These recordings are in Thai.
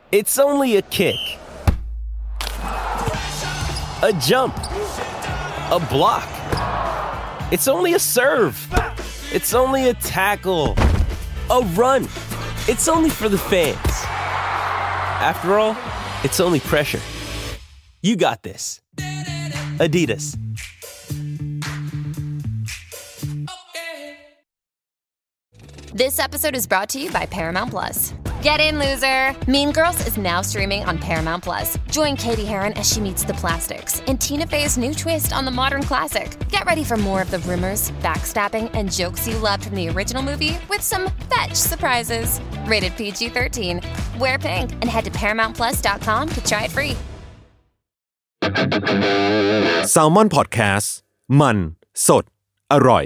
It's only a kick, a jump, a block. It's only a serve. It's only a tackle, a run. It's only for the fans. After all, it's only pressure. You got this. Adidas. This episode is brought to you by Paramount Plus. Get in, loser! Mean Girls is now streaming on Paramount Plus. Join Katie Heron as she meets the plastics in Tina Fey's new twist on the modern classic. Get ready for more of the rumors, backstabbing, and jokes you loved from the original movie with some fetch surprises. Rated PG-13. Wear pink and head to ParamountPlus.com to try it free. Salmon Podcast มันสดอร่อย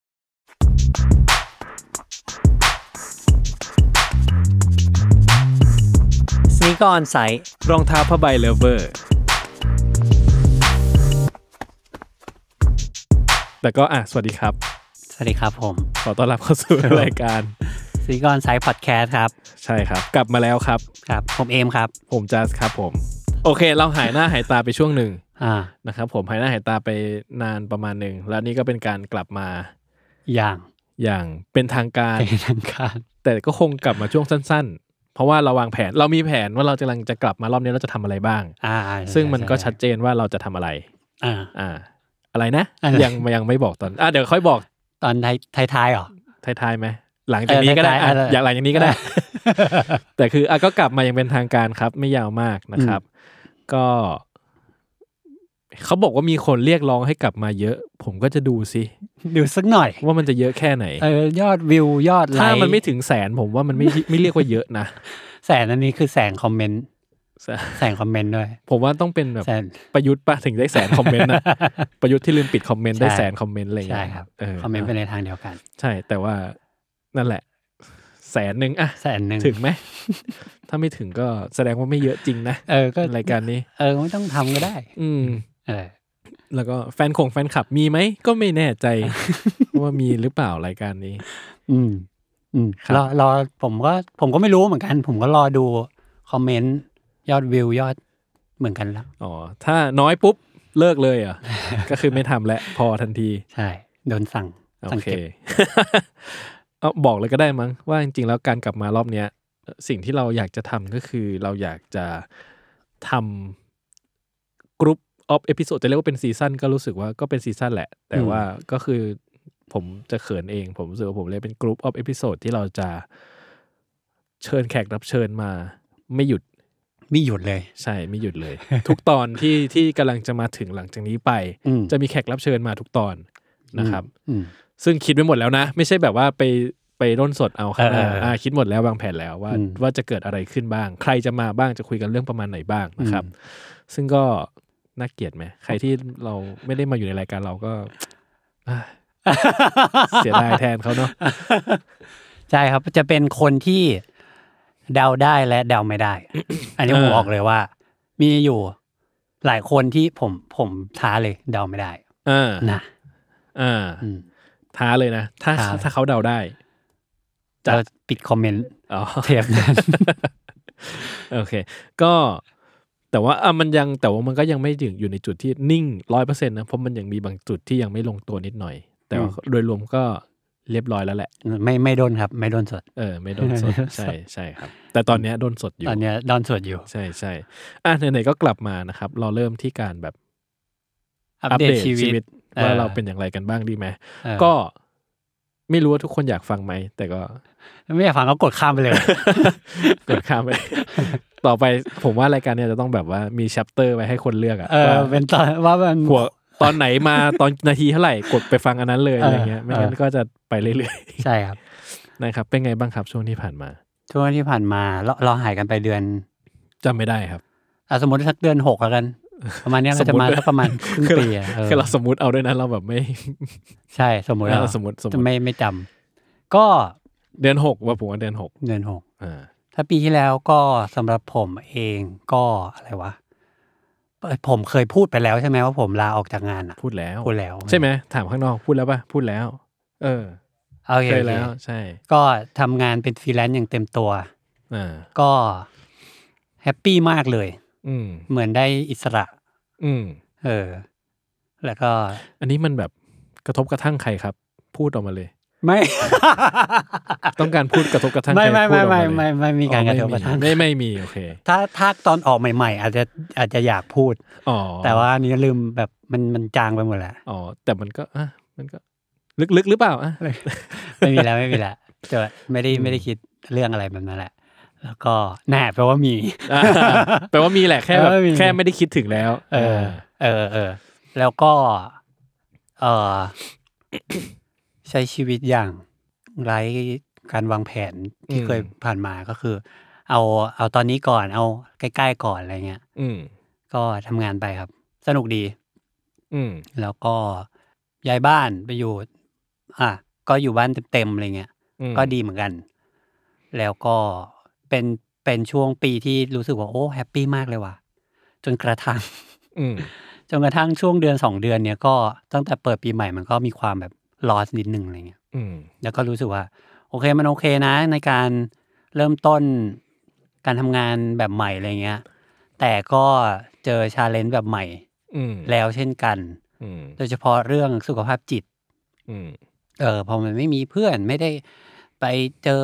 สนีกเกอร์ออนไซต์รองเท้าผ้าใบเลเวอร์แต่ก็สวัสดีครับสวัสดีครับผมขอต้อนรับเข้าสู่รายการสนีกเกอร์ออนไซต์พอดแคสต์ครับใช่ครับกลับมาแล้วครับครับผมเอมครับผมจัสครับผมโอเคเราหายหน้าหายตาไปช่วงหนึ่งนะครับผมหายหน้าหายตาไปนานประมาณหนึ่งแล้วนี่ก็เป็นการกลับมาอย่างเป็นทางการแต่ก็คงกลับมาช่วงสั้นๆเพราะว่าเราวางแผนเรามีแผนว่าเรากำลังจะกลับมารอบนี้เราจะทำอะไรบ้างซึ่งมันก็ชัดเจนว่าเราจะทำอะไรอะไรนะยังไม่บอกตอนเดี๋ยวค่อยบอกตอนท้ายๆหรอท้ายๆไหมหลังจากนี้ก็ได้อยากหลังจากนี้ก็ได้แต่คือก็กลับมายังเป็นทางการครับไม่ยาวมากนะครับก็เขาบอกว่ามีคนเรียกร้องให้กลับมาเยอะผมก็จะดูสักหน่อยว่ามันจะเยอะแค่ไหนยอดวิวยอดไลค์ถ้ามันไม่ถึงแสนผมว่ามันไม่เรียกว่าเยอะนะแสนอันนี้คือแสนคอมเมนต์แสนคอมเมนต์ด้วยผมว่าต้องเป็นแบบประยุทธ์ป่ะถึงได้แสนคอมเมนต์นะประยุทธ์ที่ลืมปิดคอมเมนต์ได้แสนคอมเมนต์อะไรอย่างเงี้ยใช่ครับคอมเมนต์ไปในทางเดียวกันใช่แต่ว่านั่นแหละแสนนึงถึงไหมถ้าไม่ถึงก็แสดงว่าไม่เยอะจริงนะก็รายการนี้ไม่ต้องทำก็ได้แล้วก็แฟนคลับมีไหมก็ไม่แน่ใจ ว่ามีหรือเปล่ารายการนี้รอผมก็ไม่รู้เหมือนกันผมก็รอดูคอมเมนต์ยอดวิวยอดเหมือนกันแล้วถ้าน้อยปุ๊บเลิกเลยอ่ะ ก็คือไม่ทำแล้วพอทันทีใช่โดนสั่งโอเค บอกเลยก็ได้มั้งว่าจริงๆแล้วการกลับมารอบเนี้ยสิ่งที่เราอยากจะทำก็คือเราอยากจะทำกรุ๊ปออฟเอพิโซดจะเรียกว่าเป็นซีซั่นก็รู้สึกว่าก็เป็นซีซั่นแหละแต่ว่าก็คือผมจะเขินเองผมรู้สึกว่าผมเลยเป็นกรุ๊ปออฟเอพิโซดที่เราจะเชิญแขกรับเชิญมาไม่หยุดเลยใช่ไม่หยุดเลย ทุกตอนที่กำลังจะมาถึงหลังจากนี้ไปจะมีแขกรับเชิญมาทุกตอนนะครับซึ่งคิดไว้หมดแล้วนะไม่ใช่แบบว่าไปร่นสดเอาข้างหน้าคิดหมดแล้ววางแผนแล้วว่าจะเกิดอะไรขึ้นบ้างใครจะมาบ้างจะคุยกันเรื่องประมาณไหนบ้างนะครับซึ่งก็น่าเกลียดไหมใครที่เราไม่ได้มาอยู่ในรายการเราก็เสียดายแทนเขาเนาะใช่ครับจะเป็นคนที่เดาได้และเดาไม่ได้ อันนี้ผมบอกเลยว่ามีอยู่หลายคนที่ผมท้าเลยเดาไม่ได้นะท้าเลยนะถ้าเขาเดาได้จะปิดคอมเมนต์เทปนั้นโอเคก็แต่ว่ามันก็ยังไม่ถึงอยู่ในจุดที่นิ่ง 100% นะเพราะมันยังมีบางจุดที่ยังไม่ลงตัวนิดหน่อยแต่ว่าโดยรวมก็เรียบร้อยแล้วแหละไม่โดนครับไม่โดนสดไม่โดนสดใช่ครับแต่ตอนนี้โดนสดอยู่ตอนนี้โดนสดอยู่ใช่ไหนๆก็กลับมานะครับเราเริ่มที่การแบบอัปเดตชีวิตว่าเราเป็นอย่างไรกันบ้างดีไหมก็ไม่รู้ว่าทุกคนอยากฟังไหมแต่ก็ไม่อยากฟังก็กดข้ามไปเลยกดข้ามไป ต่อไปผมว่ารายการนี้จะต้องแบบว่ามี chapter ไว้ให้คนเลือกเป็นตอนว่ามันหัวตอนไหนมาตอนนาทีเท่าไหร่กดไปฟังอันนั้นเลยอะไรเงี้ยไม่งั้นก็จะไปเรื่อยๆใช่ครับนะครับเป็นไงบ้างครับช่วงที่ผ่านมาเราหายกันไปเดือนจำไม่ได้ครับสมมติสักเดือน6แล้วกันประมาณนี้เราจะมาสักประมาณครึ่งปีคือเราสมมุติเอาด้วยนะเราแบบไม่ใช่สมมุติจะไม่จำก็เดือน6ว่าผมว่าเดือน6 ถ้าปีที่แล้วก็สำหรับผมเองก็อะไรวะผมเคยพูดไปแล้วใช่ไหมว่าผมลาออกจากงานอ่ะพูดแล้วใช่ไหมถามข้างนอกพูดแล้วป่ะพูดแล้วโอเคแล้วใช่ก็ทำงานเป็นฟรีแลนซ์อย่างเต็มตัวก็ปปี้มากเลยเหมือนได้อิสระแล้วก็อันนี้มันแบบกระทบกระทั่งใครครับพูดออกมาเลยไม่ต้องการพูดกระทบกระทั่งใครพูดออกมาเลยไม่มีการกระทบกระทั่งไม่มีโอเคถ้าตอนออกใหม่ๆอาจจะอยากพูดแต่ว่านี้ลืมแบบมันจางไปหมดแล้วแต่มันก็ลึกๆหรือเปล่าไม่มีแล้วจะไม่ได้คิดเรื่องอะไรแบบนั้นแหละแล้วก็แน่แปลว่ามีแปลว่ามีแหละแค่ไม่ได้คิดถึงแล้วแล้วก็ใช้ชีวิตอย่างไร้การวางแผนที่เคยผ่านมาก็คือเอาตอนนี้ก่อนเอาใกล้ๆก่อนอะไรเงี้ยก็ทำงานไปครับสนุกดีแล้วก็ย้ายบ้านไปอยู่ก็อยู่บ้านเต็มๆอะไรเงี้ยก็ดีเหมือนกันแล้วก็เป็นช่วงปีที่รู้สึกว่าโอ้แฮปปี้มากเลยว่ะจนกระทั่งช่วงเดือน2เดือนเนี้ยก็ตั้งแต่เปิดปีใหม่มันก็มีความแบบลอสนิดนึงอะไรเงี้ยแล้วก็รู้สึกว่าโอเคมันโอเคนะในการเริ่มต้นการทำงานแบบใหม่อะไรเงี้ยแต่ก็เจอชาเลนจ์แบบใหม่แล้วเช่นกันโดยเฉพาะเรื่องสุขภาพจิตพอมันไม่มีเพื่อนไม่ได้ไปเจอ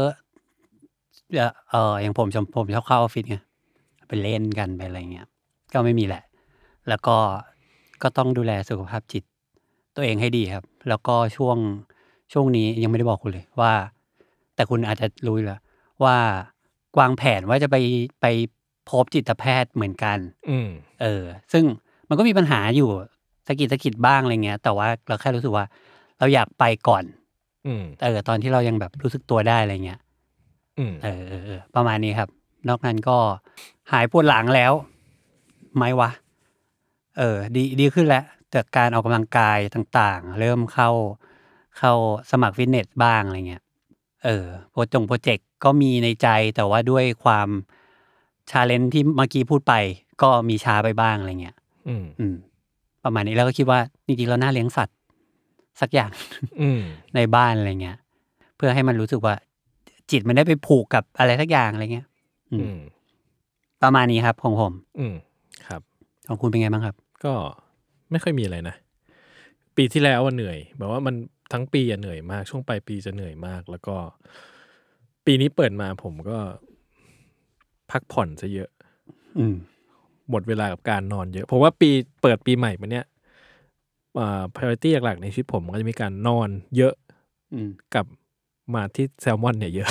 อย่างผมชอบเข้าออฟฟิศไงไปเล่นกันไปอะไรเงี้ยก็ไม่มีแหละแล้วก็ต้องดูแลสุขภาพจิตตัวเองให้ดีครับแล้วก็ช่วงนี้ยังไม่ได้บอกคุณเลยว่าแต่คุณอาจจะรู้แล้วว่าวางแผนว่าจะไปพบจิตแพทย์เหมือนกันซึ่งมันก็มีปัญหาอยู่สะกิดบ้างอะไรเงี้ยแต่ว่าเราแค่รู้สึกว่าเราอยากไปก่อนตอนที่เรายังแบบรู้สึกตัวได้อะไรเงี้ยประมาณนี้ครับนอกนั้นก็หายปวดหลังแล้วไหมวะดีขึ้นแล้วแต่การออกกำลังกายต่างๆเริ่มเข้าสมัครฟิตเนสบ้างอะไรเงี้ยโปรเจกต์ก็มีในใจแต่ว่าด้วยความชาเลนจ์ที่เมื่อกี้พูดไปก็มีช้าไปบ้างอะไรเงี้ยประมาณนี้แล้วก็คิดว่าจริงๆเราน่าเลี้ยงสัตว์สักอย่างในบ้านอะไรเงี้ยเพื่อให้มันรู้สึกว่าจิตมันได้ไปผูกกับอะไรสักอย่างอะไรเงี้ยประมาณนี้ครับของผมครับของคุณเป็นไงบ้างครับก็ไม่ค่อยมีอะไรนะปีที่แล้วเหนื่อยแบบว่ามันทั้งปีเหนื่อยมากช่วงปลายปีจะเหนื่อยมากแล้วก็ปีนี้เปิดมาผมก็พักผ่อนซะเยอะหมดเวลากับการนอนเยอะผมว่าเปิดปีใหม่มาเนี้ยpriority หลักๆในชีวิตผมก็จะมีการนอนเยอะกับมาที่แซลมอนเนี่ยเยอะ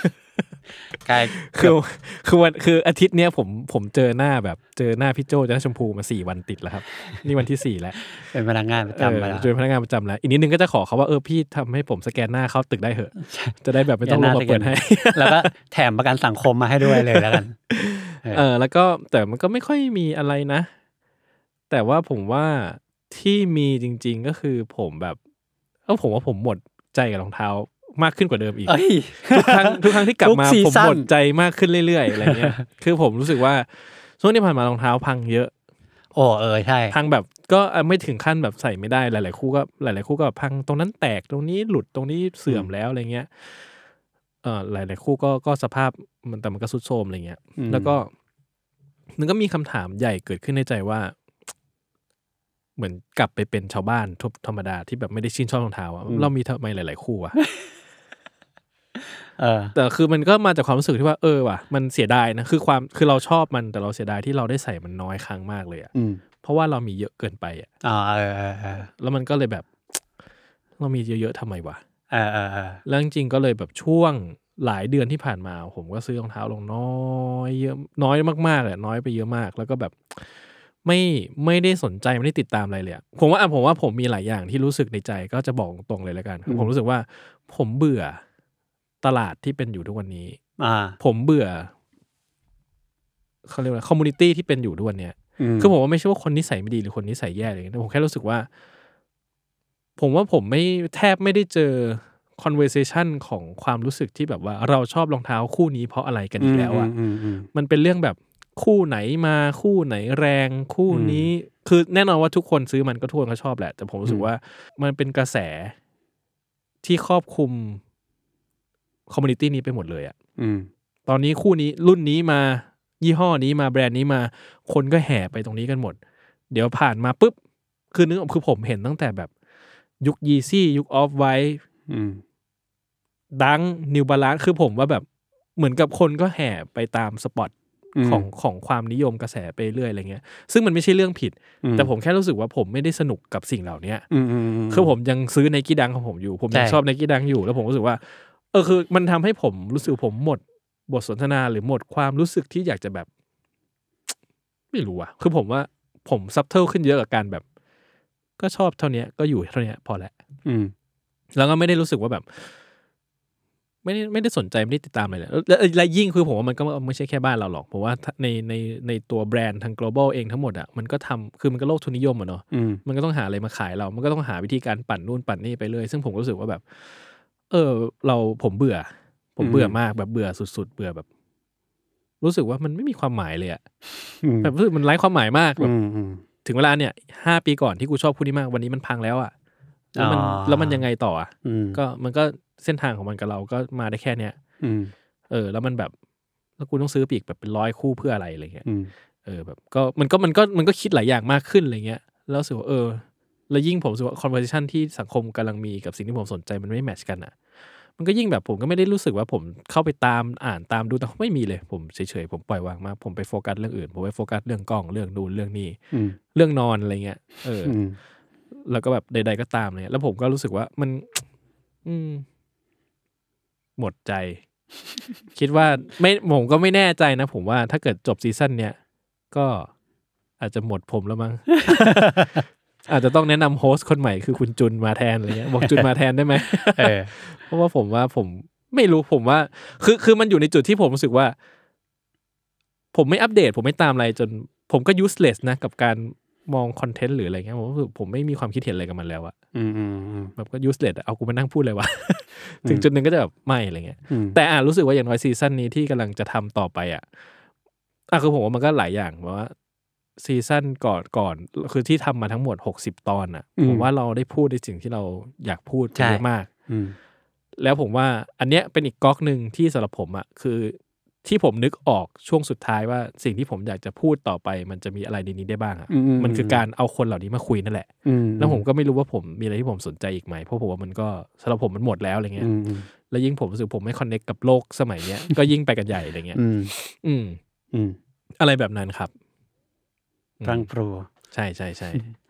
คืออาทิตย์เนี้ยผมเจอหน้าพี่โจจันทชมพูมา4วันติดแล้วครับนี่วันที่4แล้วเป็นพนักงานประจำแล้วเป็นพนักงานประจำแล้วอีกนิดนึงก็จะขอเขาว่าพี่ทำให้ผมสแกนหน้าเข้าตึกได้เหอะจะได้แบบไม่ต้องลงมาเปิดให้แล้วก็แถมประกันสังคมมาให้ด้วยเลยแล้วกันแล้วก็แต่มันก็ไม่ค่อยมีอะไรนะแต่ว่าผมว่าที่มีจริงๆก็คือผมแบบผมว่าผมหมดใจกับรองเท้ามากขึ้นกว่าเดิมอีกทุกครั้งที่กลับมาผมหมดใจมากขึ้นเรื่อยๆอะไรเงี้ยคือผมรู้สึกว่าช่วงที่ผ่านมารองเท้าพังเยอะใช่พังแบบก็ไม่ถึงขั้นแบบใส่ไม่ได้หลายๆคู่ก็พังตรงนั้นแตกตรงนี้หลุดตรงนี้เสื่อมแล้วอะไรเงี้ยหลายๆคู่ก็สภาพแต่มันก็ทรุดโทรมอะไรเงี้ยแล้วก็มันก็มีคำถามใหญ่เกิดขึ้นในใจว่าเหมือนกลับไปเป็นชาวบ้านธรรมดาที่แบบไม่ได้ชื่นชอบรองเท้าเรามีทำไมหลายๆคู่อะแต่คือมันก็มาจากความรู้สึกที่ว่าว่ะมันเสียดายนะคือเราชอบมันแต่เราเสียดายที่เราได้ใส่มันน้อยครั้งมากเลยอะเพราะว่าเรามีเยอะเกินไปอะแล้วมันก็เลยแบบเรามีเยอะๆทำไมวะแล้วจริงๆก็เลยแบบช่วงหลายเดือนที่ผ่านมาผมก็ซื้อรองเท้าลงน้อยมากๆเลยน้อยไปเยอะมากแล้วก็แบบไม่ได้สนใจไม่ได้ติดตามอะไรเลยผมว่าผมมีหลายอย่างที่รู้สึกในใจก็จะบอกตรงเลยแล้วกันผมรู้สึกว่าผมเบื่อตลาดที่เป็นอยู่ทุกวันนี้ผมเบื่อเขาเรียกว่าคอมมูนิตี้ที่เป็นอยู่ทุกวันเนี้ยคือผมว่าไม่ใช่ว่าคนนิสัยไม่ดีหรือคนนิสัยแย่อะไรอย่างเงี้ยแต่ผมแค่รู้สึกว่าผมแทบไม่ได้เจอ conversation ของความรู้สึกที่แบบว่าเราชอบรองเท้าคู่นี้เพราะอะไรกันอีกแล้วมันเป็นเรื่องแบบคู่ไหนมาคู่ไหนแรงคู่นี้คือแน่นอนว่าทุกคนซื้อมันก็ทุกคนก็ชอบแหละแต่ผมรู้สึกว่ามันเป็นกระแสที่ครอบคลุมคอมมูนิตี้นี้ไปหมดเลยตอนนี้คู่นี้รุ่นนี้มายี่ห้อนี้มาแบรนด์นี้มาคนก็แห่ไปตรงนี้กันหมดเดี๋ยวผ่านมาปุ๊บคือผมเห็นตั้งแต่แบบยุค Yeezy ยุค Off-White ดัง New Balance คือผมว่าแบบเหมือนกับคนก็แห่ไปตามสปอตของความนิยมกระแสไปเรื่อยอะไรเงี้ยซึ่งมันไม่ใช่เรื่องผิดแต่ผมแค่รู้สึกว่าผมไม่ได้สนุกกับสิ่งเหล่านี้คือผมยังซื้อ Nike Dunk ของผมอยู่ผมยังชอบ Nike Dunk อยู่แล้วผมรู้สึกว่าคือมันทำให้ผมรู้สึกผมหมดบทสนทนาหรือหมดความรู้สึกที่อยากจะแบบไม่รู้อ่ะคือผมว่าผมซับเทิลขึ้นเยอะกับการแบบก็ชอบเท่านี้ก็อยู่เท่านี้พอแล้วแล้วก็ไม่ได้รู้สึกว่าแบบไม่ได้สนใจไม่ได้ติดตามอะไรเลยและยิ่งคือผมว่ามันก็ไม่ใช่แค่บ้านเราหรอกเพราะว่าในตัวแบรนด์ทาง global เองทั้งหมดอ่ะมันก็ทำคือมันก็โลกทุนนิยมอ่ะเนาะมันก็ต้องหาอะไรมาขายเรามันก็ต้องหาวิธีการปั่นนู่นปั่นนี่ไปเรื่อยซึ่งผมรู้สึกว่าแบบผมเบื่อมากแบบเบื่อสุดๆเบื่อแบบรู้สึกว่ามันไม่มีความหมายเลยอ่ะแบบรู้สึกมันไร้ความหมายมากแบบถึงเวลาเนี่ย5 ปีก่อนที่กูชอบคู่นี้มากวันนี้มันพังแล้วอ่ะแล้วมันยังไงต่ออ่ะก็มันก็เส้นทางของมันกับเราก็มาได้แค่เนี้ยแล้วมันแบบแล้วกูต้องซื้อปีกแบบเป็น100 คู่เพื่ออะไรอะไรเงี้ยแบบก็มันก็คิดหลายอย่างมากขึ้นอะไรเงี้ยแล้วรู้สึกว่าแล้วยิ่งผมรู้สึกว่า conversation ที่สังคมกำลังมีกับสิ่งที่ผมสนใจมันไม่แมทช์กันอ่ะมันก็ยิ่งแบบผมก็ไม่ได้รู้สึกว่าผมเข้าไปตามอ่านตามดูแต่ไม่มีเลยผมเฉยๆผมปล่อยวางมากผมไปโฟกัสเรื่องอื่นผมไปโฟกัสเรื่องกล้องเรื่องดูเรื่องนี้เรื่องนอนอะไรเงี้ยแล้วก็แบบใดๆก็ตามเลยแล้วผมก็รู้สึกว่ามันหมดใจคิดว่าผมก็ไม่แน่ใจนะผมว่าถ้าเกิดจบซีซั่นเนี้ยก็อาจจะหมดผมแล้วมั้ง อาจจะต้องแนะนำโฮสต์คนใหม่คือคุณจุนมาแทนอะไรเงี้ยบอกจุนมาแทนได้ไหม เพราะว่าผมไม่รู้ผมว่าคือมันอยู่ในจุดที่ผมรู้สึกว่าผมไม่อัปเดตผมไม่ตามอะไรจนผมก็ useless นะกับการมองคอนเทนต์หรืออะไรเงี้ยผมรู้สึกผมไม่มีความคิดเห็นอะไรกับมันแล้วอะแบบก็ useless เอากูมานั่งพูดเลยวะ ถึงจุดนึงก็จะแบบไม่อะไรเงี้ยแต่รู้สึกว่าอย่างน้อยซีซั่นนี้ที่กำลังจะทำต่อไปคือผมว่ามันก็หลายอย่างเพราะว่าซีซั่นก่อนคือที่ทำมาทั้งหมด60 ตอนอ่ะผมว่าเราได้พูดในสิ่งที่เราอยากพูดเยอะมากแล้วผมว่าอันเนี้ยเป็นอีกก๊อกนึงที่สำหรับผมอ่ะคือที่ผมนึกออกช่วงสุดท้ายว่าสิ่งที่ผมอยากจะพูดต่อไปมันจะมีอะไรในนี้ได้บ้างอ่ะมันคือการเอาคนเหล่านี้มาคุยนั่นแหละแล้วผมก็ไม่รู้ว่าผมมีอะไรที่ผมสนใจอีกไหมเพราะผมว่ามันก็สำหรับผมมันหมดแล้วอะไรเงี้ยแล้วยิ่งผมรู้สึกผมไม่คอนเนคกับโลกสมัยเนี้ยก็ยิ่งไปกันใหญ่อะไรเงี้ยอะไรแบบนั้นครับฟังปรูใช่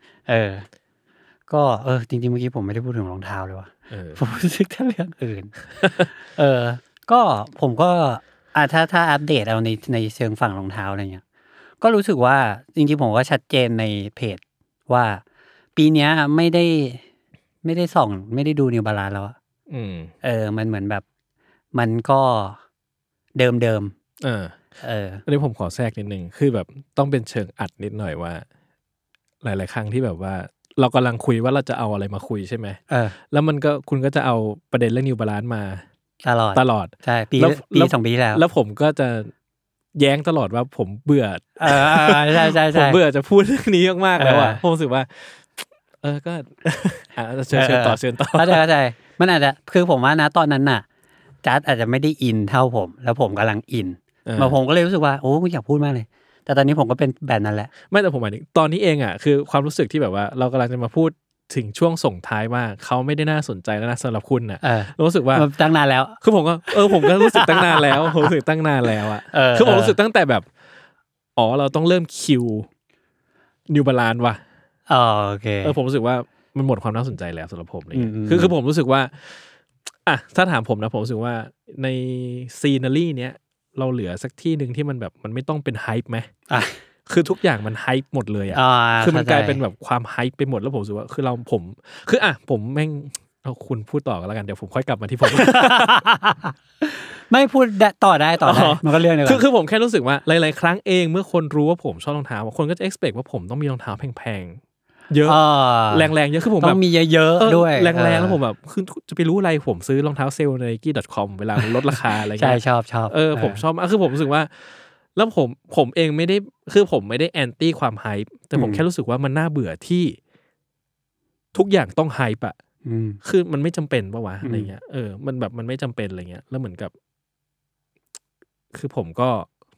ก็จริงๆเมื่อกี้ผมไม่ได้พูดถึงรองเท้าเลยว่ะผมรู้สึกแต่เรื่องอื่นก็ผมก็ถ้าอัปเดตเอาในเชิงฝั่งรองเท้าอะไรเงี้ยก็รู้สึกว่าจริงๆผมก็ชัดเจนในเพจว่าปีนี้ไม่ได้ส่องไม่ได้ดูนิวบาลานซ์แล้วมันเหมือนแบบมันก็เดิมอันนี้ผมขอแทรกนิดนึงคือแบบต้องเป็นเชิงอัดนิดหน่อยว่าหลายๆครั้งที่แบบว่าเรากำลังคุยว่าเราจะเอาอะไรมาคุยใช่ไหมแล้วมันก็คุณก็จะเอาประเด็นเรื่องนิวบาลานซ์มาตลอดใช่ปี2 ปีแล้วแล้วผมก็จะแย้งตลอดว่าผมเบื่อใช่ผมเบื่อจะพูดเรื่องนี้มากๆแล้วผมรู้สึกว่าก็เชิญต่อเข้าใจมันอาจจะคือผมว่านะตอนนั้นน่ะจัดอาจจะไม่ได้อินเท่าผมแล้วผมกำลังอินมาผมก็เลยรู้สึกว่าโอ้อยากพูดมากเลยแต่ตอนนี้ผมก็เป็นแบบนั้นแหละไม่แต่ผมหมายถึงตอนนี้เองคือความรู้สึกที่แบบว่าเรากำลังจะมาพูดถึงช่วงส่งท้ายว่าเขาไม่ได้น่าสนใจแล้วนะสำหรับคุณรู้สึกว่าตั้งนานแล้วคือผมก็ผมก็รู้สึกตั้งนานแล้วผมรู้สึกตั้งนานแล้วคือผมรู้สึกตั้งแต่แบบเราต้องเริ่มคิวนิวบาลานซ์ว่ะโอเคผมรู้สึกว่ามันหมดความน่าสนใจแล้วสำหรับผมเลยคือผมรู้สึกว่าถ้าถามผมนะผมรู้สึกว่าในซีนารีเนี้ยเราเหลือสักที่นึงที่มันแบบมันไม่ต้องเป็นไฮป์ไหมคือทุกอย่างมันไฮป์หมดเลยคือมันกลายเป็นแบบความไฮป์ไปหมดแล้วผมรู้สึกว่าคือผมผมแม่งคุณพูดต่อกันแล้วกันเดี๋ยวผมค่อยกลับมาที่ผมไม่พูดต่อได้มันก็เรื่องนึงคือผมแค่รู้สึกว่าหลายๆครั้งเองเมื่อคนรู้ว่าผมชอบรองเท้าคนก็จะ expect ว่าผมต้องมีรองเท้าแพงเยอะแรงๆเยอะคือผมแบบต้องมีเยอะๆด้วยแรงๆแล้วผมแบบคือจะไปรู้อะไรผมซื้อรองเท้าเซลล์ใน Nike.com เวลาลดราคาอะไรเงี้ยใช่ชอบผมชอบคือผมรู้สึกว่าแล้วผมเองไม่ได้คือผมไม่ได้แอนตี้ความไฮป์แต่ผมแค่รู้สึกว่ามันน่าเบื่อที่ทุกอย่างต้องไฮป์อ่ะคือมันไม่จำเป็นป่ะวะอะไรเงี้ยมันแบบมันไม่จำเป็นอะไรเงี้ยแล้วเหมือนกับคือผมก็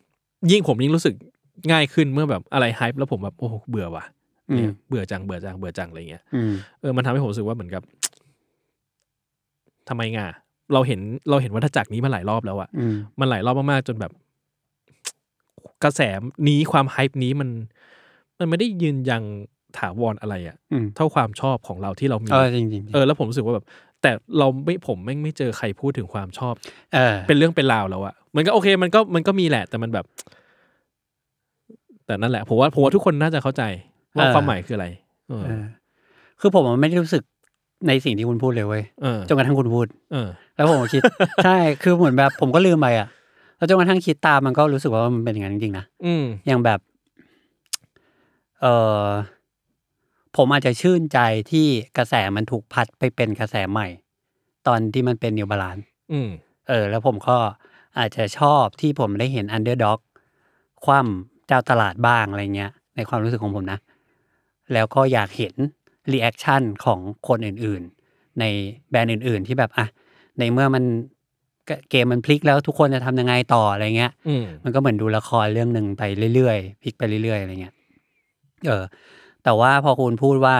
ยิ่งผมยิ่งรู้สึกง่ายขึ้นเมื่อแบบอะไรไฮป์แล้วผมแบบโอ้เบื่อว่ะเนี่ยเบื่อจังอะไรเงี้ยมันทำให้ผมรู้สึกว่าเหมือนกับทำไมง่ะเราเห็นวัฏจักรนี้มาหลายรอบแล้วอ่ะมันหลายรอบมากๆจนแบบกระแสนี้ความไฮป์นี้มันไม่ได้ยืนยังถาวรอะไรอ่ะเท่าความชอบของเราที่เรามีจริงๆแล้วผมรู้สึกว่าแบบแต่ผมไม่เจอใครพูดถึงความชอบเป็นเรื่องเป็นราวแล้วอ่ะมันก็โอเคมันก็มีแหละแต่มันแบบแต่นั่นแหละผมว่าทุกคนน่าจะเข้าใจว่าความหมายคืออะไรคือผมไม่ได้รู้สึกในสิ่งที่คุณพูดเลยเว้ยจนกระทั่งคุณพูดแล้วผมก็คิด ใช่คือเหมือนแบบผมก็ลืมไปอ่ะแล้วจนกระทั่งคิดตามมันก็รู้สึกว่ามันเป็นอย่างนั้นจริงๆนะอย่างแบบผมอาจจะชื่นใจที่กระแสมันถูกพัดไปเป็นกระแสใหม่ตอนที่มันเป็นนิวบาลานซ์แล้วผมก็อาจจะชอบที่ผมได้เห็นอันเดอร์ด็อกคว่ำเจ้าตลาดบ้างอะไรเงี้ยในความรู้สึกของผมนะแล้วก็อยากเห็นรีแอคชั่นของคนอื่นๆในแบรนด์อื่นๆที่แบบในเมื่อมันเกมมันพลิกแล้วทุกคนจะทำยังไงต่ออะไรเงี้ยมันก็เหมือนดูละครเรื่องนึงไปเรื่อยๆพลิกไปเรื่อยๆอะไรเงี้ยแต่ว่าพอคุณพูดว่า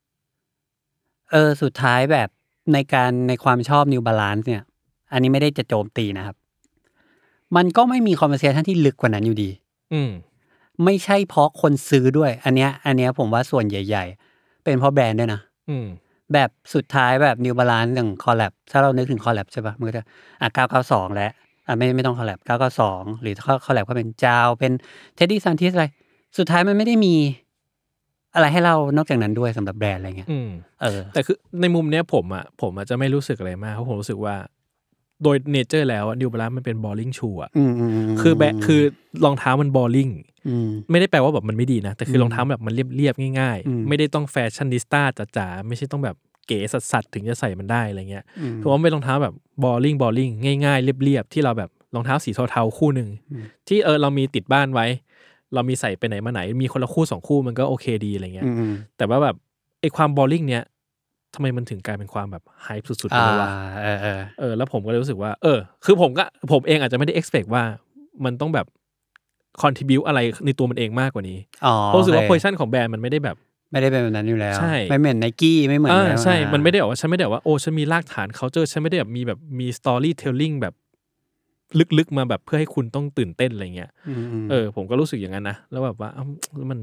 สุดท้ายแบบในความชอบ New Balance เนี่ยอันนี้ไม่ได้จะโจมตีนะครับมันก็ไม่มี conversation ที่ลึกกว่านั้นอยู่ดีไม่ใช่เพราะคนซื้อด้วยอันเนี้ยผมว่าส่วนใหญ่ๆเป็นเพราะแบรนด์ด้วยนะแบบสุดท้ายแบบ New Balance อย่างคอลแลบถ้าเรานึกถึงคอลแลบใช่ป่ะมันก็จะ992แล้วไม่ต้องคอลแลบ992หรือคอลแลบก็เป็นจาวเป็น Teddy Santis อะไรสุดท้ายมันไม่ได้มีอะไรให้เรานอกจากนั้นด้วยสำหรับแบรนด์อะไรเงี้ยแต่คือในมุมเนี้ยผมอาจจะไม่รู้สึกอะไรมากเพราะผมรู้สึกว่าโดยเนเจอร์แล้วนิวบาลานซ์มันเป็นบอลลิ่งชูอ่ะคือรองเท้ามันบอลลิ่งไม่ได้แปลว่าแบบมันไม่ดีนะแต่คือรองเท้าแบบมันเรียบง่ายๆไม่ได้ต้องแฟชั่นนิสต้าจ๋าๆไม่ใช่ต้องแบบเก๋สัสๆถึงจะใส่มันได้อะไรเงี้ยคือว่าเป็นรองเท้าแบบบอลลิ่งง่ายๆเรียบๆที่เราแบบรองเท้าสีเทาๆคู่นึงที่เรามีติดบ้านไว้เรามีใส่ไปไหนมาไหนมีคนละคู่2คู่มันก็โอเคดีอะไรเงี้ยแต่ว่าแบบไอ้ความบอลลิ่งเนี้ยทำไมมันถึงกลายเป็นความแบบไฮป์สุดๆเลยวะแล้วผมก็เลยรู้สึกว่าคือผมเองอาจจะไม่ได้ expect ว่ามันต้องแบบ contribute อะไรในตัวมันเองมากกว่านี้เพราะรู้สึกว่า position ของแบรนด์มันไม่ได้แบบไม่ได้เป็นแบบนั้นอยู่แล้วไม่เหมือน Nike ไม่เหมือนใช่มันไม่ได้บอกว่าฉันไม่ได้บอกว่าโอ้ฉันมีรากฐาน culture ฉันไม่ได้แบบมี storytelling แบบลึกๆมาแบบเพื่อให้คุณต้องตื่นเต้นอะไรเงี้ยผมก็รู้สึกอย่างนั้นนะแล้วแบบว่ามัน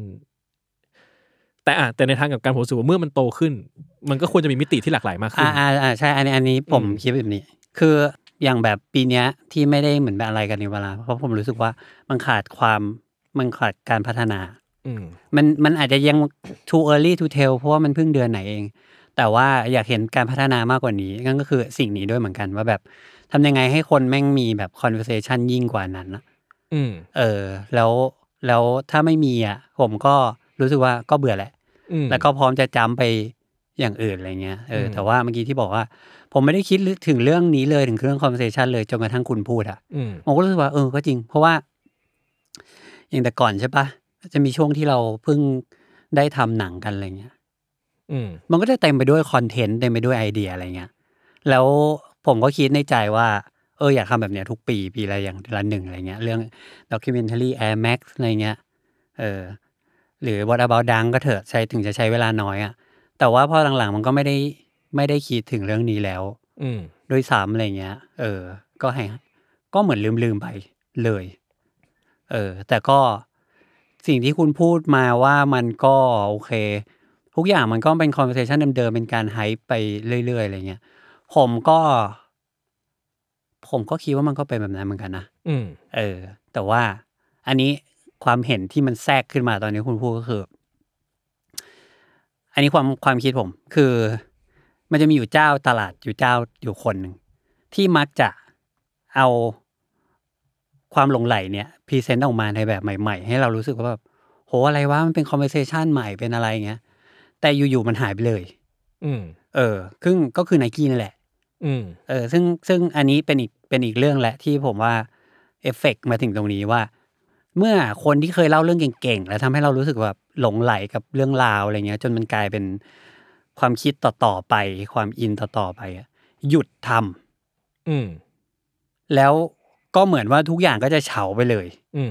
แต่ในทางกับการผมรู้สึกว่าเมื่อมันโตขึ้นมันก็ควรจะมีมิติที่หลากหลายมากขึ้นใช่อันนี้ผมคิดแบบนี้คืออย่างแบบปีนี้ที่ไม่ได้เหมือนแบบอะไรกันในเวลาเพราะผมรู้สึกว่ามันขาดการพัฒนามันอาจจะยัง too early to tell เพราะว่ามันเพิ่งเดือนไหนเองแต่ว่าอยากเห็นการพัฒนามากกว่านี้นั่นก็คือสิ่งนี้ด้วยเหมือนกันว่าแบบทำยังไงให้คนแม่งมีแบบ conversation ยิ่งกว่านั้นนะแล้วถ้าไม่มีผมก็รู้สึกว่าก็เบื่อแหละแล้วก็พร้อมจะจ้ำไปอย่างอื่นอะไรเงี้ยแต่ว่าเมื่อกี้ที่บอกว่าผมไม่ได้คิดถึงเรื่องนี้เลยถึงเรื่อง conversation เลยจนกระทั่งคุณพูดผมก็รู้สึกว่าก็จริงเพราะว่าอย่างแต่ก่อนใช่ปะจะมีช่วงที่เราเพิ่งได้ทำหนังกันอะไรเงี้ยมันก็จะเต็มไปด้วยคอนเทนต์เต็มไปด้วยไอเดียอะไรเงี้ยแล้วผมก็คิดในใจว่าอยากทำแบบเนี้ยทุกปีละอย่างละหนึ่งอะไรเงี้ยเรื่อง documentary Air Max อะไรเงี้ยหรือ What About Dunk ก็เถอะถึงจะใช้เวลาน้อยแต่ว่าพอหลังๆมันก็ไม่ได้คิดถึงเรื่องนี้แล้วด้วยซ้ำอะไรเงี้ยก็เหมือนลืมไปเลยแต่ก็สิ่งที่คุณพูดมาว่ามันก็โอเคทุกอย่างมันก็เป็น conversation เดิมๆเป็นการไฮป์ไปเรื่อยๆอะไรเงี้ยผมก็คิดว่ามันก็เป็นแบบนั้นเหมือนกันนะแต่ว่าอันนี้ความเห็นที่มันแทรกขึ้นมาตอนนี้คุณพูดก็คืออันนี้ความคิดผมคือมันจะมีอยู่เจ้าตลาดอยู่คนหนึ่งที่มักจะเอาความหลงไหลเนี่ยพรีเซนต์ออกมาในแบบใหม่ๆให้เรารู้สึกว่าแบบโหอะไรวะมันเป็นคอนเวอร์เซชันใหม่เป็นอะไรเงี้ยแต่อยู่ๆมันหายไปเลยก็คือ Nike นั่นแหละซึ่งอันนี้เป็นอีกเรื่องแหละที่ผมว่าเอฟเฟกต์มาถึงตรงนี้ว่าเมื่อคนที่เคยเล่าเรื่องเก่งๆแล้วทำให้เรารู้สึกแบบหลงไหลกับเรื่องราวอะไรเงี้ยจนมันกลายเป็นความคิดต่อไปความอินต่อไปหยุดทำแล้วก็เหมือนว่าทุกอย่างก็จะเฉาไปเลย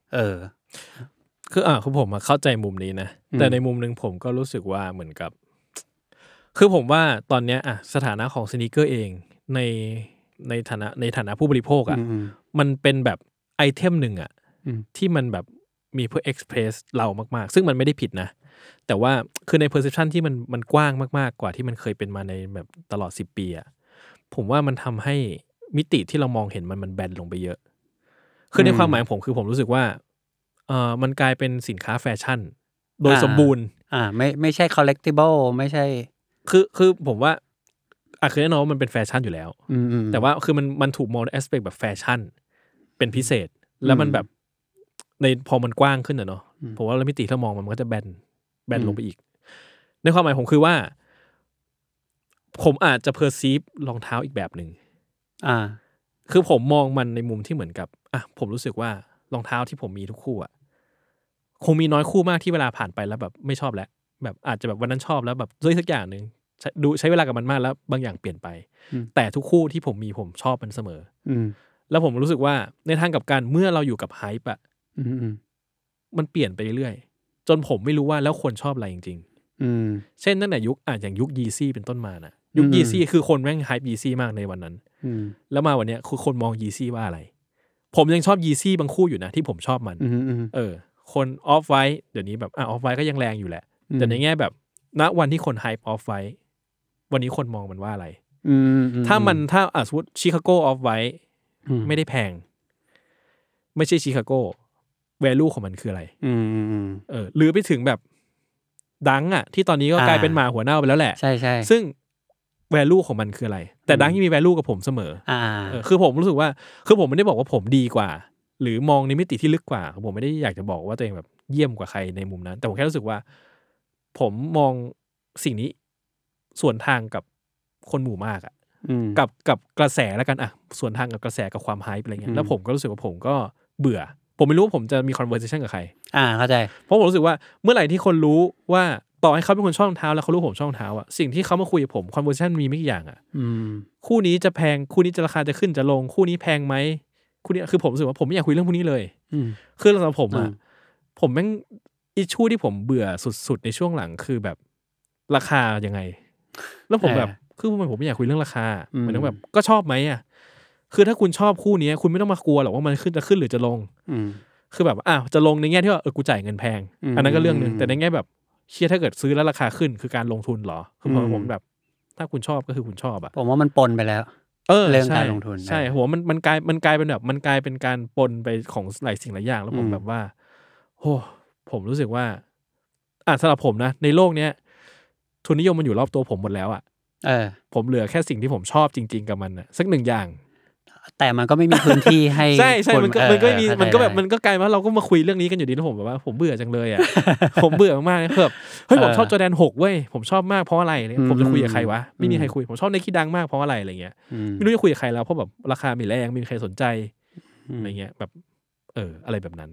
คือผมเข้าใจมุมนี้นะแต่ในมุมนึงผมก็รู้สึกว่าเหมือนกับคือผมว่าตอนเนี้ยสถานะของสนีกเกอร์เองในฐานะผู้บริโภคมันเป็นแบบไอเทมนึงที่มันแบบมีเพื่อเอ็กซ์เพรสเรามากๆซึ่งมันไม่ได้ผิดนะแต่ว่าคือใน perception ที่มันกว้างมากๆกว่าที่มันเคยเป็นมาในแบบตลอด10 ปีผมว่ามันทำให้มิติที่เรามองเห็นมันแบนลงไปเยอะคือในความหมายของผมคือผมรู้สึกว่ามันกลายเป็นสินค้าแฟชั่นโดยสมบูรณ์ไม่ใช่ collectible ไม่ใช่คือผมว่าคือแน่นอนมันเป็นแฟชั่นอยู่แล้วแต่ว่าคือมันถูกมองใน aspect แบบแฟชั่นเป็นพิเศษแล้วมันแบบในพอมันกว้างขึ้นเนาะผมว่ามิติถ้ามองมันก็จะแบนลงไปอีกในความหมายผมคือว่าผมอาจจะเพอร์ซีฟรองเท้าอีกแบบนึงคือผมมองมันในมุมที่เหมือนกับผมรู้สึกว่ารองเท้าที่ผมมีทุกคู่คงมีน้อยคู่มากที่เวลาผ่านไปแล้วแบบไม่ชอบแล้วแบบอาจจะแบบวันนั้นชอบแล้วแบบด้วยสักอย่างนึงใช้เวลากับมันมากแล้วบางอย่างเปลี่ยนไปแต่ทุกคู่ที่ผมมีผมชอบมันเสมอแล้วผมรู้สึกว่าในทางกับการเมื่อเราอยู่กับไฮป์มันเปลี่ยนไปเรื่อยๆจนผมไม่รู้ว่าแล้วคนชอบอะไรจริงๆเช่นตั้งแต่ยุคอย่างยุค Yeezy เป็นต้นมานะยุค Yeezy คือคนแม่งไฮป์ Yeezy มากในวันนั้นแล้วมาวันเนี้ยคือคนมอง Yeezy ว่าอะไรผมยังชอบ Yeezy บางคู่อยู่นะที่ผมชอบมันคนออฟไวท์เดี๋ยวนี้แบบออฟไวท์ก็ยังแรงอยู่แหละแต่ในแง่แบบณวันที่คนไฮป์ออฟไวท์วันนี้คนมองมันว่าอะไรถ้าสมมติชิคาโกออฟไวท์ไม่ได้แพงไม่ใช่ชิคาโกvalue ของมันคืออะไรหรือไปถึงแบบดังที่ตอนนี้ก็กลายเป็นหมาหัวเน่าไปแล้วแหละใช่ๆซึ่ง value ของมันคืออะไรแต่ดังยังมี value กับผมเสมอคือผมรู้สึกว่าคือผมไม่ได้บอกว่าผมดีกว่าหรือมองในมิติที่ลึกกว่าผมไม่ได้อยากจะบอกว่าตัวเองแบบเยี่ยมกว่าใครในมุมนั้นแต่ผมแค่รู้สึกว่าผมมองสิ่งนี้ส่วนทางกับคนหมู่มากกับกระแสแล้วกันส่วนทางกับกระแสกับความไฮป์อะไรเงี้ยแล้วผมก็รู้สึกว่าผมก็เบื่อผมไม่รู้ว่าผมจะมี conversation กับใครเข้าใจเพราะผมรู้สึกว่าเมื่อไหร่ที่คนรู้ว่าต่อให้เขาเป็นคนชอบรองเท้าแล้วเขารู้ผมชอบรองเท้าสิ่งที่เขามาคุยกับผม conversation มีไม่กี่อย่างคู่นี้จะแพงคู่นี้จะราคาจะขึ้นจะลงคู่นี้แพงไหมคู่นี้คือผมรู้สึกว่าผมไม่อยากคุยเรื่องพวกนี้เลยคือสำหรับผมผมแม่งอิชชูที่ผมเบื่อสุดๆในช่วงหลังคือแบบราคายังไงแล้วผมแบบคือผมไม่อยากคุยเรื่องราคาเหมือนแบบก็ชอบไหมคือถ้าคุณชอบคู่นี้คุณไม่ต้องมากลัวหรอกว่ามันจะขึ้นหรือจะลงคือแบบจะลงในแง่ที่ว่ากูจ่ายเงินแพงอันนั้นก็เรื่องนึงแต่ในแง่แบบเชื่อถ้าเกิดซื้อแล้วราคาขึ้นคือการลงทุนหรอคือผมแบบถ้าคุณชอบก็คือคุณชอบผมว่ามันปนไปแล้วเรื่องการลงทุนใช่หัวมันกลายเป็นแบบมันกลายเป็นการปนไปของหลายสิ่งหลายอย่างแล้วผมแบบว่าโอ้ผมรู้สึกว่าสำหรับผมนะในโลกเนี้ยทุนนิยมมันอยู่รอบตัวผมหมดแล้วผมเหลือแค่สิ่งที่ผมชอบจริงๆกับมันสักหนึ่งอย่างแต่มันก็ไม่มีพื้นที่ให้ใช่มันก็มีมันก็แบบมันก็กลายว่าเราก็มาคุยเรื่องนี้กันอยู่ดีแล้วผมแบบว่าผมเบื่อจังเลยผมเบื่อมากๆเลยแบบเฮ้ยผมชอบจอร์แดน6เว้ยผมชอบมากเพราะอะไรผมจะคุยกับใครวะไม่มีใครคุยผมชอบไนกี้ดังมากเพราะอะไรอะไรเงี้ยไม่รู้จะคุยกับใครแล้วเพราะแบบราคาไม่แรงไม่มีใครสนใจอะไรเงี้ยแบบอะไรแบบนั้น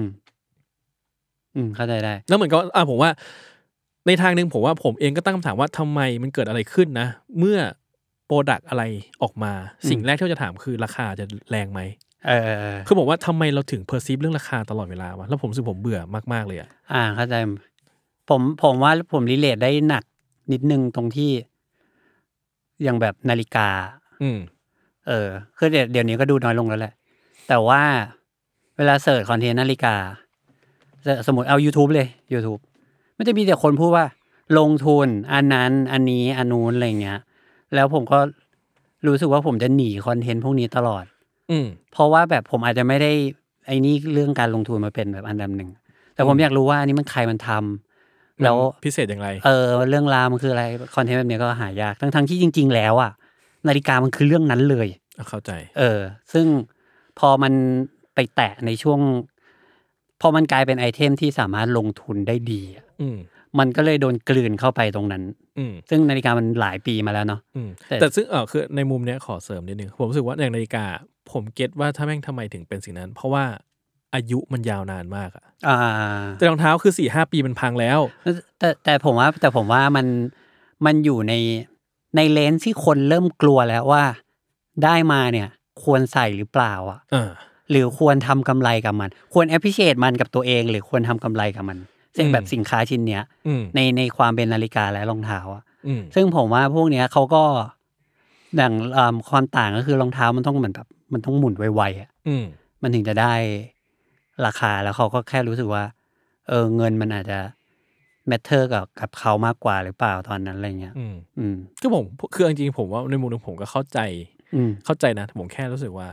เข้าใจได้แล้วเหมือนกับผมว่าในทางนึงผมว่าผมเองก็ตั้งคำถามว่าทำไมมันเกิดอะไรขึ้นนะเมื่อโปรดักต์อะไรออกมาสิ่งแรกที่เราจะถามคือราคาจะแรงไหมคือผมว่าทำไมเราถึงเพอร์ซีฟเรื่องราคาตลอดเวลาวะแล้วผมรู้สึกผมเบื่อมากๆเลยเข้าใจผมว่าผมรีเลทได้หนักนิดนึงตรงที่อย่างแบบนาฬิกาคือเดี๋ยวนี้ก็ดูน้อยลงแล้วแหละแต่ว่าเวลาเสิร์ชคอนเทนต์นาฬิกาสมมติเอา YouTube เลย YouTube มันจะมีแต่คนพูดว่าลงทุนอันนั้นอันนี้อันนู้นอะไรเงี้ยแล้วผมก็รู้สึกว่าผมจะหนีคอนเทนต์พวกนี้ตลอดเพราะว่าแบบผมอาจจะไม่ได้ไอ้นี่เรื่องการลงทุนมาเป็นแบบอันดับหนึ่งแต่ผมอยากรู้ว่าอันนี้มันใครมันทำแล้วพิเศษอย่างไรเรื่องราวมันคืออะไรคอนเทนต์แบบนี้ก็หายากทั้งที่จริงๆแล้วนาฬิกามันคือเรื่องนั้นเลยเข้าใจซึ่งพอมันไปแตะในช่วงพอมันกลายเป็นไอเทมที่สามารถลงทุนได้ดีมันก็เลยโดนกลืนเข้าไปตรงนั้นซึ่งนาฬิกามันหลายปีมาแล้วเนาะแต่ซึ่งคือในมุมเนี้ยขอเสริมนิดนึงผมรู้สึกว่าอย่างนาฬิกาผมเก็ตว่าถ้าแม่งทำไมถึงเป็นสิ่งนั้นเพราะว่าอายุมันยาวนานมากแต่รองเท้าคือ 4-5 ปีมันพังแล้วแต่ผมว่ามันอยู่ในเลนส์ที่คนเริ่มกลัวแล้วว่าได้มาเนี่ยควรใส่หรือเปล่าหรือควรทำกำไรกับมันควร appreciate มันกับตัวเองหรือควรทำกำไรกับมันซึ่งแบบสินค้าชิ้นเนี้ยในความเป็นนาฬิกาและรองเท้าอ่ะซึ่งผมว่าพวกเนี้ยเขาก็อย่างความต่างก็คือรองเท้ามันต้องเหมือนแบบมันต้องหมุนไวๆอ่ะมันถึงจะได้ราคาแล้วเขาก็แค่รู้สึกว่าเงินมันอาจจะแมทเทอร์กับเขามากกว่าหรือเปล่าตอนนั้นอะไรเงี้ยคือผมคือจริงๆผมว่าในมุมนึงผมก็เข้าใจนะผมแค่รู้สึกว่า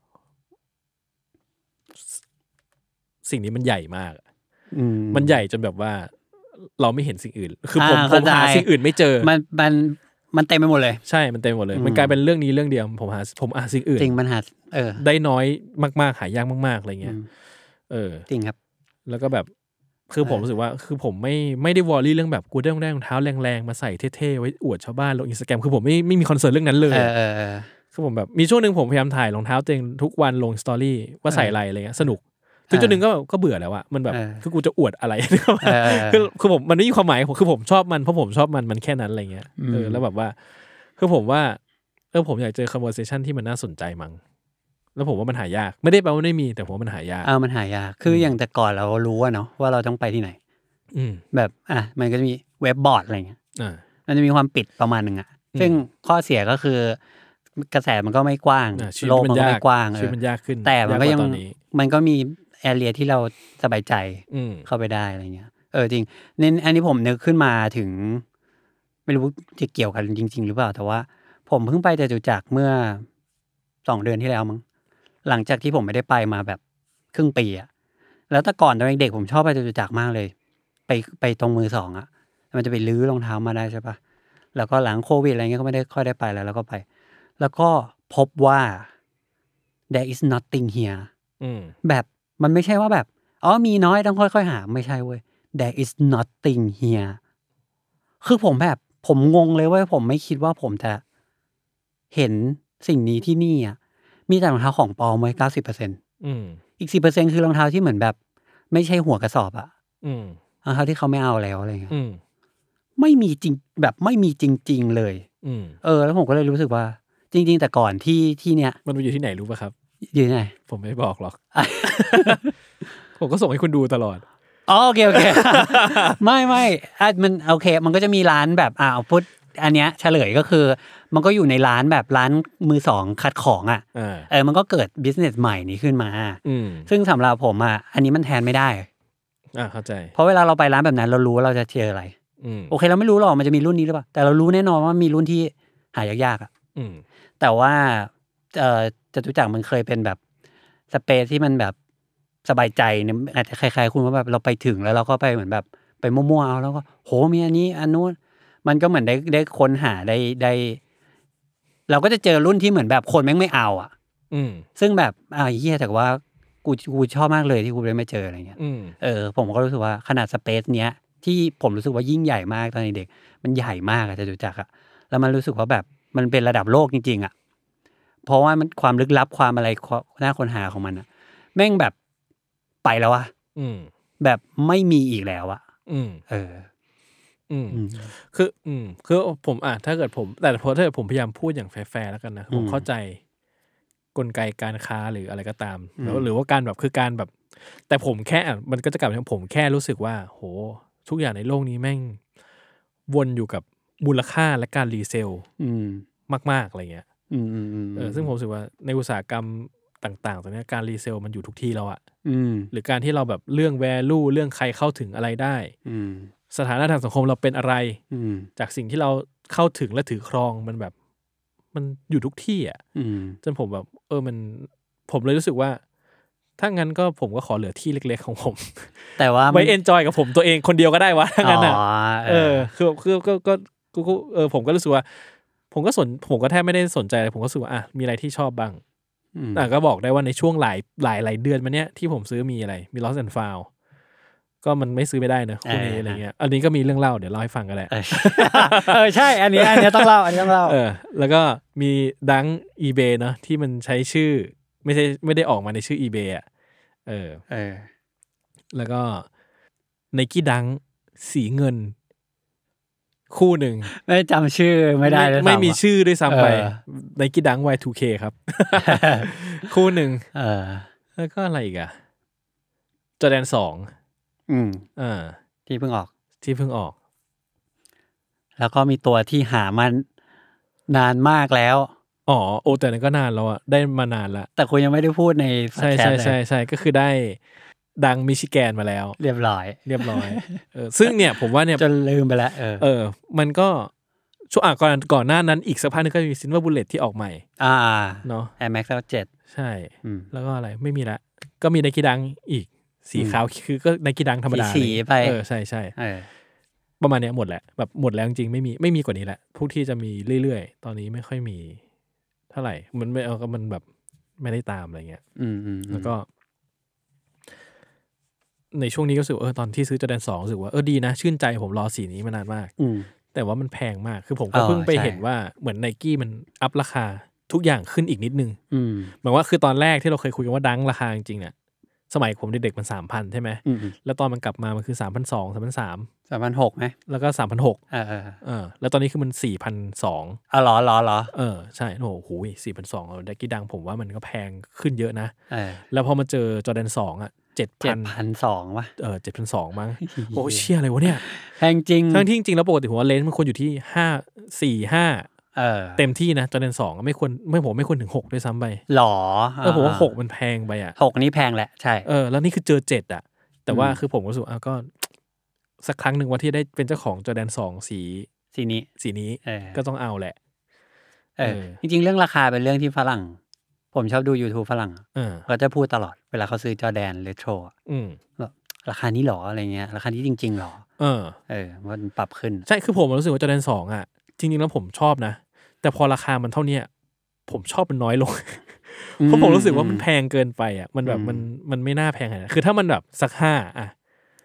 สิ่งนี้มันใหญ่มากมันใหญ่จนแบบว่าเราไม่เห็นสิ่งอื่นคือผมหาสิ่งอื่นไม่เจอมันเต็มไปหมดเลยใช่มันเต็มหมดเลยมันกลายเป็นเรื่องนี้เรื่องเดียวผมหาสิ่งอื่นจริงมันหาได้น้อยมากๆหายากมากๆอะไรเงี้ยจริงครับแล้วก็แบบคือผมรู้สึกว่าคือผมไม่ได้วอรี่เรื่องแบบกูได้รองเท้าแรงๆมาใส่เท่ๆไว้อวดชาวบ้านลง Instagram คือผมไม่มีคอนเซิร์นเรื่องนั้นเลยคือผมแบบมีช่วงนึงผมพยายามถ่ายรองเท้าตัวเองทุกวันลงสตอรี่ว่าใส่อะไรเงี้ยสนุกจนนึงก็เบื่อแล้วอะมันแบบคือกูจะอวดอะไรคือผมมันไม่มีความหมายคือผมชอบมันเพราะผมชอบมันแค่นั้นอะไรเงี้ยแล้วแบบว่าคือผมว่าผมอยากเจอ conversation ที่มันน่าสนใจมั้งแล้วผมว่ามันหายากไม่ได้แปลว่าไม่มีแต่ผมว่ามันหายากมันหายากคืออย่างแต่ก่อนเรารู้เนาะว่าเราต้องไปที่ไหนแบบมันก็จะมีเว็บบอร์ดอะไรเงี้ยมันจะมีความปิดประมาณนึงอะซึ่งข้อเสียก็คือกระแสมันก็ไม่กว้างโลกมันก็ไม่กว้างชีวิตมันยากขึ้นแต่มันก็ยังมันก็มีแอเรียที่เราสบายใจเข้าไปได้อะไรเงี้ยจริงนี่อันนี้ผมนึกขึ้นมาถึงไม่รู้จะเกี่ยวกันจริงๆหรือเปล่าแต่ว่าผมเพิ่งไปจตุจักรเมื่อ2 เดือนที่แล้วมั้งหลังจากที่ผมไม่ได้ไปมาแบบครึ่งปีอะแล้วแต่ก่อนตอนเด็กผมชอบไปจตุจักรมากเลยไปตรงมือสองอะมันจะไปลื้อรองเท้ามาได้ใช่ปะแล้วก็หลังโควิดอะไรเงี้ยก็ไม่ได้ค่อยได้ไปแล้วก็ไปแล้วก็พบว่า there is nothing here แบบมันไม่ใช่ว่าแบบมีน้อยต้องค่อยๆหาไม่ใช่เว้ย there is nothing here คือผมงงเลยว่าผมไม่คิดว่าผมจะเห็นสิ่งนี้ที่นี่อ่ะมีแต่รองเท้าของปลอมไว้ 90% อีก 10% คือรองเท้าที่เหมือนแบบไม่ใช่หัวกระสอบอ่ะรองเท้าที่เขาไม่เอาแล้วอะไรเงี้ยไม่มีจริงแบบไม่มีจริงๆเลยแล้วผมก็เลยรู้สึกว่าจริงๆแต่ก่อนที่เนี้ยมันอยู่ที่ไหนรู้ป่ะครับอยู่ที่ไหนผมไม่บอกหรอก ผมก็ส่งให้คุณดูตลอดโอเค ไม่มันโอเคมันก็จะมีร้านแบบพูดอันเนี้ยเฉลยก็คือมันก็อยู่ในร้านแบบร้านมือสองคัดของมันก็เกิดบิสเนสใหม่นี้ขึ้นมาซึ่งสำหรับผมอันนี้มันแทนไม่ได้เข้าใจเพราะเวลาเราไปร้านแบบนั้นเรารู้ว่าเราจะเจออะไรโอเคเราไม่รู้หรอกมันจะมีรุ่นนี้หรือเปล่าแต่เรารู้แน่นอนว่ามีรุ่นที่หายากๆแต่ว่าจตุจักรมันเคยเป็นแบบสเปซที่มันแบบสบายใจเนี่ยอาจจะคล้ายๆคุณว่าแบบเราไปถึงแล้วเราก็ไปเหมือนแบบไปมั่วๆเอาแล้วก็โหมีอันนี้อันนู้นมันก็เหมือนได้ค้นหาได้เราก็จะเจอรุ่นที่เหมือนแบบคนแม่งไม่เอาซึ่งแบบเหี้ยแต่ว่ากูชอบมากเลยที่กูได้ไม่เจออะไรเงี้ยผมก็รู้สึกว่าขนาดสเปซเนี้ยที่ผมรู้สึกว่ายิ่งใหญ่มากตอนเด็กมันใหญ่มากจะดูจักแล้วมันรู้สึกว่าแบบมันเป็นระดับโลกจริงๆเพราะว่ามันความลึกลับความอะไรน่าค้นหาของมันแม่งแบบไปแล้วแบบไม่มีอีกแล้วคือผมถ้าเกิดผมแต่พอถ้าเกิดผมพยายามพูดอย่างแฟร์ๆแล้วกันนะผมเข้าใจกลไกการค้าหรืออะไรก็ตามแล้วหรือว่าการแบบคือการแบบแต่ผมแค่มันก็จะกลับมาผมแค่รู้สึกว่าโหทุกอย่างในโลกนี้แม่งวนอยู่กับมูลค่าและการรีเซลมากๆอะไรเงี้ยซึ่งผมรู้สึกว่าในอุตสาหกรรมต่างๆตรงนี้การรีเซลมันอยู่ทุกที่แล้วหรือการที่เราแบบเรื่อง value เรื่องใครเข้าถึงอะไรได้สถานะทางสังคมเราเป็นอะไรจากสิ่งที่เราเข้าถึงและถือครองมันแบบมันอยู่ทุกที่จนผมแบบผมเลยรู้สึกว่าถ้างั้นก็ผมก็ขอเหลือที่เล็กๆของผมแต่ว่าไว้ enjoy กับผมตัวเองคนเดียวก็ได้วะถ้างั้นคือผมก็รู้สึกว่าผมก็แทบไม่ได้สนใจผมก็รู้สึกว่ามีอะไรที่ชอบบ้างก็บอกได้ว่าในช่วงหลายเดือนมาเนี้ยที่ผมซื้อมีอะไรมี Lost and Found ก็มันไม่ซื้อไม่ได้นะคู่นี้อะไรเงี้ยอันนี้ก็มีเรื่องเล่าเดี๋ยวเล่าให้ฟังกันแหละใช่อันนี้ต้องเล่าแล้วก็มีดัง eBay เนาะที่มันใช้ชื่อไม่ได้ออกมาในชื่อ eBay แล้วก็ Nike ดังสีเงินคู่หนึ่งไม่จำชื่อไม่ได้เลยไม่มีชื่อด้วยซ้ำไป Nike ดัง Y2K ครับคู่หนึ่งแล้วก็อะไรอีกอะจอร์แดน2 ที่เพิ่งออกแล้วก็มีตัวที่หามานานมากแล้วโอ้แต่นั้นก็นานแล้วอ่ะได้มานานละแต่คุณยังไม่ได้พูดในใช่ใช่ก็คือได้ดังมิชิแกนมาแล้วเรียบร้อยซึ่งเนี่ยผมว่าเนี่ยจนลืมไปแล้วมันก็ช่วงก่อนหน้านั้นอีกสักพักนึงก็มีซิลเวอร์บุลเลตที่ออกใหม่เนาะ Air Max 7ใช่แล้วก็อะไรไม่มีละก็มีไนกี้ดังอีกสีขาวคือก็ไนกี้ดังธรรมดาสีไปใช่ประมาณนี้หมดแหละแบบหมดแล้วจริงๆไม่มีกว่านี้แหละพวกที่จะมีเรื่อยๆตอนนี้ไม่ค่อยมีเท่าไหร่มันไม่เอาก็มันแบบไม่ได้ตามอะไรเงี้ยแล้วก็ในช่วงนี้ก็รู้สึกตอนที่ซื้อจอร์แดน2รู้สึกว่าดีนะชื่นใจผมรอสีนี้มานานมากแต่ว่ามันแพงมากคือผมก็เพิ่งไปเห็นว่าเหมือน Nike มันอัพราคาทุกอย่างขึ้นอีกนิดนึงหมายว่าคือตอนแรกที่เราเคยคุยกันว่าดังราคาจริงๆเนี่ยสมัยผมเด็กๆมัน 3,000 ใช่ไหมแล้วตอนมันกลับมามันคือ 3,200 3,300 3,600ไหมแล้วก็ 3,600แล้วตอนนี้คือมัน 4,200 เหรอใช่โอ้โห 4,200 Nike ดังผมว่ามันก็แพงขึ้นเยอะนะแล้วพอมาเจอจอร์แดน2อ่ะ 7,200 ว่ะ 7,200 มั้งโอ้เชี่ยอะไรวะเนี่ยแพงจริงทั้งที่จริงๆแล้วปกติผมว่าเลนส์มันควรอยู่ที่5-4-5เต็มที่นะจอร์แดน2ไม่ควรถึง6ด้วยซ้ำไปหรอผมว่า6มันแพงไปอ่ะ 6นี่แพงแหละใช่แล้วนี่คือเจอ7อ่ะแต่ว่าคือผมรู้สึกก็สักครั้งหนึ่งว่าที่ได้เป็นเจ้าของจอร์แดน2สีนี้ก็ต้องเอาแหละจริงๆเรื่องราคาเป็นเรื่องที่ฝรั่งผมชอบดู YouTube ฝรั่งเขาจะพูดตลอดเวลาเขาซื้อจอร์แดนเรโทรราคานี้หรออะไรเงี้ยราคานี้จริงๆหรอมันปรับขึ้นใช่คือผมรู้สึกว่าจอร์แดน2อ่ะจริงๆแล้วผมชอบนะแต่พอราคามันเท่านี้ผมชอบมันน้อยลงเพราะผมรู้สึกว่ามันแพงเกินไปอ่ะมันแบบมันไม่น่าแพงขนาดนั้นคือถ้ามันแบบสัก5อ่ะ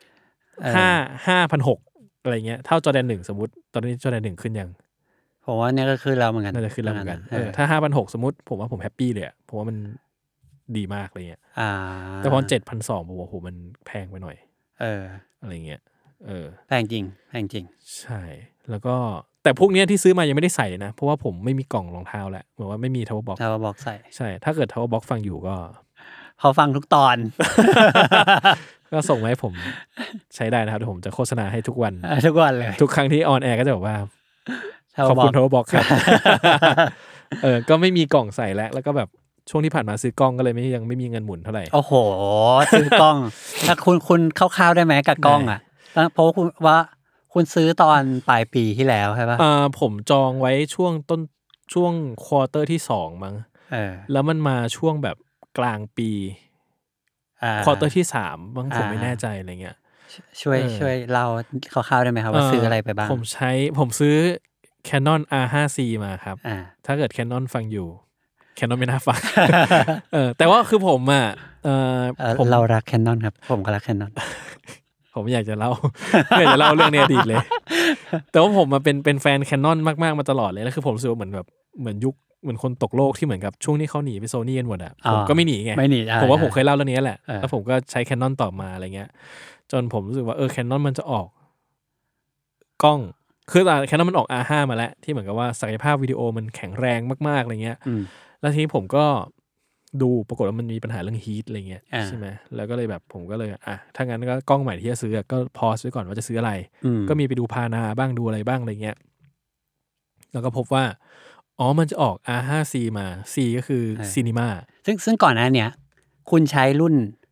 5,600อะไรเงี้ยเท่าจอร์แดน1สมมุติตอนนี้จอร์แดน1ขึ้นยังผมว่าเนี่ยก็ขึ้นแล้วเหมือนกันน่าจะขึ้นแล้วเหมือนกันถ้า 5,600 สมมุติผมว่าผมแฮปปี้เลยอ่ะผมว่ามันดีมากอะไรเงี้ยแต่พอ 7,200 ผมว่าโหมันแพงไปหน่อยอะไรเงี้ยแพงจริงใช่แล้วก็แต่พวกนี้ที่ซื้อมายังไม่ได้ใส่นะเพราะว่าผมไม่มีกล่องรองเท้าแล้วเหมือนว่าไม่มีทาวเวอร์บ็อกใส่ใช่ถ้าเกิดทาวเวอร์บ็อกฟังอยู่ก็เขาฟังทุกตอนก็ส่งมาให้ผมใช้ได้นะครับเดี๋ยวผมจะโฆษณาให้ทุกวันเลยทุกครั้งที่ออนแอร์ก็จะบอกว่าขอบคุณทาวเวอร์บ็อกครับก็ไม่มีกล่องใส่แล้วก็แบบช่วงที่ผ่านมาซื้อกล้องก็เลยยังไม่มีเงินหมุนเท่าไหร่โอ้โหซื้อกล้องถ้าคุณคร่าวๆได้ไหมกับกล้องอ่ะเพราะคุณซื้อตอนปลายปีที่แล้วใช่ป่ะผมจองไว้ช่วงควอเตอร์ที่2มั้งแล้วมันมาช่วงแบบกลางปีควอเตอร์ที่3มั้งผมไม่แน่ใจอะไรเงี้ยช่วยเล่าคร่าวๆได้ไหมครับว่าซื้ออะไรไปบ้างผมซื้อ Canon R5C มาครับถ้าเกิด Canon ฟังอยู่Canon ไม่น่าฟังแต่ว่าคือผมเรารัก Canon ครับผมก็รัก Canon ผมอยากจะเล่าเรื่องในอดีตเลยแต่ว่าผมมาเป็นแฟน Canon มากๆมาตลอดเลยแล้วคือผมรู้สึกว่าเหมือนยุคเหมือนคนตกโลกที่เหมือนกับช่วงที่เขาหนีไป Sony กันหมดอ่ะผมก็ไม่หนีไงผมว่าผมเคยเล่าเรื่องนี้แหละแล้วผมก็ใช้ Canon ต่อมาอะไรเงี้ยจนผมรู้สึกว่าCanon มันจะออกกล้องคือCanon มันออก R5 มาแล้วที่เหมือนกับว่าศักยภาพวิดีโอมันแข็งแรงมากๆอะไรเงี้ยแล้วทีนี้ผมก็ดูปรากฏว่ามันมีปัญหาเรื่องฮีทอะไรเงี้ยใช่ไหมแล้วก็เลยแบบผมก็เลยถ้างั้นก็กล้องใหม่ที่จะซื้อก็พอซื้อก่อนว่าจะซื้ออะไรก็มีไปดูพานาบ้างดูอะไรบ้างอะไรเงี้ยแล้วก็พบว่ามันจะออก R5C มา C ก็คือ Cinema ซึ่งก่อนหน้าเนี้ยคุณใช้รุ่น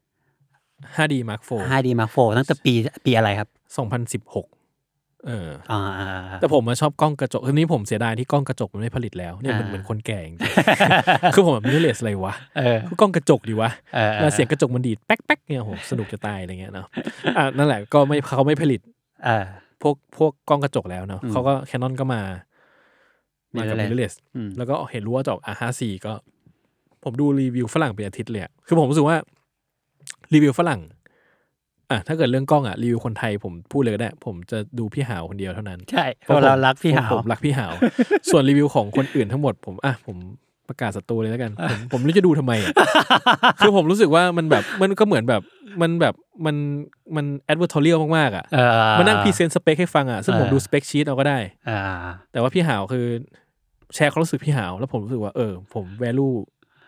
5D Mark IV ตั้งแต่ปีอะไรครับ 2016แต่ผมชอบกล้องกระจกทีนี้ผมเสียดายที่กล้องกระจกมันไม่ผลิตแล้วเนี่ยเหมือนคนแก่จริงคือผมแบบมิเรอร์เลสอะไรวะกล้องกระจกดีวะแล้วเสียงกระจกมันดีดแป๊กๆเนี่ยโหสนุกจะตายอะไรเงี้ยเนาะนั่นแหละก็เขาไม่ผลิตพวกกล้องกระจกแล้วเนาะเขาก็ Canon ก็มากับมิเรอร์เลสแล้วก็เห็นรู้ว่าจะออก R5C ก็ผมดูรีวิวฝรั่งเป็นอาทิตย์เลยคือผมรู้สึกว่ารีวิวฝรั่งถ้าเกิดเรื่องกล้องรีวิวคนไทยผมพูดเลยก็ได้ผมจะดูพี่หาวคนเดียวเท่านั้นใช่เพราะเรารักพี่หาวผมรักพี่หาวส่วนรีวิวของคนอื่นทั้งหมดผมประกาศศัตรูเลยแล้วกันผมไม่รู้จะดูทำไมคือผมรู้สึกว่ามันแบบมันก็เหมือนแบบมันแอดเวอร์ทอเรียลมากๆมันนั่งพรีเซนต์สเปคให้ฟังซึ่งผมดูสเปคชีทเอาก็ได้แต่ว่าพี่หาวคือแชร์ความรู้สึกพี่หาวแล้วผมรู้สึกว่าผม value ก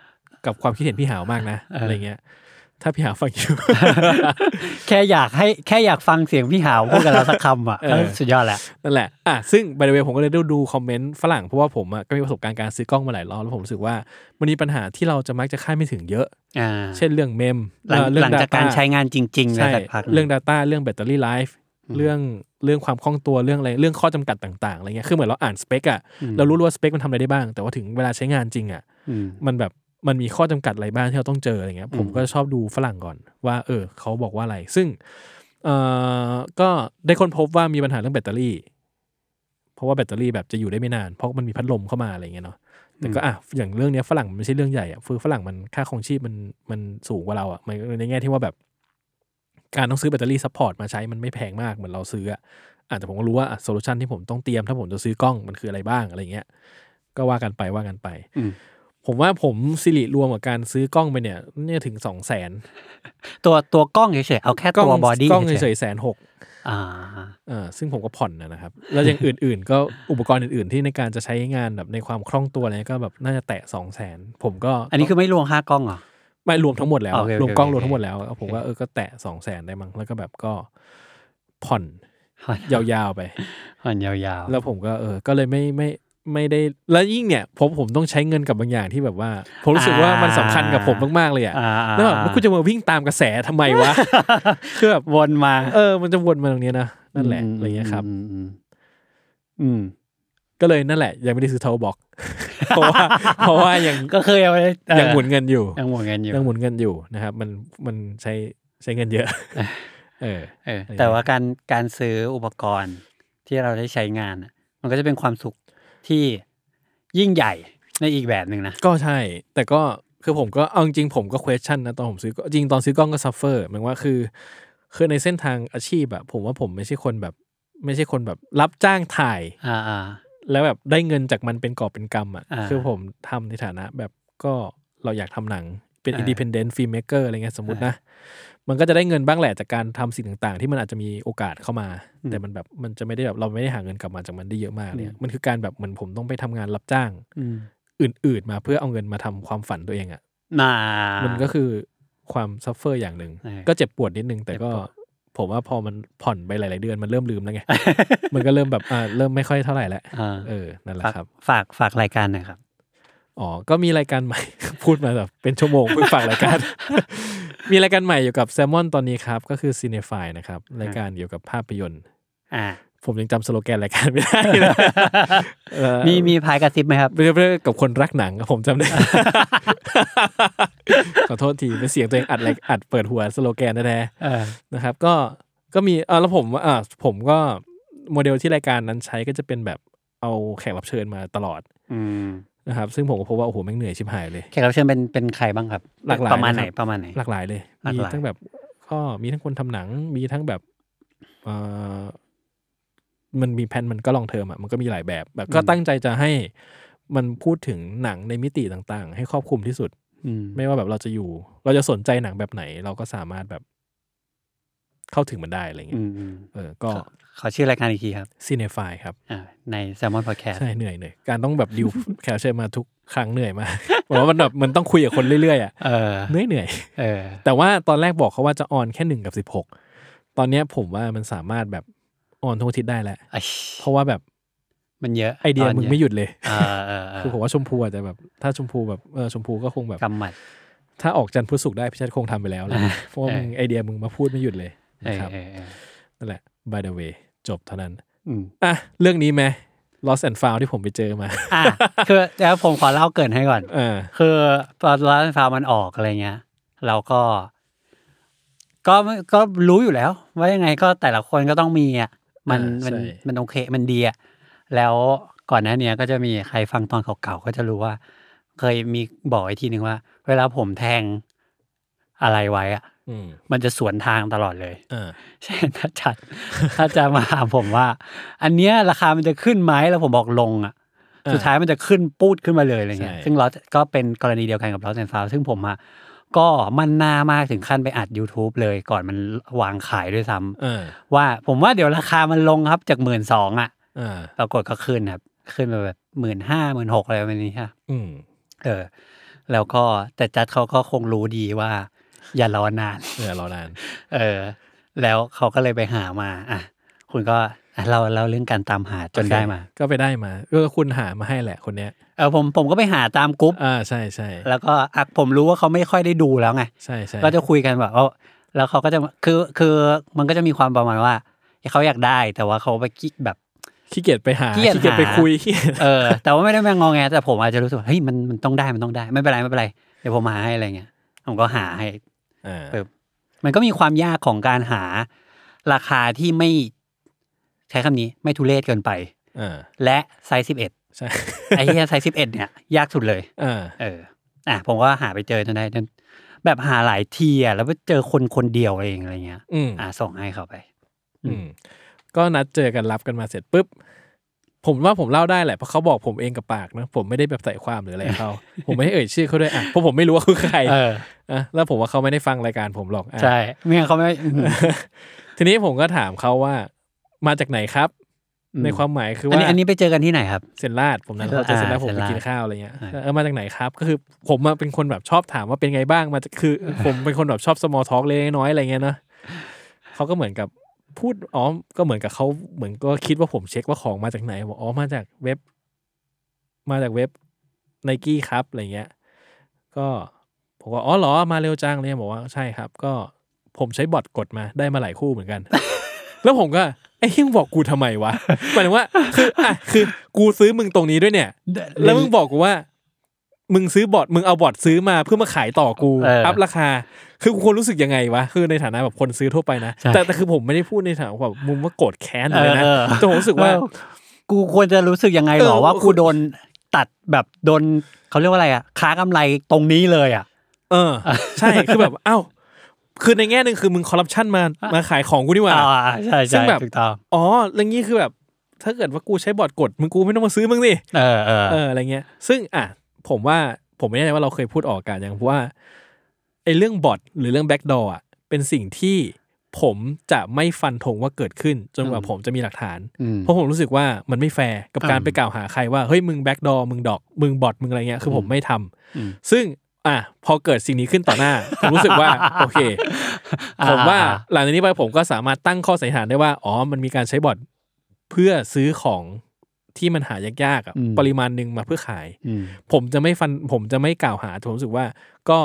กับความคิดเห็นพี่หาวมากนะอะไรเงี้ยถ้าพี่หาวฟังอยู่แค่อยากฟังเสียงพี่หาวพูดกับเราสักคำอ่ะสุดยอดแหละนั่นแหละซึ่ง by the way ผมก็เลยดูคอมเมนต์ฝรั่งเพราะว่าผมก็มีประสบการณ์การซื้อกล้องมาหลายรอบแล้วผมรู้สึกว่ามันมีปัญหาที่เราจะมักจะคาดไม่ถึงเยอะเช่นเรื่องเมมหลังจากการใช้งานจริงๆในสักพักเรื่อง data เรื่องแบตเตอรี่ไลฟ์เรื่องความคล่องตัวเรื่องอะไรเรื่องข้อจำกัดต่างๆอะไรเงี้ยคือเหมือนเราอ่านสเปคอะเรารู้ว่าสเปคมันทำอะไรได้บ้างแต่ว่าถึงเวลาใช้งานจริงอะมันมีข้อจำกัดอะไรบ้างที่เราต้องเจออะไรเงี้ยผมก็ชอบดูฝรั่งก่อนว่าเขาบอกว่าอะไรซึ่งก็ได้ค้นพบว่ามีปัญหาเรื่องแบตเตอรี่เพราะว่าแบตเตอรี่แบบจะอยู่ได้ไม่นานเพราะมันมีพัดลมเข้ามาอะไรเงี้ยเนาะแต่ก็อย่างเรื่องนี้ฝรั่งมันไม่ใช่เรื่องใหญ่อะฝรั่งมันค่าครองชีพมันสูงกว่าเราอะในแง่ที่ว่าแบบการต้องซื้อแบตเตอรี่ซัพพอร์ตมาใช้มันไม่แพงมากเหมือนเราซื้อแต่ผมก็รู้ว่าโซลูชันที่ผมต้องเตรียมถ้าผมจะซื้อกล้องมันคืออะไรบ้างอะไรเงี้ยก็ว่ากันไปผมว่าผมสิริรวมกับการซื้อกล้องไปเนี่ยถึง 200,000 ตัวกล้องเฉยๆเอาแค่ตัวบอดี้กล้องเฉยๆ 160,000ซึ่งผมก็ผ่อนนะครับแล้วอย่างอื่นๆก็อุปกรณ์อื่นๆที่ในการจะใช้งานแบบในความคล่องตัวอะไรก็แบบน่าจะแตะ 200,000 ผมก็อันนี้คือไม่รวมค่ากล้องเหรอไม่รวมทั้งหมดแล้วรวมกล้องรวมทั้งหมดแล้วผมว่าก็แตะ 200,000 ได้มั้งแล้วก็แบบก็ผ่อนยาวๆไปผ่อนยาวๆแล้วผมก็เลยไม่ได้แล้วยิ่งเนี่ยผมต้องใช้เงินกับบางอย่างที่แบบว่าผมรู้สึกว่ามันสำคัญกับผมมากๆเลยแล้วแบบกูจะมาวิ่งตามกระแสทำไมวะคือแบบวนมามันจะวนมาตรงนี้นะนั่นแหละอะไรเงี้ยครับก็เลยนั่นแหละยังไม่ได้ซื้อเทาบ็อกเพราะว่ายังก็เคยยังหมุนเงินอยู่ยังหมุนเงินอยู่นะครับมันใช้เงินเยอะแต่ว่าการซื้ออุปกรณ์ที่เราได้ใช้งานมันก็จะเป็นความสุขที่ยิ่งใหญ่ในอีกแบบนึงนะก็ใช่แต่ก็คือผมก็เอาจริงผมก็ question นะตอนผมซื้อจริงตอนซื้อกล้องก็ suffer หมายว่าคือในเส้นทางอาชีพผมว่าผมไม่ใช่คนแบบรับจ้างถ่ายแล้วแบบได้เงินจากมันเป็นกอบเป็นกำคือผมทำในฐานะแบบก็เราอยากทำหนังเป็น independent filmmaker อะไรเงี้ยสมมุตินะมันก็จะได้เงินบ้างแหละจากการทำสิ่งต่างๆที่มันอาจจะมีโอกาสเข้ามาแต่มันแบบมันจะไม่ได้แบบเราไม่ได้หาเงินกลับมาจากมันได้เยอะมากเลยมันคือการแบบเหมือนผมต้องไปทำงานรับจ้างอื่นๆมาเพื่อเอาเงินมาทำความฝันตัวเองมันก็คือความซัฟเฟอร์อย่างหนึ่งก็เจ็บปวดนิดนึงแต่ก็ผมว่าพอมันผ่อนไปหลายๆเดือนมันเริ่มลืมแล้วไง มันก็เริ่มแบบเริ่มไม่ค่อยเท่าไหร่แล้วนั่นแหละครับฝากรายการหน่อยครับก็มีรายการใหม่ พูดมาแบบเป็นชั่วโมงเพิ่งฝากรายการ มีรายการใหม่อยู่กับแซมมอนตอนนี้ครับก็คือ Cinefy นะครับรายการเกี่ยวกับภาพยนตร์ผมยังจำสโลแกนรายการไม่ได้เลยมีพายกระซิบไหมครับเพื่อกับคนรักหนังผมจำได้ ขอโทษทีเป็นเสียงตัวเองอัดเปิดหัวสโลแกนแท้ๆนะครับก็มีแล้วผมก็โมเดลที่รายการนั้นใช้ก็จะเป็นแบบเอาแขกรับเชิญมาตลอดนะครับซึ่งผมก็พบว่าโอ้โหแม่งเหนื่อยชิบหายเลยแขกรับเชิญเป็นใครบ้างครับหลากหลายประมาณไหนหลากหลายเลยมีทั้งแบบก็มีทั้งคนทำหนังมีทั้งแบบมันมีแพนมันก็ลองเทอมมันก็มีหลายแบบก็ตั้งใจจะให้มันพูดถึงหนังในมิติต่างๆให้ครอบคลุมที่สุดไม่ว่าแบบเราจะสนใจหนังแบบไหนเราก็สามารถแบบเข้าถึงมันได้อะไรเงี้ยก็ขอชื่อรายการอีกทีครับ Cinefy ครับใน Salmon Podcast ใช่เหนื่อยการต้องแบบดิวแขกเชิญมาทุกครั้งเหนื่อยมากเพราะว่ามันแบบมันต้องคุยกับคนเรื่อยๆเหนื่อยแต่ว่าตอนแรกบอกเขาว่าจะออนแค่1 กับ 16ตอนนี้ผมว่ามันสามารถแบบออนทุกอาทิตย์ได้แล้วเพราะว่าแบบมันเยอะไอเดียมึงไม่หยุดเลยคือผมว่าชมพูอาจจะแบบถ้าชมพูแบบชมพูก็คงแบบกำหมัดถ้าออกจันทร์พุธศุกร์ได้พี่ชัดคงทำไปแล้วเลยเพราะว่ามึงไอเดียมึงมาพูดไม่หยุดเลยนะครับนั่นแหละ by the way จบเท่านั้นเรื่องนี้ไหม Lost and Found ที่ผมไปเจอมาคือแล้วผมขอเล่าเกริ่นให้ก่อนคือตอน Lost and Found มันออกอะไรเงี้ยเราก็รู้อยู่แล้วว่ายังไงก็แต่ละคนก็ต้องมีมันโอเคมันดีแล้วก่อนหน้านี้ก็จะมีใครฟังตอนเก่าๆก็จะรู้ว่าเคยมีบอกไอ้ทีนึงว่าเวลาผมแทงอะไรไว้มันจะสวนทางตลอดเลยใช่ถ้าจะมาถามผมว่าอันเนี้ยราคามันจะขึ้นไหมแล้วผมบอกลงสุดท้ายมันจะขึ้นปูดขึ้นมาเลยอะไรเงี้ยซึ่งเราก็เป็นกรณีเดียวกันกับLost and Foundซึ่งผมก็มันนามากถึงขั้นไปอัด YouTube เลยก่อนมันวางขายด้วยซ้ำว่าผมว่าเดี๋ยวราคามันลงครับจาก 12,000 ปรากฏก็ขึ้นครับขึ้นมาแบบ 15,000 16,000 อะไรแบบนี้ค่ะแล้วก็แต่จัดเขาก็คงรู้ดีว่าอย่ารอนานแล้วเขาก็เลยไปหามาคุณก็เราเรื่องการตามหาจนได้มาก็ไปได้มาก็คุณหามาให้แหละคนเนี้ยผมก็ไปหาตามกรุ๊ปใช่ๆแล้วก็ผมรู้ว่าเขาไม่ค่อยได้ดูแล้วไงใช่ก็จะคุยกันแบบแล้วเขาก็จะคือมันก็จะมีความประมาณว่าเขาอยากได้แต่ว่าเขาไปแบบขี้เกียจไปหาขี้เกียจไปคุยแต่ว่าไม่ได้แม่งงอแงแต่ผมอาจจะรู้สึกเฮ้ยมันต้องได้ไม่เป็นไรเดี๋ยวผมหาให้อะไรเงี้ยผมก็หาให้มันก็มีความยากของการหาราคาที่ไม่ใช้คำนี้ไม่ทุเรศเกินไปและไซส์11ใช่ไอ้เหี้ยไซส์11เนี่ยยากสุดเลยผมก็หาไปเจอจนได้แบบหาหลายทีแล้วไปเจอคนเดียวเองอะไรเงี้ยส่งให้เขาไปก็นัดเจอกันรับกันมาเสร็จปุ๊บผมว่าผมเล่าได้แหละเพราะเขาบอกผมเองกับปากนะผมไม่ได้แบบใส่ความหรืออะไรเขาผมไม่ให้เอ่ยชื่อเขาด้วยเพราะผมไม่รู้ว่าคือใครแล้วผมว่าเขาไม่ได้ฟังรายการผมหรอกใช่ไม่งั้นเขาไม่ทีนี้ผมก็ถามเขาว่ามาจากไหนครับในความหมายคือว่าอันนี้ไปเจอกันที่ไหนครับเซนลาดผมนั้นเราเจอเซนลาดผมไปกินข้าวอะไรเงี้ยมาจากไหนครับก็คือผมเป็นคนแบบชอบถามว่าเป็นไงบ้างมาคือผมเป็นคนแบบชอบ small talk เล็กน้อยอะไรเงี้ยเนาะเขาก็เหมือนกับพูดก็เหมือนกับเขาเหมือนก็คิดว่าผมเช็คว่าของมาจากไหนบอกมาจากเว็บNike ครับอะไรเงี้ยก็ผมก็เหรอมาเร็วจังเลยบอกว่าใช่ครับก็ผมใช้บอทกดมาได้มาหลายคู่เหมือนกัน แล้วผมก็ไอ้ยังบอกกูทำไมวะหมายถึงว่าคือกูซื้อมึงตรงนี้ด้วยเนี่ยแล้วมึงบอกกูว่ามึงซื้อบอทมึงเอาบอทซื้อมาเพื่อมาขายต่อกูอัพราคาคือกูควรรู้สึกยังไงวะคือในฐานะแบบคนซื้อทั่วไปนะแต่คือผมไม่ได้พูดในฐานะแบบมุมว่าโกรธแค้นเลยนะแต่ผมรู้สึกว่ากูควรจะรู้สึกยังไงหรอว่ากูโดนตัดแบบโดนเขาเรียกว่าอะไรค้ากำไรตรงนี้เลยใช่คือแบบคือในแง่นึงคือมึงคอร์รัปชันมาขายของกูนี่หว่าใช่ซึ่งแบบเรื่องนี้คือแบบถ้าเกิดว่ากูใช้บอทกดมึงกูไม่ต้องมาซื้อมึงสิอะไรเงี้ยซึ่งผมว่าผมไม่แน่ใจว่าเราเคยพูดออกกันอย่างเพราะว่าไอ้เรื่องบอทหรือเรื่องแบ็กดอร์เป็นสิ่งที่ผมจะไม่ฟันธงว่าเกิดขึ้นจนกว่าผมจะมีหลักฐานเพราะผมรู้สึกว่ามันไม่แฟร์กับการไปกล่าวหาใครว่าเฮ้ยมึงแบ็กดอร์มึงบอทมึงอะไรเงี้ยคือผมไม่ทำซึ่งพอเกิดสิ่งนี้ขึ้นต่อหน้าผมรู้สึกว่าโอเคผมว่าหลังจากนี้ไปผมก็สามารถตั้งข้อสันนิษฐานได้ว่ามันมีการใช้บอทเพื่อซื้อของที่มันหายากๆปริมาณนึงมาเพื่อขายผมจะไม่กล่าวหาผมรู้สึกว่าก็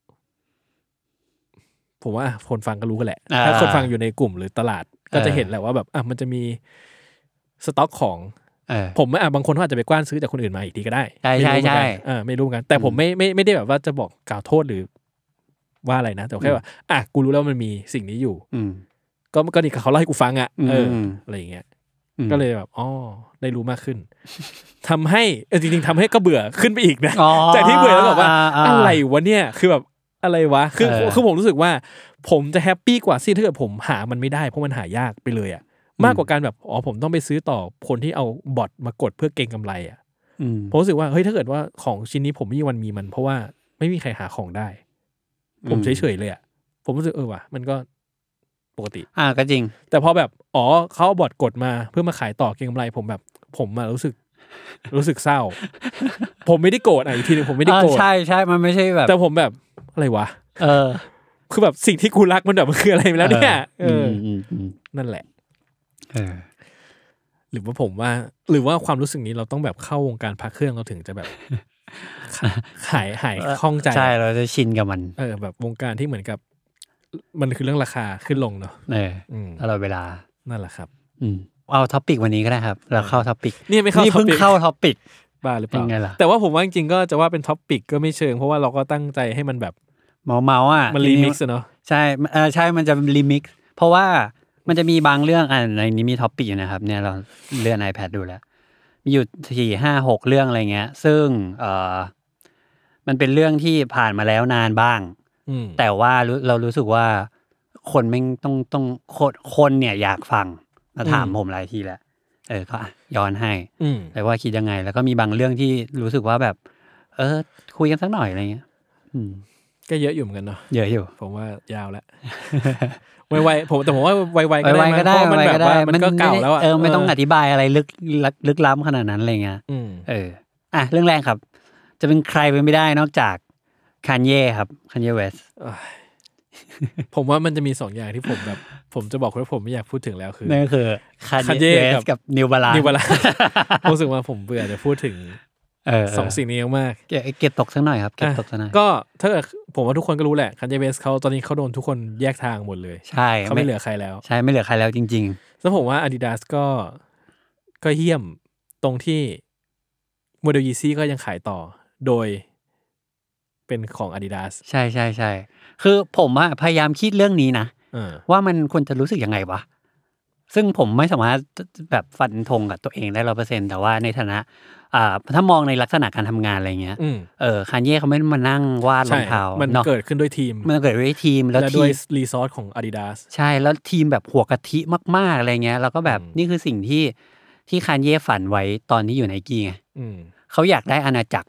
ผมว่าคนฟังก็รู้กันแหละถ้าคนฟังอยู่ในกลุ่มหรือตลาดก็จะเห็นแหละว่าแบบมันจะมีสต็อกของผมบางคนเขาอาจจะไปกว้านซื้อจากคนอื่นมาอีกทีก็ได้ใช่ไม่รู้กันแต่ผมไม่ได้แบบว่าจะบอกกล่าวโทษหรือว่าอะไรนะแต่แค่ว่ากูรู้แล้วมันมีสิ่งนี้อยู่ก็ดีเขาเล่าให้กูฟังอะไรอย่างเงี้ยก็เลยแบบได้รู้มากขึ้นทำให้จริงๆทำให้ก็เบื่อขึ้นไปอีกนะจากที่เบื่อแล้วแบบว่าอะไรวะเนี่ยคือแบบอะไรวะคือผมรู้สึกว่าผมจะแฮปปี้กว่าที่ถ้าเกิดผมหามันไม่ได้เพราะมันหายากไปเลยมากกว่าการแบบผมต้องไปซื้อต่อคนที่เอาบอทมากดเพื่อเก็งกำไรผมรู้สึกว่าเฮ้ยถ้าเกิดว่าของชิ้นนี้ผมไม่มีวันมีมันเพราะว่าไม่มีใครหาของได้ผมเฉยๆเลยผมรู้สึกว่ะมันก็ปกติก็จริงแต่พอแบบเขาเอาบอทกดมาเพื่อมาขายต่อเก็งกำไรผมแบบผมรู้สึกเศร้าผมไม่ได้โกรธอีกทีนึงผมไม่ได้โกรธใช่มันไม่ใช่แบบแต่ผมแบบอะไรวะคือแบบสิ่งที่กูรักมันแบบมันคืออะไรไปแล้วเนี่ยนั่นแหละหรือว่าผมว่าหรือว่าความรู้สึกนี้เราต้องแบบเข้าวงการพักเครื่องเราถึงจะแบบหายคล่องใจใช่เราจะชินกับมันแบบวงการที่เหมือนกับมันคือเรื่องราคาขึ้นลงเนาะตลอดเวลานั่นแหละครับเอาท็อปิกวันนี้ก็ได้ครับเราเข้าท็อปิกนี่ไม่เข้าเพิ่งเข้าท็อปิกบ้าหรือเปล่าแต่ว่าผมว่าจริงๆก็จะว่าเป็นท็อปิกก็ไม่เชิงเพราะว่าเราก็ตั้งใจให้มันแบบเมามันรีมิกซ์เนาะใช่ใช่มันจะรีมิกซ์เพราะว่ามันจะมีบางเรื่องในนี้มีท็อปิกอยู่นะครับเนี่ยเราเลื่อน iPad ดูแล้วมีอยู่ 4-5-6 เรื่องอะไรเงี้ยซึ่งมันเป็นเรื่องที่ผ่านมาแล้วนานบ้างแต่ว่าเรารู้สึกว่าคนไม่ต้องคนเนี่ยอยากฟังมาถามผมหลายทีแล้วก็ย้อนให้แต่ว่าคิดยังไงแล้วก็มีบางเรื่องที่รู้สึกว่าแบบคุยกันสักหน่อยอะไรเงี้ยก็เยอะอยู่เหมือนกันเนาะเยอะอยู่ผมว่ายาวแล้วไวๆผมว่าไวๆก็ได้เพราะมันแบบว่ามันก็เก่าแล้วไม่ต้องอธิบายอะไรลึกล้ำขนาดนั้นอะไรเงี้ยเรื่องแรกครับจะเป็นใครไปไม่ได้นอกจาก Kanye ครับ Kanye West ผมว่ามันจะมี2อย่างที่ผมจะบอกว่าผมไม่อยากพูดถึงแล้วคือนั่นก็คือ Kanye West กับ New Balance รู้สึกว่าผมเบื่อจะพูดถึง2สิ่งนี้มากเก็บตกสักหน่อยครับเก็บตกสักหน่อยก็ถ้าผมว่าทุกคนก็รู้แหละ Kanye West เขาตอนนี้เขาโดนทุกคนแยกทางหมดเลยใช่เขาไม่เหลือใครแล้วใช่ไม่เหลือใครแล้วจริงๆแล้วผมว่า Adidas ก็เหี้ยมตรงที่โมเดล Yeezy ก็ยังขายต่อโดยเป็นของ Adidas ใช่ๆๆคือผมพยายามคิดเรื่องนี้นะว่ามันควรจะรู้สึกยังไงวะซึ่งผมไม่สามารถแบบฟันธงกับตัวเองได้ 100% แต่ว่าในฐานะถ้ามองในลักษณะการทำงานอะไรเงี้ยKanye เขาไม่มานั่งวาดรองเท้ามันเกิดขึ้นด้วยทีมแล้วด้วยรีซอสของ Adidas ใช่แล้วทีมแบบหัวกะทิมากๆอะไรเงี้ยแล้วก็แบบนี่คือสิ่งที่Kanyeฝันไว้ตอนที่อยู่ Nike ไงเขาอยากได้อาณาจักร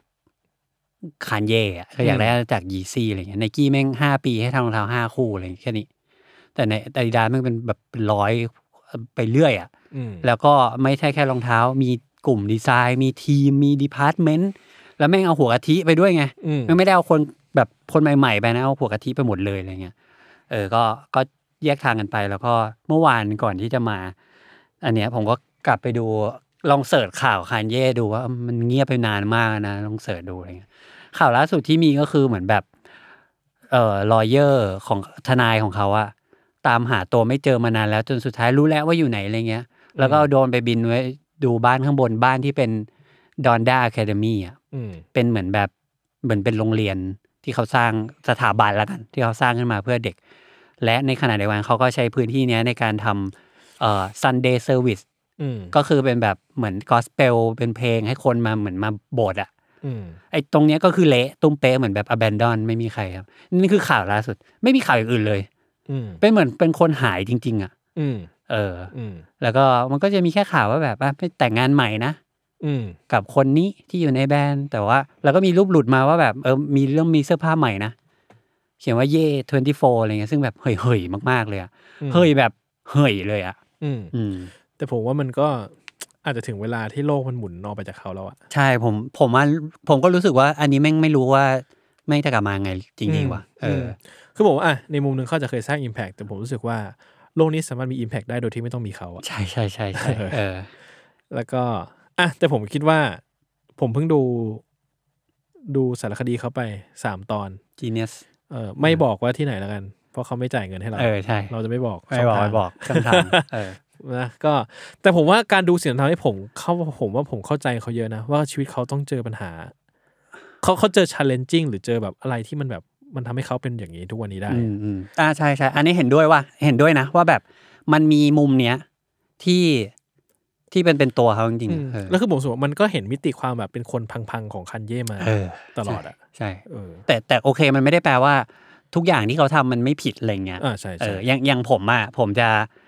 Kanyeเขาอยากได้อาณาจักร Yeezy อะไรเงี้ย Nike แม่ง5ปีให้ทำรองเท้า5คู่อะไรแค่นี้แต่ใน Adidas แม่งเป็นแบบเป็น100ไปเรื่อยแล้วก็ไม่ใช่แค่รองเท้ามีกลุ่มดีไซน์มีทีมมีดีพาร์ตเมนต์แล้วแม่งเอาหัวกะทิไปด้วยไงไม่ได้เอาคนแบบคนใหม่ๆไปนะเอาหัวกะทิไปหมดเลยอะไรเงี้ยก็แยกทางกันไปแล้วก็เมื่อวานก่อนที่จะมาอันเนี้ยผมก็กลับไปดูลองเสิร์ชข่าวKanyeดูว่ามันเงียบไปนานมากนะลองเสิร์ชดูอะไรเงี้ยข่าวล่าสุดที่มีก็คือเหมือนแบบลอเยอร์ของทนายของเขาตามหาตัวไม่เจอมานานแล้วจนสุดท้ายรู้แล้วว่าอยู่ไหนอะไรเงี้ยแล้วก็โดนไปบินไว้ดูบ้านข้างบนบ้านที่เป็น Donda Academy เป็นเหมือนแบบเหมือนเป็นโรงเรียนที่เขาสร้างสถาบันแล้วกันที่เขาสร้างขึ้นมาเพื่อเด็กและในขณะเดียวกันเขาก็ใช้พื้นที่นี้ในการทำSunday Service ก็คือเป็นแบบเหมือน Gospel เป็นเพลงให้คนมาเหมือนมาโบสถ์ไอ้ตรงเนี้ยก็คือเละตุ้มเป๊ะเหมือนแบบ abandon ไม่มีใครครับนี่คือข่าวล่าสุดไม่มีข่าวอย่างอื่นเลยเป็นเหมือนเป็นคนหายจริงๆแล้วก็มันก็จะมีแค่ข่าวว่าแบบไปแต่งงานใหม่นะกับคนนี้ที่อยู่ในแบรนด์แต่ว่าแล้วก็มีรูปหลุดมาว่าแบบมีเสื้อผ้าใหม่นะเขียนว่าเย่24อะไรเงี้ยซึ่งแบบเห่ยๆมากๆเลยเห่ยแบบเห่ยเลยแต่ผมว่ามันก็อาจจะถึงเวลาที่โลกมันหมุนออกไปจากเขาแล้วใช่ผมก็รู้สึกว่าอันนี้แม่งไม่รู้ว่าแม่งจะกลับมาไงจริงๆว่ะคือผมว่าในมุมนึงเขาจะเคยสร้าง impact แต่ผมรู้สึกว่าโลกนี้สามารถมี impact ได้โดยที่ไม่ต้องมีเขาใช่ๆๆแล้วก็แต่ผมคิดว่าผมเพิ่งดูสารคดีเขาไป3ตอน Genius ไม่บอกว่าที่ไหนแล้วกันเพราะเขาไม่จ่ายเงินให้เราใช่เราจะไม่บอกช่องทางนะก็แต่ผมว่าการดูสิ่งนั้นทำให้ผมว่าผมเข้าใจเขาเยอะนะว่าชีวิตเขาต้องเจอปัญหาเขาเจอ challenging หรือเจอแบบอะไรที่มันแบบมันทำให้เขาเป็นอย่างนี้ทุกวันนี้ได้ใช่ๆอันนี้เห็นด้วยนะว่าแบบมันมีมุมเนี้ยที่เป็นตัวเขาจริงๆแล้วคือผมรู้สึกว่ามันก็เห็นมิติความแบบเป็นคนพังๆของKanyeมาตลอดใช่แต่โอเคมันไม่ได้แปลว่าทุกอย่างที่เขาทำมันไม่ผิดอะไรเงี้ยใช่อย่างผมจะ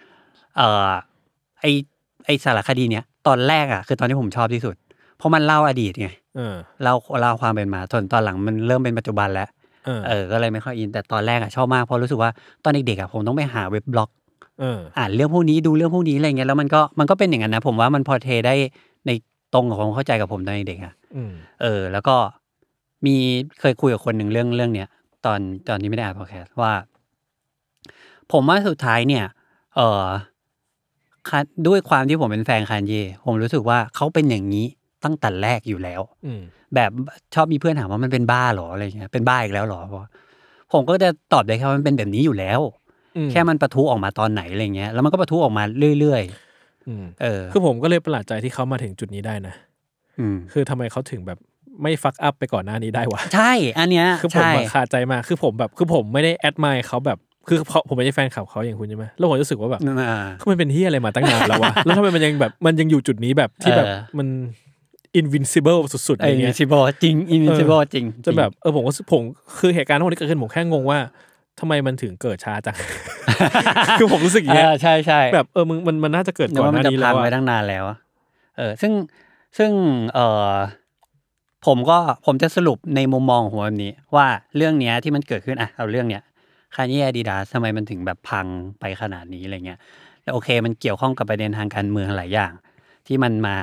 ไอสารคดีเนี้ยตอนแรกคือตอนที่ผมชอบที่สุดเพราะมันเล่าอดีตไงเล่าความเป็นมาตอนหลังมันเริ่มเป็นปัจจุบันแล้วก็เลยไม่ค่อยอินแต่ตอนแรกชอบมากเพราะรู้สึกว่าตอนเด็กๆผมต้องไปหาเว็บบล็อกอ่านเรื่องพวกนี้ดูเรื่องพวกนี้อะไรเงี้ยแล้วมันก็เป็นอย่างนั้นนะผมว่ามันพอเทได้ในตรงกับความเข้าใจกับผมตอนเด็กแล้วก็มีเคยคุยกับคนหนึ่งเรื่องเนี้ยตอนนี้ไม่ได้อ่านพอดแคสต์ว่าผมว่าสุดท้ายเนี่ยด้วยความที่ผมเป็นแฟนKanyeผมรู้สึกว่าเขาเป็นอย่างนี้ตั้งแต่แรกอยู่แล้วแบบชอบมีเพื่อนถามว่ามันเป็นบ้าหรออะไรเงี้ยเป็นบ้าอีกแล้วหรอผมก็จะตอบได้แค่ว่ามันเป็นแบบนี้อยู่แล้วแค่มันปะทุออกมาตอนไหนอะไรเงี้ยแล้วมันก็ปะทุออกมาเรื่อยๆคือผมก็เลยประหลาดใจที่เขามาถึงจุดนี้ได้นะคือทำไมเขาถึงแบบไม่ฟักอัพไปก่อนหน้านี้ได้วะใช่อันเนี้ยคือผมคาใจมากคือผมไม่ได้แอดมายเขาแบบคือผมไม่ใช่แฟนคลับเขาอย่างคุณใช่ไหมแล้วผมรู้สึกว่าแบบคือมันเป็นที่อะไรมาตั้งนานแล้ววะแล้วทำไมมันยังอยู่จุดนี้แบบที่แบบมัน invincible สุดๆอย่างเงี้ย invincible จริง invincible จริงจะแบบผมคือเหตุการณ์ทั้งหมดที่เกิดขึ้นผมแค่งงว่าทำไมมันถึงเกิดช้าจัง คือผมรู้สึกอย่างเงี้ยใช่ๆแบบมันน่าจะเกิดก่อนหน้านี้แล้วไว้ตั้งนานแล้วซึ่งผมจะสรุปในมุมมองของผมแบบนี้ว่าเรื่องเนี้ยที่มันเกิดขึ้นเอาเรื่องเนี้ยKanye Adidas ทำไมมันถึงแบบพังไปขนาดนี้อะไรเงี้ยแล้วโอเคมันเกี่ยวข้องกับประเด็นทางการเมืองหลายอย่างที่มันมา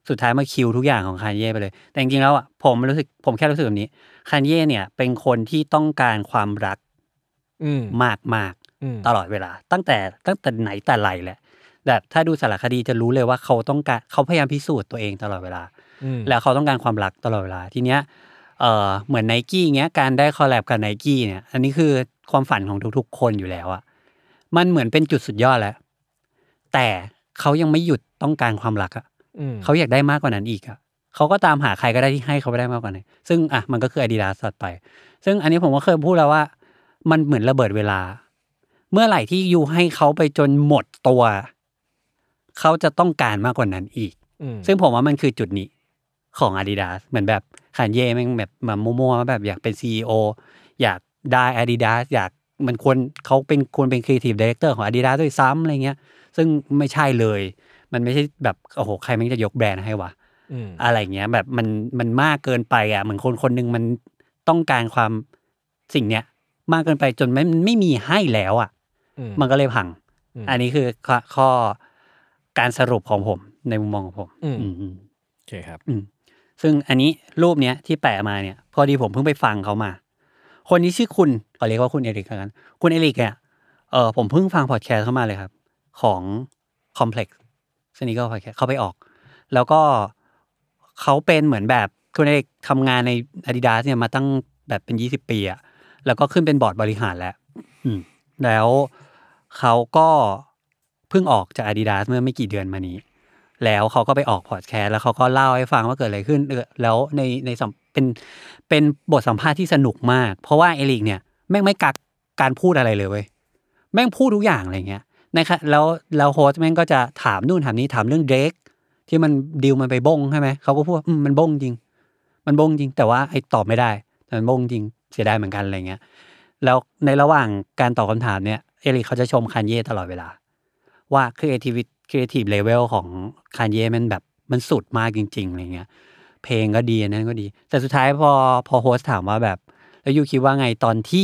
สุดท้ายมาคิวทุกอย่างของคานเย่ไปเลยแต่จริงๆแล้วอ่ะผมแค่รู้สึกแบบนี้คานเย่เนี่ยเป็นคนที่ต้องการความรักมากๆตลอดเวลาตั้งแต่ไหนแต่ไรแหละแบบถ้าดูสารคดีจะรู้เลยว่าเขาพยายามพิสูจน์ตัวเองตลอดเวลาแล้วเขาต้องการความรักตลอดเวลาทีเนี้ยเหมือน Nike เงี้ยการได้คอลแลบกับ Nike เนี่ยอันนี้คือความฝันของทุกๆคนอยู่แล้วอ่ะมันเหมือนเป็นจุดสุดยอดแล้วแต่เขายังไม่หยุดต้องการความรักอ่ะเขาอยากได้มากกว่านั้นอีกอ่ะเขาก็ตามหาใครก็ได้ที่ให้เขาได้มากกว่านั้นซึ่งอ่ะมันก็คือ Adidas ต่อไปซึ่งอันนี้ผมก็เคยพูดแล้วว่ามันเหมือนระเบิดเวลาเมื่อไหร่ที่ยูให้เขาไปจนหมดตัวเขาจะต้องการมากกว่านั้นอีกซึ่งผมว่ามันคือจุดนี้ของ Adidas เหมือนแบบคานเย่แม่งแบบมามั่วๆแบบอยากเป็น CEO อยากได้ Adidas อยากมันเขาเป็นCreative Director ของ Adidas ด้วยซ้ำอะไรเงี้ยซึ่งไม่ใช่เลยมันไม่ใช่แบบโอ้โหใครมันจะยกแบรนด์ให้วะอะไรเงี้ยแบบมันมากเกินไปอ่ะเหมือนคนนึงมันต้องการความสิ่งเนี้ยมากเกินไปจนไม่มีให้แล้วอ่ะมันก็เลยพังอันนี้คือข้อการสรุปของผมในมุมมองของผมโอเคครับซึ่งอันนี้รูปเนี้ยที่แปะมาเนี่ยพอดีผมเพิ่งไปฟังเขามาคนนี้ชื่อคุณขอเรียกว่าคุณเอริกกันคุณเอริกเนี่ยผมเพิ่งฟังพอดแคสต์เข้ามาเลยครับของ Complex ซึ่งนี้ก็พอดแคสต์เขาไปออกแล้วก็เขาเป็นเหมือนแบบคุณเอริกทำงานใน Adidas เนี่ยมาตั้งแบบเป็น20 ปีอะแล้วก็ขึ้นเป็นบอร์ดบริหารแล้วแล้วเขาก็เพิ่งออกจาก Adidas เมื่อไม่กี่เดือนมานี้แล้วเขาก็ไปออกพอดแคสต์แล้วเขาก็เล่าให้ฟังว่าเกิดอะไรขึ้นแล้วในเป็นบทสัมภาษณ์ที่สนุกมากเพราะว่าเอริกเนี่ยแม่งไม่กักการพูดอะไรเลยเว้ยแม่งพูดทุกอย่างอะไรเงี้ยนะครับแล้วโฮสต์แม่งก็จะถามนู่นถามนี้ถามเรื่องเดรกที่มันดีลมันไปบ้งใช่ไหมเขาก็พูดมันบ้งจริงมันบ้งจริงแต่ว่าไอ้ตอบไม่ได้แต่มันบ้งจริงเสียดายเหมือนกันอะไรเงี้ยแล้วในระหว่างการตอบคำถามเนี่ยเอริกเขาจะชมคานเย่ตลอดเวลาว่าcreative level ของคานเย่มันแบบมันสุดมากจริงๆอะไรเงี้ยเพลงก็ดีนั่นก็ดีแต่สุดท้ายพอโฮสต์ถามว่าแบบแล้วยูคิดว่าไงตอนที่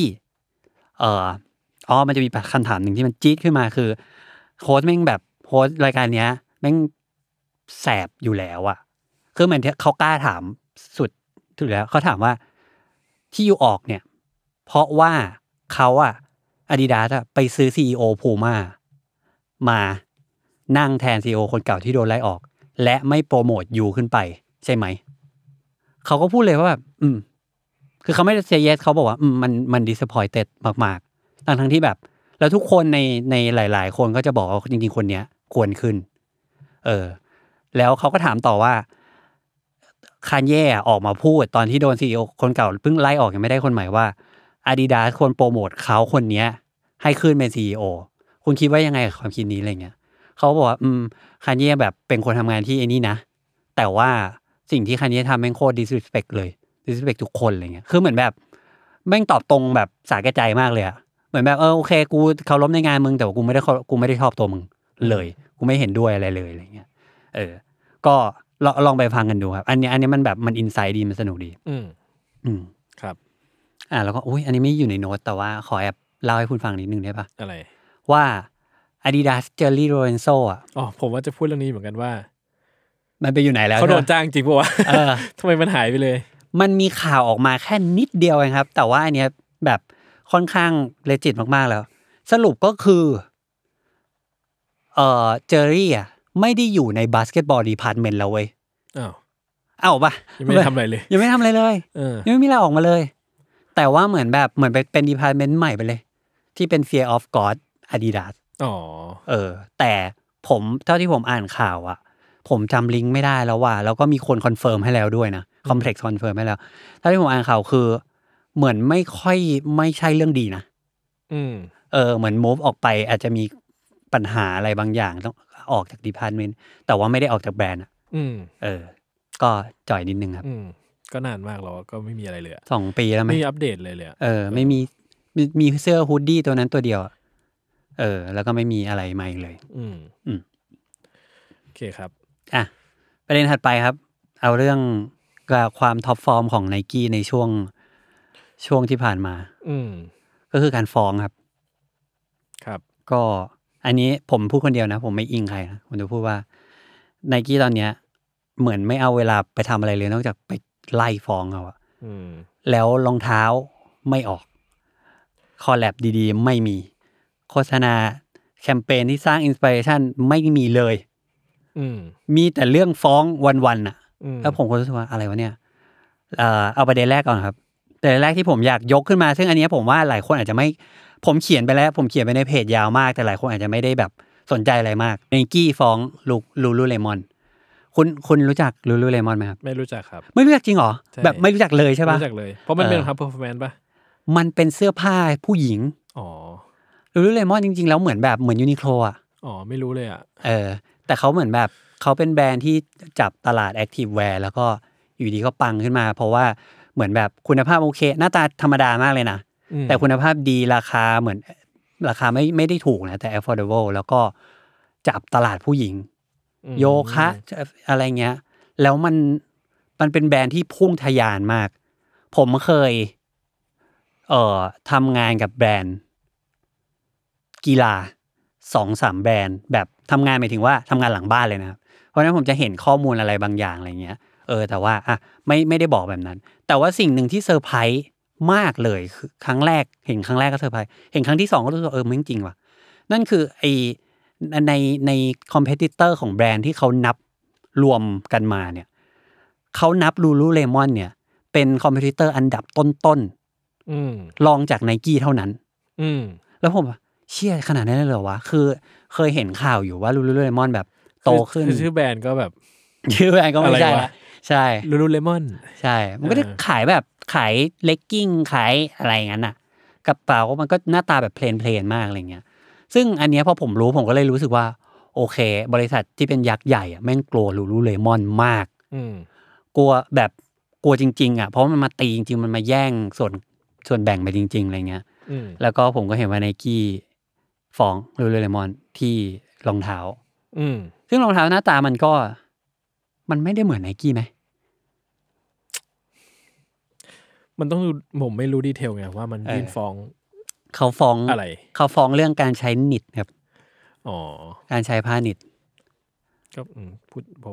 มันจะมีคำถามหนึ่งที่มันจี๊ดขึ้นมาคือโฮสต์แม่งแบบโฮสต์รายการเนี้ยแม่งแสบอยู่แล้วอะคือเหมือนเขากล้าถามสุดถูกแล้วเขาถามว่าที่ยูออกเนี่ยเพราะว่าเขาอะ Adidas อะไปซื้อ CEO Puma มานั่งแทน CEO คนเก่าที่โดนไล่ออกและไม่โปรโมทยูขึ้นไปใช่ไหมเขาก็พูดเลยว่าแบบคือเขาไม่ได้เซย์เยสเขาบอกว่ามัน disappointed มากๆทั้งที่แบบแล้วทุกคนในหลายๆคนก็จะบอกว่าจริงๆคนเนี้ยควรขึ้นแล้วเขาก็ถามต่อว่าคานเย่ออกมาพูดตอนที่โดน CEO คนเก่าเพิ่งไล่ออกยังไม่ได้คนใหม่ว่า Adidas ควรโปรโมทเขาคนเนี้ยให้ขึ้นเป็น CEO คุณคิดว่ายังไงกับความคิดนี้อะไรเงี้ยเขาบอกว่าคานเย่แบบเป็นคนทำงานที่ไอ้นี่นะแต่ว่าสิ่งที่คานเย่ทำแม่งโคตร disrespect เลย disrespect ทุกคนอะไรเงี้ยคือเหมือนแบบแม่งตอบตรงแบบสาแก่ใจมากเลยอะเหมือนแบบโอเคกูเคารพในงานมึงแต่ว่ากูไม่ได้ชอบตัวมึงเลยกูไม่เห็นด้วยอะไรเลยอะไรเงี้ยก็ลองไปฟังกันดูครับอันนี้มันแบบมันอินไซด์ดีมันสนุกดีครับแล้วก็อันนี้ไม่อยู่ในโน้ตแต่ว่าขอแอบเล่าให้คุณฟังนิดนึงได้ปะอะไรว่า Adidas Jerry Lorenzo อ่ะผมว่าจะพูดเรื่องนี้เหมือนกันว่ามันไปอยู่ไหนแล้วเขาโดนจ้างจริงป่ะวะทำไมมันหายไปเลยมันมีข่าวออกมาแค่นิดเดียวเองครับแต่ว่าอันเนี้ยแบบค่อนข้างเลจิตมากๆแล้วสรุปก็คือเจอรี่อ่ะไม่ได้อยู่ในบาสเกตบอลดีพาร์ตเมนต์แล้วเว้ยอ้าวป่ะยังไม่ได้ทำอะไรเลยยังไม่ทำอะไรเลยยังไม่มีอะไรออกมาเลยแต่ว่าเหมือนเป็นดีพาร์ตเมนต์ใหม่ไปเลยที่เป็น Fear of God Adidas แต่ผมเท่าที่ผมอ่านข่าวอ่ะผมจำลิงก์ไม่ได้แล้วว่าแล้วก็มีคนคอนเฟิร์มให้แล้วด้วยนะคอมเพล็กซ์คอนเฟิร์มให้แล้วเท่าที่ผมอ่านข่าวคือเหมือนไม่ใช่เรื่องดีนะเหมือน move ออกไปอาจจะมีปัญหาอะไรบางอย่างต้องออกจากดีพาร์ตเมนต์แต่ว่าไม่ได้ออกจากแบรนด์ก็จ่อยนิดนึงครับก็นานมากแล้วก็ไม่มีอะไรเลย 2 ปีแล้วมั้ยไม่มีอัปเดตเลยไม่มีเสื้อฮูดดี้ตัวนั้นตัวเดียวแล้วก็ไม่มีอะไรใหม่เลยโอเคครับประเด็นถัดไปครับเอาเรื่องความท็อปฟอร์มของ Nike ในช่วงที่ผ่านมาก็คือการฟ้องครับก็อันนี้ผมพูดคนเดียวนะผมไม่อิงใครนะผมจะพูดว่า Nike ตอนเนี้ยเหมือนไม่เอาเวลาไปทำอะไรเลยนอกจากไปไล่ฟ้องเอาอะแล้วรองเท้าไม่ออกคอลแลบดีๆไม่มีโฆษณาแคมเปญที่สร้างอินสปิเรชันไม่มีเลยมีแต่เรื่องฟ้องวันๆน่ะแล้วผมก็รู้สึกว่าอะไรวะเนี่ยเอาประเด็นแรกก่อนครับประเด็นแรกที่ผมอยากยกขึ้นมาซึ่งอันนี้ผมว่าหลายคนอาจจะไม่ผมเขียนไปแล้วผมเขียนไปในเพจยาวมากแต่หลายคนอาจจะไม่ได้แบบสนใจอะไรมากNikeฟ้องLululemonคุณรู้จักLululemonไหมครับไม่รู้จักครับไม่รู้จักจริงเหรอแบบไม่รู้จักเลยใช่ป่ะไม่รู้จักเลยเพราะมันเป็นรองเท้า performance ป่ะมันเป็นเสื้อผ้าผู้หญิงLululemonจริงๆแล้วเหมือนUniqlo อ่ะไม่รู้เลยอ่ะแต่เขาเหมือนแบบเขาเป็นแบรนด์ที่จับตลาด active wear แล้วก็อยู่ดีก็ปังขึ้นมาเพราะว่าเหมือนแบบคุณภาพโอเคหน้าตาธรรมดามากเลยนะแต่คุณภาพดีราคาเหมือนราคาไม่ได้ถูกนะแต่ affordable แล้วก็จับตลาดผู้หญิงโยคะอะไรเงี้ยแล้วมันเป็นแบรนด์ที่พุ่งทะยานมากผมเคยทำงานกับแบรนด์กีฬา 2-3 แบรนด์แบบทำงานหมายถึงว่าทำงานหลังบ้านเลยนะครับเพราะฉะนั้นผมจะเห็นข้อมูลอะไรบางอย่างอะไรเงี้ยแต่ว่าไม่ได้บอกแบบนั้นแต่ว่าสิ่งหนึ่งที่เซอร์ไพรส์มากเลยคือครั้งแรกเห็นครั้งแรกก็เซอร์ไพรส์เห็นครั้งที่2ก็รู้สึกมันจริงว่ะนั่นคือในคอมเพทิเตอร์ของแบรนด์ที่เขานับรวมกันมาเนี่ยเขานับ Lululemon เนี่ยเป็นคอมเพทิเตอร์อันดับต้นๆรองจาก Nike เท่านั้นแล้วผมเชี่ยขนาดนั้นเลยเหรอวะคือเคยเห็นข่าวอยู่ว่า Lululemon แบบโตขึ้นชื่อแบรนด์ก็แบบชื่อแบรนด์ก็ไม่ใช่ละใช่ Lululemon ใช่มันก็จะขายแบบขายเลกกิ้งขายอะไรอย่างนั้นน่ะกระเป๋ามันก็หน้าตาแบบเพลนมากอะไรเงี้ยซึ่งอันเนี้ยพอผมรู้ผมก็เลยรู้สึกว่าโอเคบริษัทที่เป็นยักษ์ใหญ่อ่ะแม่งกลัวLululemonมากกลัวจริงๆอ่ะเพราะมันมาตีจริงๆมันมาแย่งส่วนแบ่งไปจริงๆอะไรเงี้ยแล้วก็ผมก็เห็นว่า Nike ฟ้องLululemonที่รองเท้าซึ่งรองเท้าหน้าตามันไม่ได้เหมือน Nike ไหมมันต้องผมไม่รู้ดีเทลไงว่ามันยื่นฟ้องเขาฟ้องอะไรเขาฟ้องเรื่องการใช้นิตครับการใช้ผ้านิตก็พูดผม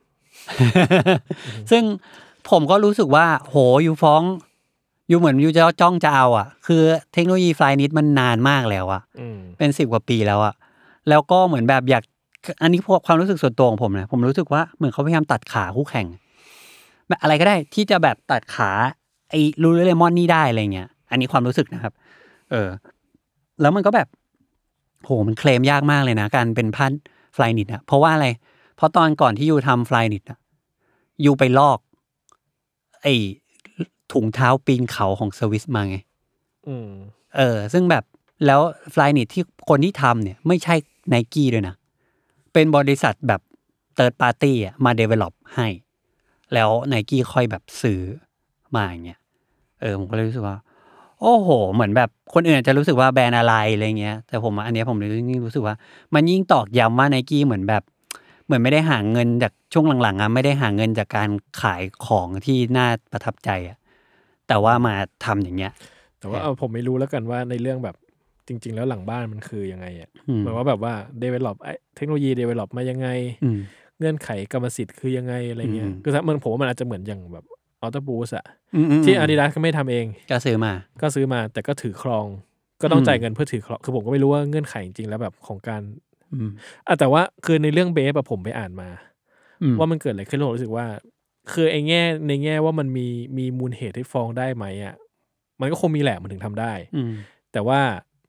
ซึ่งผมก็รู้สึกว่าโหอยู่ฟ้องอยู่เหมือนอยู่จะจ้องจะเอาอ่ะคือเทคโนโลยีฟลายนิตมันนานมากแล้วอ่ะเป็น10 กว่าปีแล้วอ่ะแล้วก็เหมือนแบบอยากอันนี้ความรู้สึกส่วนตัวของผมนะผมรู้สึกว่าเหมือนเขาพยายามตัดขาคู่แข่งแบบอะไรก็ได้ที่จะแบบตัดขาไอ้Lululemonนี่ได้อะไรเงี้ยอันนี้ความรู้สึกนะครับแล้วมันก็แบบโหมันเคลมยากมากเลยนะการเป็นผ้าฟลายนิตอ่ะเพราะว่าอะไรเพราะตอนก่อนที่ยูทำฟลายนิตอ่ะยูไปลอกไอ้ถุงเท้าปีนเขาของสวิสมาไงซึ่งแบบแล้วฟลายนิตที่คนที่ทำเนี่ยไม่ใช่ Nike ด้วยนะเป็นบริษัทแบบ third party อ่ะมา develop ให้แล้ว Nike ค่อยแบบซื้อมาอย่างเงี้ยผมก็เลยรู้สึกว่าโอ้โหเหมือนแบบคนอื่นจะรู้สึกว่าแบรนด์อะไรอะไรเงี้ยแต่ผมอันเนี้ยผมรู้สึกว่ามันยิ่งตอกย้ำว่า Nike เหมือนไม่ได้หาเงินจากช่วงหลังๆไม่ได้หาเงินจากการขายของที่น่าประทับใจอ่ะแต่ว่ามาทำอย่างเงี้ยแต่ว่าผมไม่รู้แล้วกันว่าในเรื่องแบบจริงๆแล้วหลังบ้านมันคือยังไงอ่ะหมายว่าแบบว่า develop เทคโนโลยี develop มายังไงเงื่อนไขกรรมสิทธิ์คือยังไงอะไรเงี้ยคือมันผมว่ามันอาจจะเหมือนอย่างแบบออโต้บูสอะที่ Adidas ก็ไม่ทำเองก็ซื้อมาแต่ก็ถือครองก็ต้องจ่ายเงินเพื่อถือครองคือผมก็ไม่รู้ว่าเงื่อนไขจริงๆแล้วแบบของการแต่ว่าคือในเรื่องเบฟผมไปอ่านมาว่ามันเกิดอะไรขึ้นผมรู้สึกว่าคือไอ้แง่ในแง่ว่ามันมีมูลเหตุให้ฟ้องได้ไหมอ่ะมันก็คงมีแหละมันถึงทำได้แต่ว่า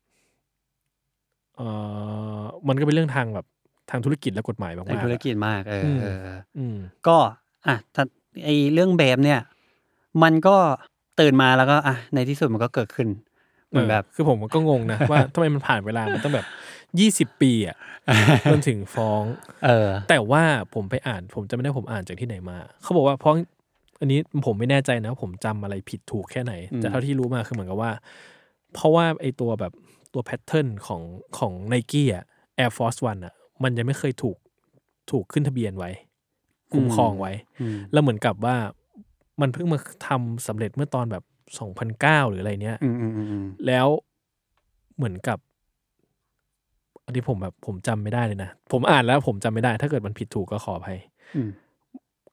มันก็เป็นเรื่องทางแบบทางธุรกิจและกฎหมายมากๆทางธุรกิจมากก็ถ้าไอ้เรื่องเบฟเนี่ยมันก็ตื่นมาแล้วก็ในที่สุดมันก็เกิดขึ้นเหมือนแบบคือผมก็งงนะ ว่าทำไมมันผ่านเวลามันต้องแบบ20 ปีอ่ะจนถึงฟ้องแต่ว่าผมไปอ่านผมจำไม่ได้ผมอ่านจากที่ไหนมาเขาบอกว่าเพราะอันนี้ผมไม่แน่ใจนะผมจำอะไรผิดถูกแค่ไหนแต่เท่าที่รู้มาคือเหมือนกับว่าเพราะว่าไอ้ตัวแบบตัวแพทเทิร์นของ Nike อ่ะ Air Force One อ่ะมันยังไม่เคยถูกขึ้นทะเบียนไว้คุ้มครองไว้แล้วเหมือนกับว่ามันเพิ่งมาทำสำเร็จเมื่อตอนแบบ2009หรืออะไรเนี้ยแล้วเหมือนกับอันนี้ผมจำไม่ได้เลยนะผมอ่านแล้วผมจำไม่ได้ถ้าเกิดมันผิดถูกก็ขออภัย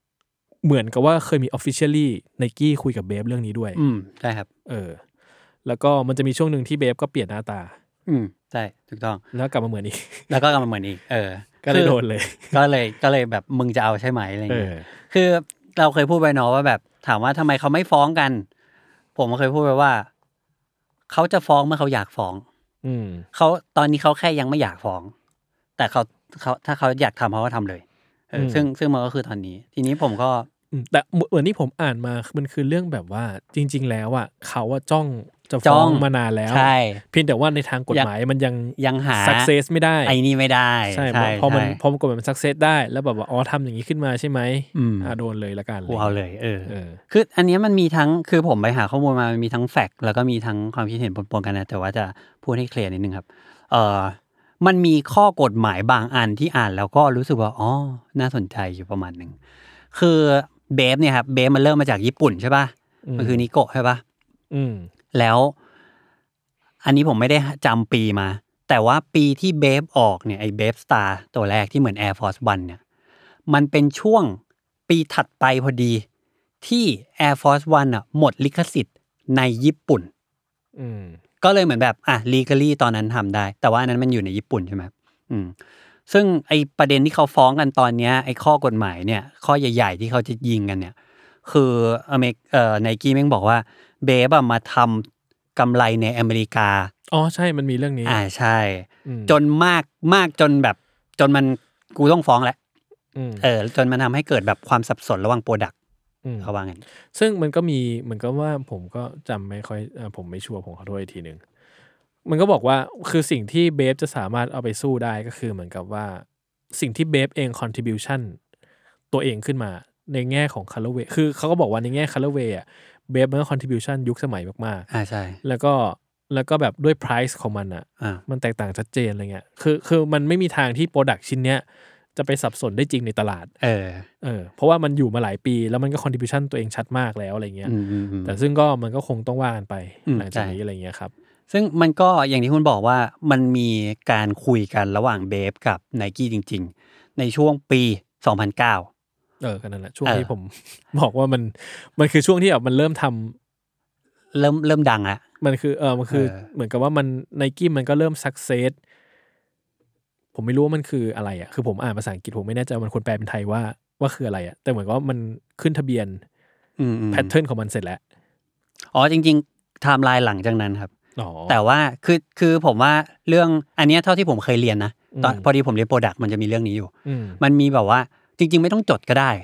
เหมือนกับว่าเคยมี officially Nike คุยกับเบฟเรื่องนี้ด้วยใช่ครับแล้วก็มันจะมีช่วงนึงที่เบฟก็เปลี่ยนหน้าตาใช่ถูกต้องแล้วกลับมาเหมือนอีกแล้วก็กลับมาเหมือนอีกก็เลยโดนเลยก็เลยแบบมึงจะเอาใช่ไหมอะไรอย่างเงี้ยคือเราเคยพูดไปเนาะว่าแบบถามว่าทำไมเขาไม่ฟ้องกันผมก็เคยพูดไปว่าเขาจะฟ้องเมื่อเขาอยากฟ้องเขาตอนนี้เขาแค่ยังไม่อยากฟ้องแต่เขาถ้าเขาอยากทำเขาก็ทำเลยซึ่งมันก็คือตอนนี้ทีนี้ผมก็แต่เหมือนที่ผมอ่านมามันคือเรื่องแบบว่าจริงๆแล้วอ่ะเขาว่าจ้องจะฟ้องมานานแล้วเพียงแต่ว่าในทางกฎหมายมันยังหา success ไม่ได้ไอ้นี่ไม่ได้ใช่พอมันกฎหมายมัน success ได้แล้วแบบว่าอ๋อทำอย่างนี้ขึ้นมาใช่ไหมโดนเลยละกันเลยเอาเลยคืออันนี้มันมีทั้งคือผมไปหาข้อมูลมามันมีทั้งแฟกต์แล้วก็มีทั้งความคิดเห็นปนๆกันนะแต่ว่าจะพูดให้เคลียร์นิดนึงครับมันมีข้อกฎหมายบางอันที่อ่านแล้วก็รู้สึกว่าอ๋อน่าสนใจอยู่ประมาณนึงคือเบฟเนี่ยครับเบฟมันเริ่มมาจากญี่ปุ่นใช่ป่ะมันคือนิโกะใช่ป่ะแล้วอันนี้ผมไม่ได้จำปีมาแต่ว่าปีที่เบฟออกเนี่ยไอ้เบฟสตาร์ตัวแรกที่เหมือน Air Force One เนี่ยมันเป็นช่วงปีถัดไปพอดีที่ Air Force One อ่ะหมดลิขสิทธิ์ในญี่ปุ่นก็เลยเหมือนแบบlegally ตอนนั้นทำได้แต่ว่าอันนั้นมันอยู่ในญี่ปุ่นใช่ไหมซึ่งไอประเด็นที่เขาฟ้องกันตอนนี้ไอข้อกฎหมายเนี่ยข้อใหญ่ๆที่เขาจะยิงกันเนี่ยคือNike แม่งบอกว่าเบฟมาทำกำไรในอเมริกาอ๋อใช่มันมีเรื่องนี้ใช่จนมากจนแบบจนมันกูต้องฟ้องแล้วจนมันทำให้เกิดแบบความสับสนระหว่างโปรดักต์เขาว่างั้นซึ่งมันก็มีเหมือนกับว่าผมก็จำไม่ค่อยผมไม่ชัวร์ผมขอโทษอีกทีนึงมันก็บอกว่าคือสิ่งที่เบฟจะสามารถเอาไปสู้ได้ก็คือเหมือนกับว่าสิ่งที่เบฟเอง contribution ตัวเองขึ้นมาในแง่ของ colorway คือเขาก็บอกว่าในแง่ colorway อ่ะเบฟมันก็ contribution ยุคสมัยมากๆใช่แล้วก็แบบด้วย price ของมันอ่ะมันแตกต่างชัดเจนอะไรเงี้ยคือมันไม่มีทางที่ product ชิ้นเนี้ยจะไปสับสนได้จริงในตลาดเพราะว่ามันอยู่มาหลายปีแล้วมันก็ contribution ตัวเองชัดมากแล้วอะไรเงี้ยแต่ซึ่งก็มันก็คงต้องว่ากันไปหลังจากนี้อะไรเงี้ยครับซึ่งมันก็อย่างที่คุณบอกว่ามันมีการคุยกันระหว่างเบฟกับ Nike จริงๆในช่วงปี2009 ก็นั่นแหละช่วงที่ผมบอกว่ามันคือช่วงที่แบบมันเริ่มทำเริ่มดังแล้วมันคือมันคือเหมือนกับว่ามัน Nike มันก็เริ่ม success ผมไม่รู้ว่ามันคืออะไรอ่ะคือผมอ่านภาษาอังกฤษผมไม่แน่ใจมันควรแปลเป็นไทยว่าคืออะไรอ่ะแต่เหมือนกับว่ามันขึ้นทะเบียนแพทเทิร์นของมันเสร็จแล้วอ๋อจริงๆไทม์ไลน์หลังจากนั้นครับแต่ว่าคือผมว่าเรื่องอันนี้เท่าที่ผมเคยเรียนนะตอนพอดีผมเรียนโปรดักต์มันจะมีเรื่องนี้อยู่มันมีแบบว่าจริงๆไม่ต้องจดก็ได้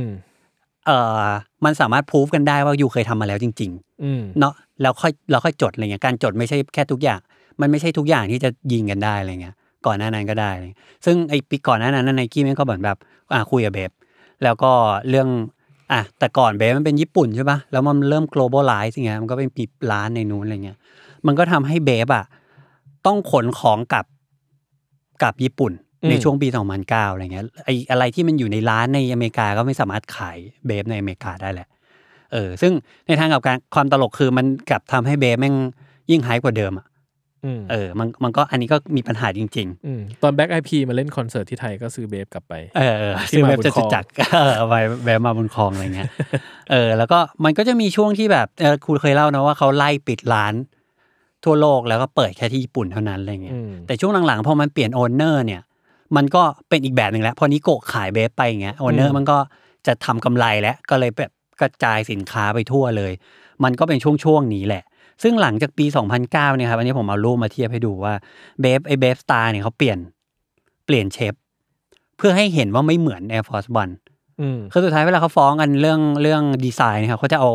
มันสามารถพูฟกันได้ว่าอยู่เคยทำมาแล้วจริงๆเนาะแล้วค่อยจดอะไรเงี้ยการจดไม่ใช่แค่ทุกอย่างมันไม่ใช่ทุกอย่างที่จะยิงกันได้อะไรเงี้ยก่อนหน้านั้นก็ได้ซึ่งไอ้ปีก่อนหน้านั้นNikeมันก็เหมือนแบบคุยกับเบฟแล้วก็เรื่องแต่ก่อนเบฟมันเป็นญี่ปุ่นใช่ป่ะแล้วมันเริ่ม globalize อย่างเงี้ยมันก็เป็นปีร้านในนู้นอะไรเงี้ยมันก็ทำให้เบฟต้องขนของกลับญี่ปุ่นในช่วงปี2009อะไรเงี้ยอะไรที่มันอยู่ในร้านในอเมริกาก็ไม่สามารถขายเบฟในอเมริกาได้แหละซึ่งในทางกับการความตลกคือมันกลับทำให้เบฟแม่งยิ่งไฮกว่าเดิมมันก็อันนี้ก็มีปัญหาจริงๆตอน Black IP มาเล่นคอนเสิร์ตที่ไทยก็ซื้อเบฟกลับไปซื้อเบฟจะจักเอาไว้เบฟมาบนคลองอะไรเงี้ยแล้วก็มันก็จะมีช่วงที่แบบคุณเคยเล่านะว่าเขาไล่ปิดร้านทั่วโลกแล้วก็เปิดแค่ที่ญี่ปุ่นเท่านั้นอะไรเงี้ยแต่ช่วงหลังๆพอมันเปลี่ยนโอนเนอร์เนี่ยมันก็เป็นอีกแบบนึงแล้วพอนิโกะขายเบฟไปอย่างเงี้ยโอนเนอร์มันก็จะทำกำไรแล้วก็เลยแบบกระจายสินค้าไปทั่วเลยมันก็เป็นช่วงนี้แหละซึ่งหลังจากปี2009เนี่ยครับอันนี้ผมเอารูปมาเทียบให้ดูว่าเบฟสตาร์เนี่ยเขาเปลี่ยนเชฟเพื่อให้เห็นว่าไม่เหมือน Air Force One คือสุดท้ายเวลาเขาฟ้องกันเรื่องดีไซน์นะครับเขาจะเอา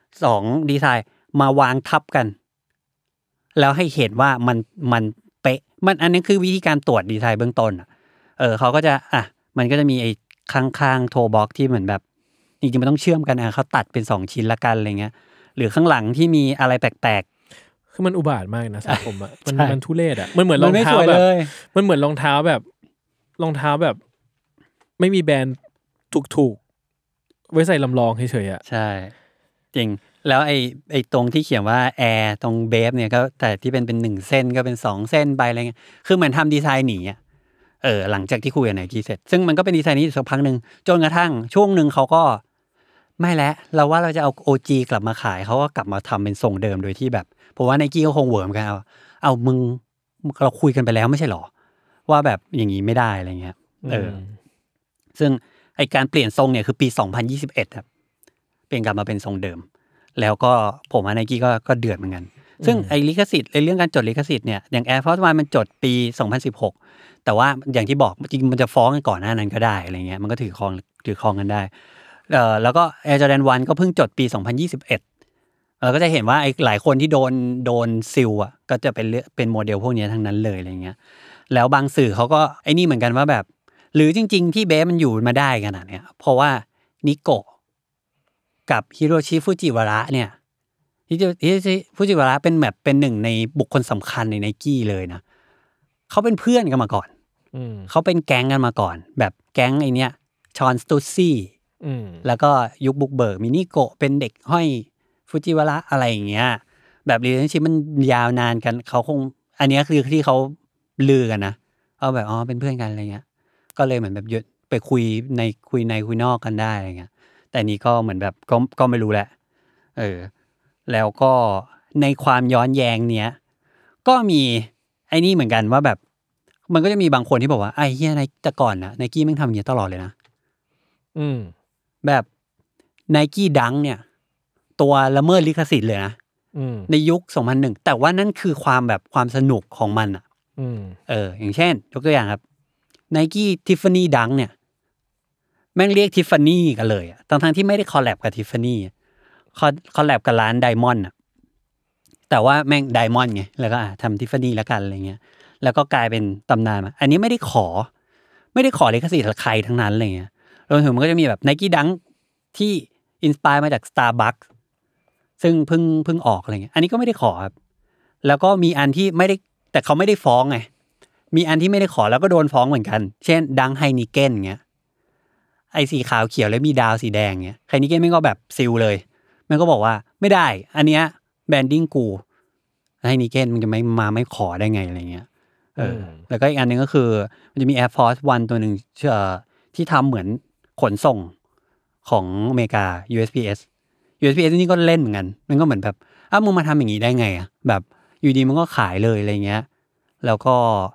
2ดีไซน์มาวางทับกันแล้วให้เห็นว่ามันเป๊ะมันอันนี้คือวิธีการตรวจดีไซน์เบื้องต้นเขาก็จะมันก็จะมีไอ้ข้างโทบ็อกที่เหมือนแบบจริงๆมันต้องเชื่อมกันเขาตัดเป็น2ชิ้นละกันอะไรเงี้ยหรือข้างหลังที่มีอะไรแปลกๆคือมันอุบาทมากนะสังคมอ่ะมันทุเรศอ่ะมันเหมือนรองเท้าแบบมันเหมือนรองเท้าแบบไม่มีแบรนด์ถูกไว้ใส่ลำลองเฉยๆอ่ะใช่จริงแล้วไอ้ตรงที่เขียนว่าแอร์ตรงเบฟเนี่ยก็แต่ที่เป็น1เส้นก็เป็น2เส้นไปอะไรเงี้ยคือเหมือนทำดีไซน์หนีอ่ะหลังจากที่คุยกับNikeเสร็จซึ่งมันก็เป็นดีไซน์นี้สักพักนึงจนกระทั่งช่วงนึงเขาก็ไม่แล้วเราว่าเราจะเอา OG กลับมาขายเขาก็กลับมาทำเป็นทรงเดิมโดยที่แบบผมว่า Nike ก็คงเวิร์มกันเอามึงเราคุยกันไปแล้วไม่ใช่หรอว่าแบบอย่างนี้ไม่ได้อะไรเงี้ยซึ่งไอการเปลี่ยนทรงเนี่ยคือปี2021ครับเปลี่ยนกลับมาเป็นทรงเดิมแล้วก็ผมว่า Nike ก็เดือดเหมือนกันซึ่งไอลิขสิทธิ์ไอเรื่องการจดลิขสิทธิ์เนี่ยอย่าง Air Force 1มันจดปี2016แต่ว่าอย่างที่บอกจริงมันจะฟ้องกันก่อนหน้านั้นก็ได้อะไรเงี้ยมันก็ถือครองกันได้แล้วก็ Air Jordan 1ก็เพิ่งจดปี2021เราก็จะเห็นว่าไอ้หลายคนที่โดนซิลอ่ะก็จะเป็นโมเดลพวกนี้ทั้งนั้นเลยอะไรเงี้ยแล้วบางสื่อเขาก็ไอ้นี่เหมือนกันว่าแบบหรือจริงๆที่เบสมันอยู่มาได้ขนาดเนี้ยเพราะว่านิโกะกับฮิโรชิฟุจิวาระเนี่ยฮิโรชิฟุจิวาระเป็นหนึ่งในบุคคลสำคัญใน Nike เลยนะเขาเป็นเพื่อนกันมาก่อนเขาเป็นแก๊งกันมาก่อนแบบแก๊งไอเนี้ยชอนสตูซี่แล้วก็ยุคบุกเบิกมินิโกะเป็นเด็กห้อยฟูจิวาระอะไรอย่างเงี้ยแบบรีเลชั่นชิพมันยาวนานกันเขาคงอันนี้คือที่เขาลือกันนะเอาแบบเป็นเพื่อนกันอะไรเงี้ยก็เลยเหมือนแบบไปคุยนอกกันได้อะไรเงี้ยแต่นี้ก็เหมือนแบบก็ไม่รู้แหละแล้วก็ในความย้อนแย้งเนี้ยก็มีไอ้นี่เหมือนกันว่าแบบมันก็จะมีบางคนที่บอกว่าไอ้เหี้ยในแต่ก่อนนะ Nike แม่งทำอย่างนี้ตลอดเลยนะแบบ Nike Dunk เนี่ยตัวละเมิดลิขสิทธิ์เลยนะในยุค2001แต่ว่านั่นคือความสนุกของมันอ่ะอย่างเช่นยกตัวอย่างครับ Nike Tiffany Dunk เนี่ยแม่งเรียก Tiffany กันเลยอ่ะทั้งที่ไม่ได้คอลแลบกับ Tiffany คอลแลบกับร้าน Diamond อ่ะแต่ว่าแม่ง Diamond ไงแล้วก็ทำ Tiffany แล้วกันอะไรเงี้ยแล้วก็กลายเป็นตำนานมาอันนี้ไม่ได้ขอลิขสิทธิ์ใครทั้งนั้นอะไรเงี้ยรวมถึงมันก็จะมีแบบ Nike Dunk ที่อินสไปร์มาจาก Starbucks ซึ่งเพิ่งออกอะไรเงี้ยอันนี้ก็ไม่ได้ขอครับแล้วก็มีอันที่ไม่ได้แต่เขาไม่ได้ฟ้องไงมีอันที่ไม่ได้ขอแล้วก็โดนฟ้องเหมือนกันเช่นดังไฮนิเก้นเงี้ยไอ้สีขาวเขียวแล้วมีดาวสีแดงเงี้ยไฮนิเก้นมันก็แบบซิลเลยมันก็บอกว่าไม่ได้อันเนี้ยแบรนดิ้งกูไฮนิเก้นมันจะไม่ขอได้ไงอะไรเงี้ยแล้วก็อีกอันนึงก็คือมันจะมี Air Force 1ตัวนึงที่ทำเหมือนขนส่งของอเมริกา USPS นี่ก็เล่นเหมือนกันมันก็เหมือนแบบมึงมาทำอย่างนี้ได้ไงอ่ะแบบอยู่ดีมันก็ขายเลยอะไรเงี้ยแล้วก็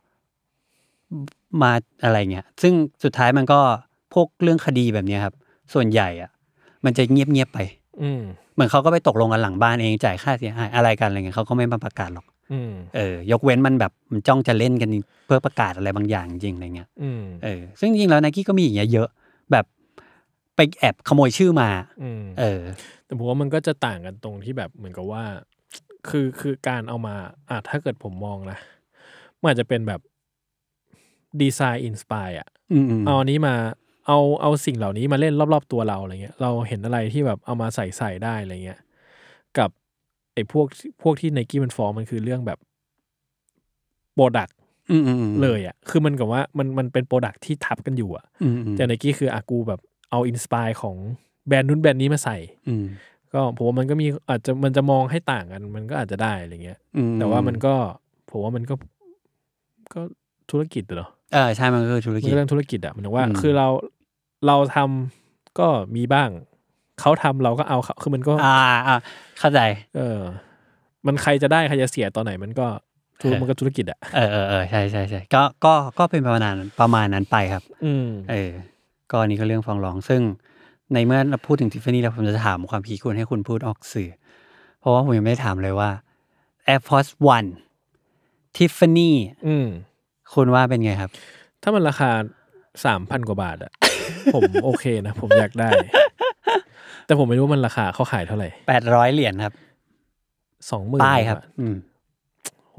มาอะไรเงี้ยซึ่งสุดท้ายมันก็พวกเรื่องคดีแบบนี้ครับส่วนใหญ่อ่ะมันจะเงียบไปเหมือนเขาก็ไปตกลงกันหลังบ้านเองจ่ายค่าเสียหายอะไรกันอะไรเงี้ยเขาก็ไม่มาประกาศหรอกยกเว้นมันแบบมันจ้องจะเล่นกันเพื่อประกาศอะไรบางอย่างจริงอะไรเงี้ยซึ่งจริงๆแล้ว Nike ก็มีอย่างเงี้ยเยอะแบบไปแอบขโมยชื่อมาแต่ผมว่ามันก็จะต่างกันตรงที่แบบเหมือนกับว่าคือการเอามาถ้าเกิดผมมองนะมันอาจจะเป็นแบบดีไซน์อินสไปร์เอาอันนี้มาเอาสิ่งเหล่านี้มาเล่นรอบๆตัวเราอะไรเงี้ยเราเห็นอะไรที่แบบเอามาใส่ได้อะไรเงี้ยกับไอ้พวกที่ Nike มันฟ้องมันคือเรื่องแบบโปรดักต์เลยคือมันกับว่ามันเป็นโปรดักต์ที่ทับกันอยู่แต่ Nike คือกูแบบเอาอินสไปร์ของแบรนด์นู้นแบรนด์นี้มาใส่ก็ผมว่ามันก็มีอาจจะมันจะมองให้ต่างกันมันก็อาจจะได้อะไรเงี้ยแต่ว่ามันก็ผมว่ามันก็ธุรกิจเนาะใช่มันก็คือธุรกิจเรื่องธุรกิจมันว่าคือเราทำก็มีบ้างเขาทำเราก็เอาคือมันก็เข้าใจมันใครจะได้ใครจะเสียตอนไหนมันก็ธุรกิจใช่ก็เป็นประมาณนั้นไปครับก็นี่ก็เรื่องฟ้องร้องซึ่งในเมื่อเราพูดถึง Tiffany แล้วผมจะถามความคิดคุณให้คุณพูดออกสื่อเพราะว่าผมยังไม่ได้ถามเลยว่า Air Force 1 Tiffany คุณว่าเป็นไงครับถ้ามันราคา 3,000 กว่าบาทผมโอเคนะผมอยากได้แต่ผมไม่รู้มันราคาเขาขายเท่าไหร่ 800เหรียญครับ 20,000 ป้ายครับโห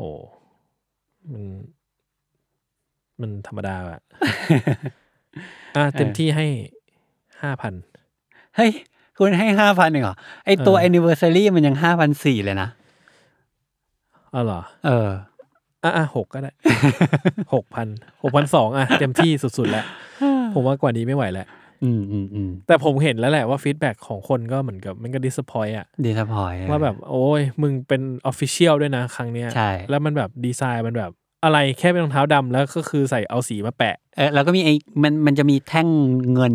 มันธรรมดาเต็มที่ให้ 5,000 เฮ้ยคุณให้ 5,000 เองเหรอไอตัว anniversary มันยัง 5,400 เลยนะเหรอ6ก็ได้ 6,200 เต็มที่สุดๆแล้วผมว่ากว่านี้ไม่ไหวแล้วแต่ผมเห็นแล้วแหละว่าฟีดแบ็กของคนก็เหมือนกับมันก็disappoint ว่าแบบโอ้ยมึงเป็น official ด้วยนะครั้งเนี้ยแล้วมันแบบดีไซน์มันแบบอะไรแค่เป็นรองเท้าดำแล้วก็คือใส่เอาสีมาแปะแล้วก็มีมันจะมีแท่งเงิน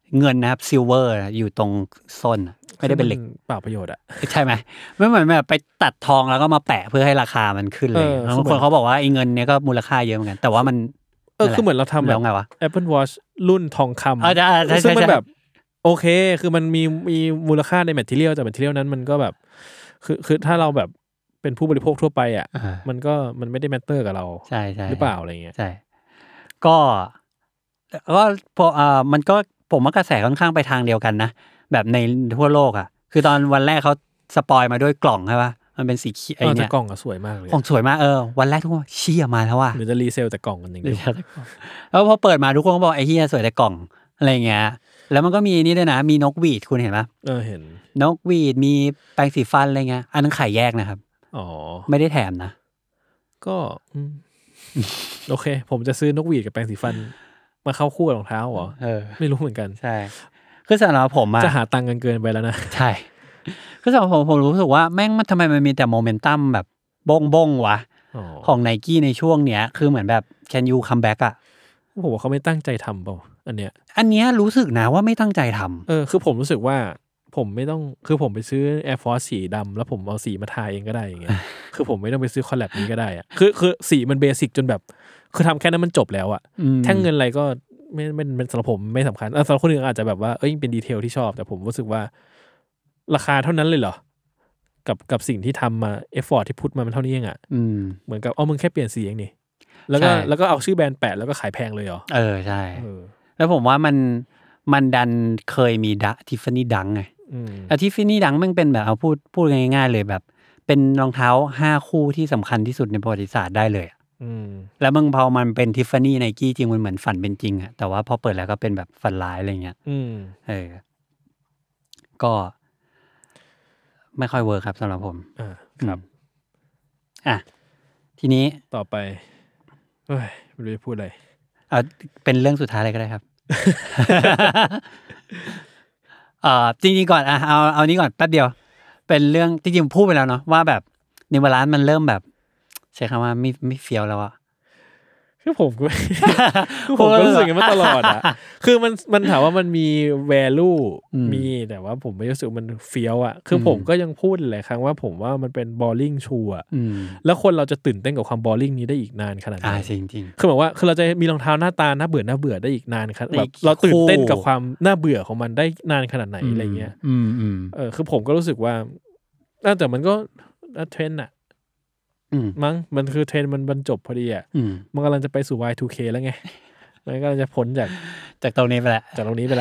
เงินนะครับซิลเวอร์อยู่ตรงส้นไม่ได้เป็นเหล็กเปล่าประโยชน์อะใช่ไหมไม่เหมือนแบบไปตัดทองแล้วก็มาแปะเพื่อให้ราคามันขึ้นเลยบางคนเขาบอกว่าไอ้เงินเนี้ยก็มูลค่าเยอะเหมือนกันแต่ว่ามันคือเหมือนเราทำแล้วไงวะ Apple Watch รุ่นทองคำซึ่งมันแบบโอเคคือมันมีมูลค่าในแมททีเรียลแต่แมททีเรียลนั้นมันก็แบบคือถ้าเราแบบเป็นผู้บริโภคทั่วไปอ่ะมันไม่ได้แมตเตอร์กับเราใช่หรือเปล่าอะไรเงี้ยใช่ก็พอมันก็ผมว่ากระแสค่อนข้างไปทางเดียวกันนะแบบในทั่วโลกอ่ะคือตอนวันแรกเขาสปอยมาด้วยกล่องใช่ป่ะมันเป็นสีไอ้เนี่ยกล่องสวยมากเลยกล่องสวยมากวันแรกทุกคนเชี่ยมาแล้วว่ะหรือจะรีเซลแต่กล่องกันอย่างเดียวแล้วพอเปิดมาทุกคนก็บอกไอ้เหี้ยสวยแต่กล่องอะไรเงี้ยแล้วมันก็มีนี่ด้วยนะมีนกหวีดคุณเห็นป่ะเห็นนกหวีดมีแปรงสีฟันอะไรเงี้ยอันนั้นขายแยกนะครับไม่ได้แถมนะก็โอเคผมจะซื้อนกหวีดกับแปรงสีฟันมาเข้าคู่กับรองเท้าเหรอไม่รู้เหมือนกันใช่คือสำหรับผมจะหาตังค์กันเกินไปแล้วนะใช่คือสำหรับผมรู้สึกว่าแม่งมันทำไมมันมีแต่โมเมนตัมแบบบ้งวะของ Nike ในช่วงเนี้ยคือเหมือนแบบ Can you come back อ่ะผมว่าเขาไม่ตั้งใจทำเปล่าอันเนี้ยรู้สึกนะว่าไม่ตั้งใจทำคือผมรู้สึกว่าผมไม่ต้องคือผมไปซื้อ Air Force สีดำแล้วผมเอาสีมาทาเองก็ได้อย่างเงี้ยคือผมไม่ต้องไปซื้อคอลแลบนี้ก็ได้อ่ะคือสีมันเบสิกจนแบบคือทำแค่นั้นมันจบแล้วอ่ะแท่งเงินอะไรก็ไม่สำหรับผมไม่สำคัญสำหรับคนอื่นอาจจะแบบว่าเป็นดีเทลที่ชอบแต่ผมรู้สึกว่าราคาเท่านั้นเลยเหรอกับสิ่งที่ทำมาเอฟฟอร์ตที่พุทมามันเท่านี้เองอ่ะเหมือนกับมึงแค่เปลี่ยนสีเองนี่แล้วก็เอาชื่อแบรนด์แปะแล้วก็ขายแพงเลยเหรอใช่แล้วผมว่ามันดันเคยมีทิฟฟานี่ดังไงแล้วทิฟฟานี่ดังมันเป็นแบบเอาพูดง่ายๆเลยแบบเป็นรองเท้า5คู่ที่สำคัญที่สุดในประวัติศาสตร์ได้เลยแล้วมึงพอมันเป็นทิฟฟานี่ไนกี้จริงมันเหมือนฝันเป็นจริงอะแต่ว่าพอเปิดแล้วก็เป็นแบบฝันร้ายอะไรเงี้ยก็ไม่ค่อยเวิร์คครับสำหรับผมครับทีนี้ต่อไปไม่รู้จะพูดอะไรเป็นเรื่องสุดท้ายเลยก็ได้ครับ จริงๆก่อนเอานี้ก่อนแป๊บเดียวเป็นเรื่องจริงๆพูดไปแล้วเนาะว่าแบบในเวลามันเริ่มแบบใช้คำว่าไม่เฟี้ยวแล้วอะคือผมก็รู้สึกอย่างนี้มาตลอดอะคือมันถามว่ามันมี value มีแต่ว่าผมไม่รู้สึกมันเฟี้ยวอะคือผมก็ยังพูดหลายครั้งว่าผมว่ามันเป็น boring shoe อะแล้วคนเราจะตื่นเต้นกับความ boring นี้ได้อีกนานขนาดไหนจริงๆคือแบบว่าคือเราจะมีรองเท้าหน้าตาน่าเบื่อได้อีกนานครับแบบเราตื่นเต้นกับความน่าเบื่อของมันได้นานขนาดไหนอะไรเงี้ยคือผมก็รู้สึกว่าแต่มันก็เทรนด์อะมั้งมันคือเทรนด์มันบรรจบพอดีอ่ะมันกำลังจะไปสู่ Y2K แล้วไงมันก็จะพ้นจากตรงนี้ไปแล้ว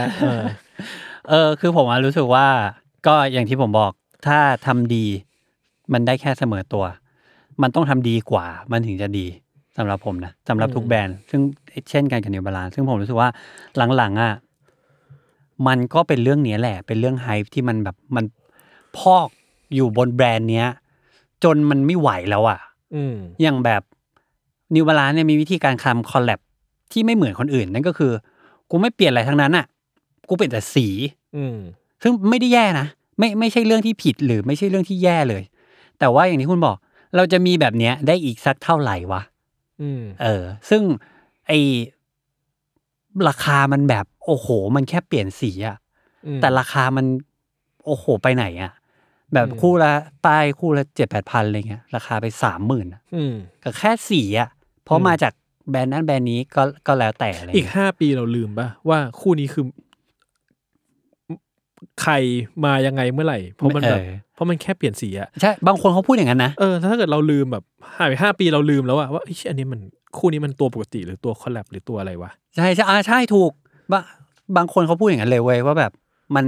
คือผมรู้สึกว่าก็อย่างที่ผมบอกถ้าทำดีมันได้แค่เสมอตัวมันต้องทำดีกว่ามันถึงจะดีสำหรับผมนะสำหรับทุกแบรนด์ซึ่งเช่นกันกับ New Balance ซึ่งผมรู้สึกว่าหลังๆอ่ะมันก็เป็นเรื่องนี้แหละเป็นเรื่องไฮป์ที่มันแบบมันพอกอยู่บนแบรนด์เนี้ยจนมันไม่ไหวแล้วอ่ะอย่างแบบ New Balance เนี่ยมีวิธีการทำคอลแลบที่ไม่เหมือนคนอื่นนั่นก็คือกูไม่เปลี่ยนอะไรทั้งนั้นอ่ะกูเปลี่ยนแต่สีซึ่งไม่ได้แย่นะไม่ใช่เรื่องที่ผิดหรือไม่ใช่เรื่องที่แย่เลยแต่ว่าอย่างที่คุณบอกเราจะมีแบบเนี้ยได้อีกสักเท่าไหร่วะซึ่งไอราคามันแบบโอ้โหมันแค่เปลี่ยนสีอ่ะแต่ราคามันโอ้โหไปไหนอ่ะแบบคู่ละป้ายคู่ละ 7-8 พันอะไรเงี้ยราคาไป 30,000 ก็แค่สีอ่ะเพราะมาจากแบรนด์นั้นแบรนด์นี้ก็แล้วแต่อะไรอีก5ปีเราลืมป่ะว่าคู่นี้คือใครมายังไงเมื่อไหร่เพราะมันแค่เปลี่ยนสีอ่ะใช่บางคนเขาพูดอย่างนั้นนะถ้าเกิดเราลืมแบบหายไป5ปีเราลืมแล้วว่าอันนี้มันคู่นี้มันตัวปกติหรือตัวคอลแลบหรือตัวอะไรวะใช่ใช่ถูกบางคนเขาพูดอย่างนั้นเลยเว้ยว่าแบบมัน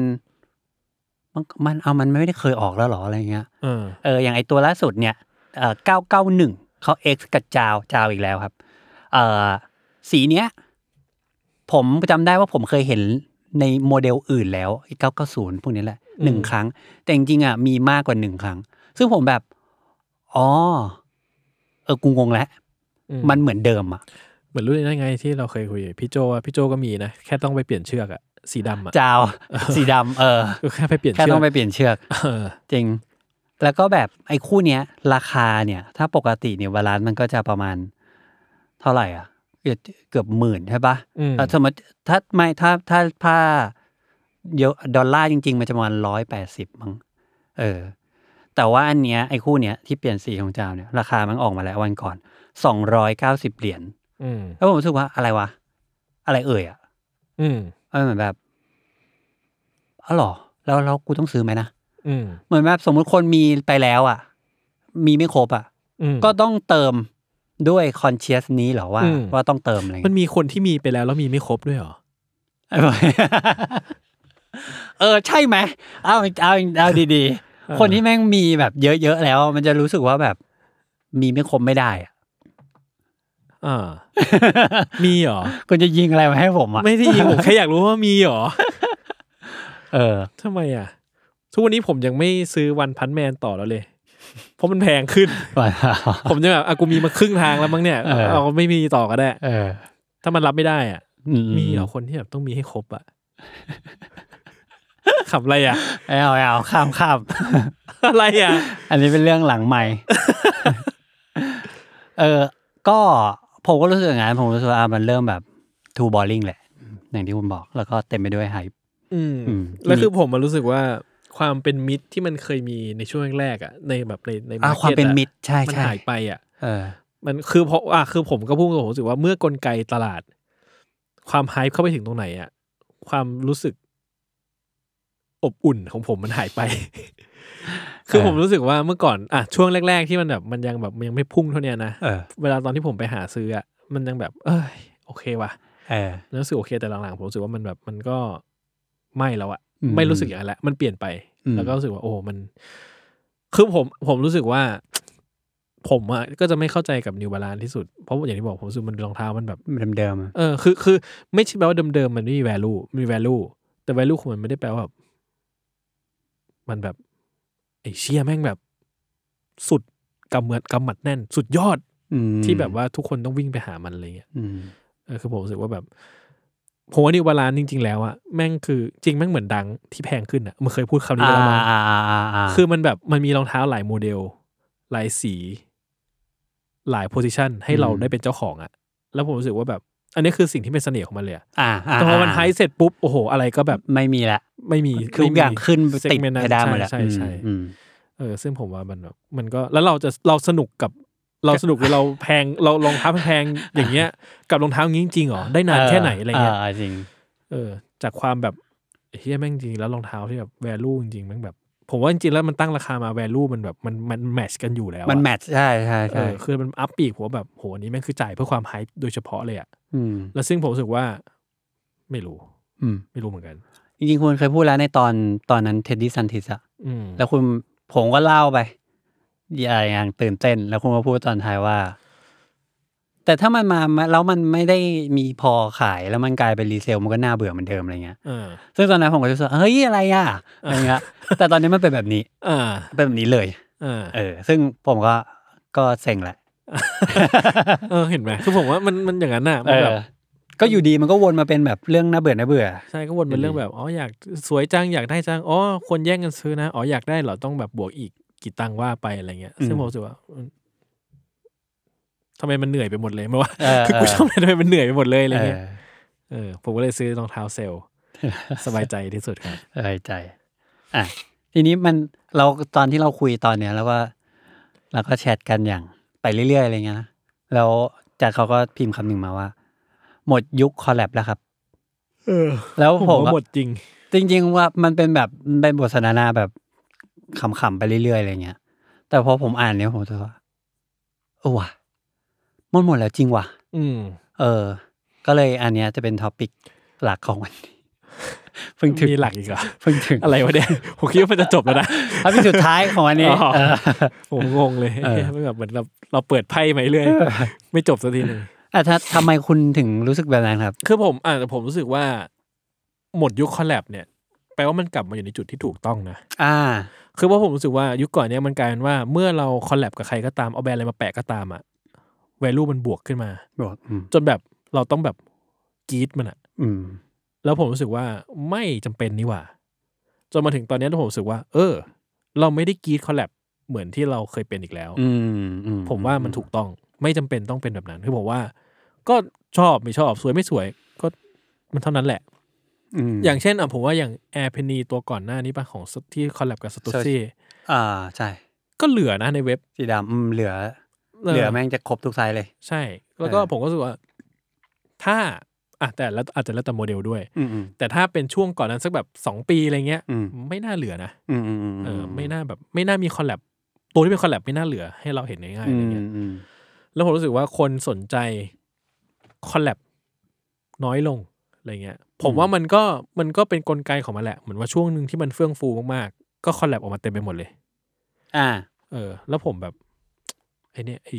ไม่ได้เคยออกแล้วหรออะไรเงี้ยอย่างไอตัวล่าสุดเนี่ย991เขา X กับจาวอีกแล้วครับสีเนี้ยผมจำได้ว่าผมเคยเห็นในโมเดลอื่นแล้ว990พวกนี้แหละ1ครั้งแต่จริงๆอ่ะมีมากกว่า1ครั้งซึ่งผมแบบกูงงแล้วมันเหมือนเดิมอ่ะเหมือนรุ่นนี้ไงที่เราเคยคุยพี่โจก็มีนะแค่ต้องไปเปลี่ยนเชือกอ่ะสีดำอ่ะจาวสีดำแค่ไปเปลี่ยนเชือกแค่ต้องไปเปลี่ยนเชือกจริงแล้วก็แบบไอ้คู่เนี้ยราคาเนี่ยถ้าปกติเนี่ยBalanceมันก็จะประมาณเท่าไหร่อ่ะเกือบ10,000ใช่ป่ะสมมติถ้าดอลลาร์จริงๆมันจะประมาณ180มั้งแต่ว่าอันเนี้ยไอ้คู่เนี้ยที่เปลี่ยนสีของเจ้าเนี่ยราคามันออกมาแล้ววันก่อน290เหรียญแล้วผมรู้สึกว่าอะไรวะอะไรอ่ะเหมือนแบบอ๋อเหรอแล้วกูต้องซื้อไหมนะเหมือนแบบสมมุติคนมีไปแล้วอ่ะมีไม่ครบอ่ะก็ต้องเติมด้วยคอนเชียสนี้เหรอว่าต้องเติมอะไรมันมีคนที่มีไปแล้วมีไม่ครบด้วยเหรอใช่ไหมเอาดีๆคนที่แม่งมีแบบเยอะๆแล้วมันจะรู้สึกว่าแบบมีไม่ครบไม่ได้อ่ะมีเหรอคุณจะยิงอะไรมาให้ผมอ่ะไม่ได้ยิงผมแค่อยากรู้ว่ามีเหรอทำไมอ่ะทุกวันนี้ผมยังไม่ซื้อวันพันแมนต่อแล้วเลยเพราะมันแพงขึ้นผมจะแบบกูมีมาครึ่งทางแล้วมั้งเนี่ยเอาไม่มีต่อก็ได้ถ้ามันรับไม่ได้อ่ะมีเหรอคนที่แบบต้องมีให้ครบอ่ะขับอะไรอ่ะเอาข้ามอะไรอ่ะอันนี้เป็นเรื่องหลังใหม่ก็ผมก็รู้สึกอย่างนั้นผมรู้สึกว่ามันเริ่มแบบ too boring แหละอย่างที่คุณบอกแล้วก็เต็มไปด้วยไฮป์แล้วคือผมมันรู้สึกว่าความเป็นมิตรที่มันเคยมีในช่วงแรกอ่ะในแบบในมาร์เก็ตความเป็นมิตรใช่มันหายไปอ่ะมันคือเพราะคือผมก็พูดกับผมรู้สึกว่าเมื่อกลไกตลาดความไฮป์เข้าไปถึงตรงไหนอ่ะความรู้สึกอบอุ่นของผมมันหายไป คือผมรู้สึกว่าเมื่อก่อนช่วงแรกๆที่มันแบบมันยังไม่พุ่งเท่านี้นะเวลาตอนที่ผมไปหาซื้ออ่ะมันยังแบบโอเคว่ะรู้สึกโอเคแต่หลังๆผมรู้สึกว่ามันแบบมันก็ไม่แล้วอะไม่รู้สึกอย่างนั้นแหละมันเปลี่ยนไปแล้วก็รู้สึกว่าโอ้มันคือผมรู้สึกว่าผมอะก็จะไม่เข้าใจกับ New Balance ที่สุดเพราะอย่างที่บอกผมรู้สึกมันรองเท้ามันแบบเดิมคือไม่ใช่แปลว่าเดิมๆมันไม่มี value มี value แต่ value ของมันไม่ได้แปลว่าแบบมันแบบไอ้เชี่ยแม่งแบบสุดกำหมัดแน่นสุดยอดที่แบบว่าทุกคนต้องวิ่งไปหามันอะไรเงี้ยคือผมรู้สึกว่าแบบผมว่าNew Balanceจริงๆแล้วอะแม่งคือจริงแม่งเหมือนดังที่แพงขึ้นอะมันเคยพูดคำนี้ไปแล้วมั้งคือมันแบบมันมีรองเท้าหลายโมเดลหลายสีหลายโพสิชันให้เราได้เป็นเจ้าของอะแล้วผมรู้สึกว่าแบบอันนี้คือสิ่งที่เป็นเสน่ห์ของมันเลยแต่พอมันไฮเสร็จปุ๊บโอ้โหอะไรก็แบบไม่มีละไม่มีทุกอย่างขึ้นติดเพดานหมดแล้วใช่ซึ่งผมว่ามันแบบมันก็แล้วเราสนุกหรือเราแพงเรารองเท้าแพงอย่างเงี้ยกับรองเท้างี้จริงๆหรอได้นานแค่ไหนอะไรเงี้ยจริงจากความแบบเฮียแม่งจริงแล้วรองเท้าที่แบบ value จริงๆแม่งแบบผมว่าจริงๆแล้วมันตั้งราคามา value มันแบบมันแมทช์กันอยู่แล้วมันแมทช์ใช่คือมันอัพปีกผมแบบโหอันนี้แม่งคือจ่ายเพื่อความไฮป์โดยเฉพาะเลยอ่ะแล้วซึ่งผมรู้สึกว่าไม่รู้เหมือนกันจริงๆคุณเคยพูดแล้วในตอนนั้น Teddy Santis อ่ะแล้วผมก็เล่าไปอย่างตื่นเต้นแล้วคุณมาพูดตอนท้ายว่าแต่ถ้ามันมาแล้วมันไม่ได้มีพอขายแล้วมันกลายเป็นรีเซลมันก็น่าเบื่อเหมือนเดิมอะไรเงี้ยซึ่งตอนนั้นผมก็รู้สึกเฮ้ยอะไรอ่ะอะไรเงี้ยแต่ตอนนี้มันเป็นแบบนี้เป็นแบบนี้เลยซึ่งผมก็เซ็งแหละเห็นไหมคือผมว่ามันอย่างนั้นน่ะแบบก็อยู่ดีมันก็วนมาเป็นแบบเรื่องน่าเบื่อใช่ก็วนเป็นเรื่องแบบอยากสวยจังอยากได้จังคนแย่งกันซื้อนะอยากได้เหรอต้องแบบบวกอีกกี่ตังค์ว่าไปอะไรเงี้ยซึ่งผมรู้สึกว่าทำไมมันเหนื่อยไปหมดเลยไม่ว่าคือกูชอบทำไมมันเหนื่อยไปหมดเลยอะไรเงี้ยผมก็เลยซื้อรองเท้าเซลสบายใจที่สุดครับสบายใจทีนี้เราตอนที่เราคุยตอนเนี้ยแล้วก็แชทกันอย่างไปเรื่อยๆอะไรเงี้ยแล้วจากเขาก็พิมพ์คำหนึ่งมาว่าหมดยุคคอลแลบแล้วครับแล้วผมหมดจริงว่ามันเป็นแบบเป็นบทสนทนาแบบขำๆไปเรื่อยๆอะไรเงี้ยแต่พอผมอ่านเนี้ยผมรู้สึกว่าว่ะมันหมดแล้วจริงว่ะก็เลยอันเนี้ยจะเป็นท็อปิกหลักของวันนี้เพิ่งถึงมีหลักอีกเหรอเพิ่งถึงอะไรวะเนี่ยผมคิดว่ามันจะจบแล้วนะท็อปิกสุดท้ายของวันนี้ผมงงเลยแบบเหมือนเราเปิดไพ่มาเรื่อยไม่จบสักทีนึงถ้าทำไมคุณถึงรู้สึกแบบนั้นครับคือผมรู้สึกว่าหมดยุคคอลแลบเนี่ยแปลว่ามันกลับมาอยู่ในจุดที่ถูกต้องนะคือว่าผมรู้สึกว่ายุคก่อนเนี้ยมันกลายเป็นว่าเมื่อเราคอลแลบกับใครก็ตามเอาแบรนด์อะไรมาแปะก็ตามอ่ะvalue มันบวกขึ้นมาจนแบบเราต้องแบบกรี๊ดมันอ่ะแล้วผมรู้สึกว่าไม่จำเป็นนี่หว่าจนมาถึงตอนนี้ผมรู้สึกว่าเราไม่ได้กรี๊ดคอลแลบเหมือนที่เราเคยเป็นอีกแล้วผมว่ามันถูกต้องไม่จำเป็นต้องเป็นแบบนั้นคือผมว่าก็ชอบไม่ชอบสวยไม่สวยก็มันเท่านั้นแหละอย่างเช่นผมว่าอย่าง Air Penny ตัวก่อนหน้านี้ป่ะของที่คอลแลบกับ Stussy ใช่ก็เหลือนะในเว็บสีดำเหลือแม่งจะครบทุกไซส์เลยใช่แล้วก็ผมก็รู้สึกว่าถ้าแต่แล้วอาจจะแล้วแต่โมเดลด้วยแต่ถ้าเป็นช่วงก่อนนั้นสักแบบ2ปีอะไรเงี้ยไม่น่าเหลือนะไม่น่าแบบไม่น่ามีคอลแลบตัวที่เป็นคอลแลบไม่น่าเหลือให้เราเห็นง่ายๆอะไรเงี้ยแล้วผมรู้สึกว่าคนสนใจคอลแลบน้อยลงอะไรเงี้ยผมว่ามันก็เป็นกลไกของมันแหละเหมือนว่าช่วงนึงที่มันเฟื่องฟูมากๆก็คอลแลบออกมาเต็มไปหมดเลยแล้วผมแบบไอ้เนี่ย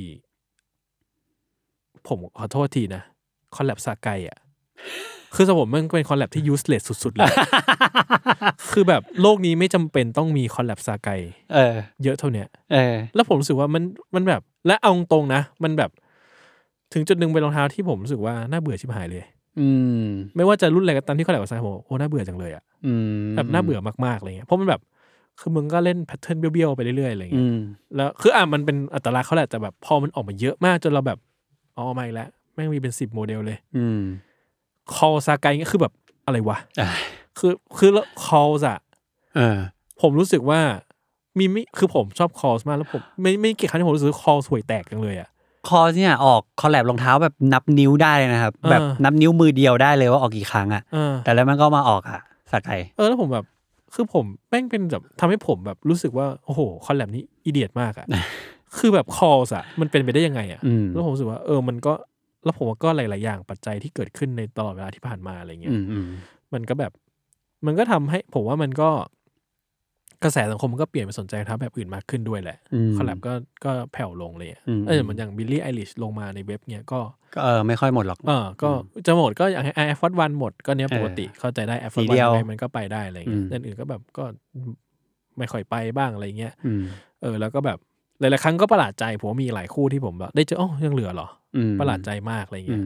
ผมขอโทษทีนะคอลแลบซาไกอ่ะคือสำหรับผมมันเป็นคอลแลบที่ useless สุดๆเลยคือแบบโลกนี้ไม่จำเป็นต้องมีคอลแลบซาไกเยอะเท่าเนี้ยแล้วผมรู้สึกว่ามันแบบและเอาตรงนะมันแบบถึงจุดนึงเป็นรองเท้าที่ผมรู้สึกว่าน่าเบื่อชิบหายเลยไม่ว่าจะรุ่นอะไรก็ตามที่คอลแลบกับซาไกผมโอ้น่าเบื่อจังเลยอ่ะแบบน่าเบื่อมากๆอะไรเงี้ยเพราะมันแบบคือมึงก็เล่นแพทเทิร์นเบี้ยวๆไปเรื่อยๆอะไรเงี้ยแล้วคือมันเป็นอัตลักษณ์เขาแหละแต่แบบพอมันออกมาเยอะมากจนเราแบบไม่แล้วแม่งมีเป็น10โมเดลเลยคอซาไกก็คือแบบอะไรวะคือคอสอะผมรู้สึกว่าคือผมชอบคอสมากแล้วผมไม่กี่ครั้งที่ผมรู้สึกคอสห่วยแตกจังเลยอะคอสเนี่ยออกคอลแลบรองเท้าแบบนับนิ้วได้เลยนะครับแบบนับนิ้วมือเดียวได้เลยว่าออกกี่ครั้งอะแต่แล้วมันก็มาออกอะซาไกแล้วผมแบบคือผมแม่งเป็นแบบทำให้ผมแบบรู้สึกว่าโอ้โหคอลแลบนี้อีเดียตมากอะคือแบบคอสอะมันเป็นไปได้ยังไงอะแล้วผมรู้สึกว่ามันก็แล้วผมว่าก็หลายๆอย่างปัจจัยที่เกิดขึ้นในตลอดเวลาที่ผ่านมาอะไรเงี้ยมันก็แบบมันก็ทำให้ผมว่ามันก็กระแสสังคมมันก็เปลี่ยนไปสนใจรองแบบอื่นมากขึ้นด้วยแหละคอลแลบก็แผ่วลงเลยเหมือนอย่างบิลลี่ไอริชลงมาในเว็บเนี้ยก็ไม่ค่อยหมดหรอกก็จะหมดก็อย่างAir Force 1หมดก็เนี้ยปกติเข้าใจได้ Air Force 1มันก็ไปได้อะไรเงี้ยอันอื่นก็แบบก็ไม่ค่อยไปบ้างอะไรเงี้ยแล้วก็แบบหลายๆครั้งก็ประหลาดใจผมมีหลายคู่ที่ผมแบบได้เจอยังเหลือเหรอประหลาดใจมากอะไรเงี้ย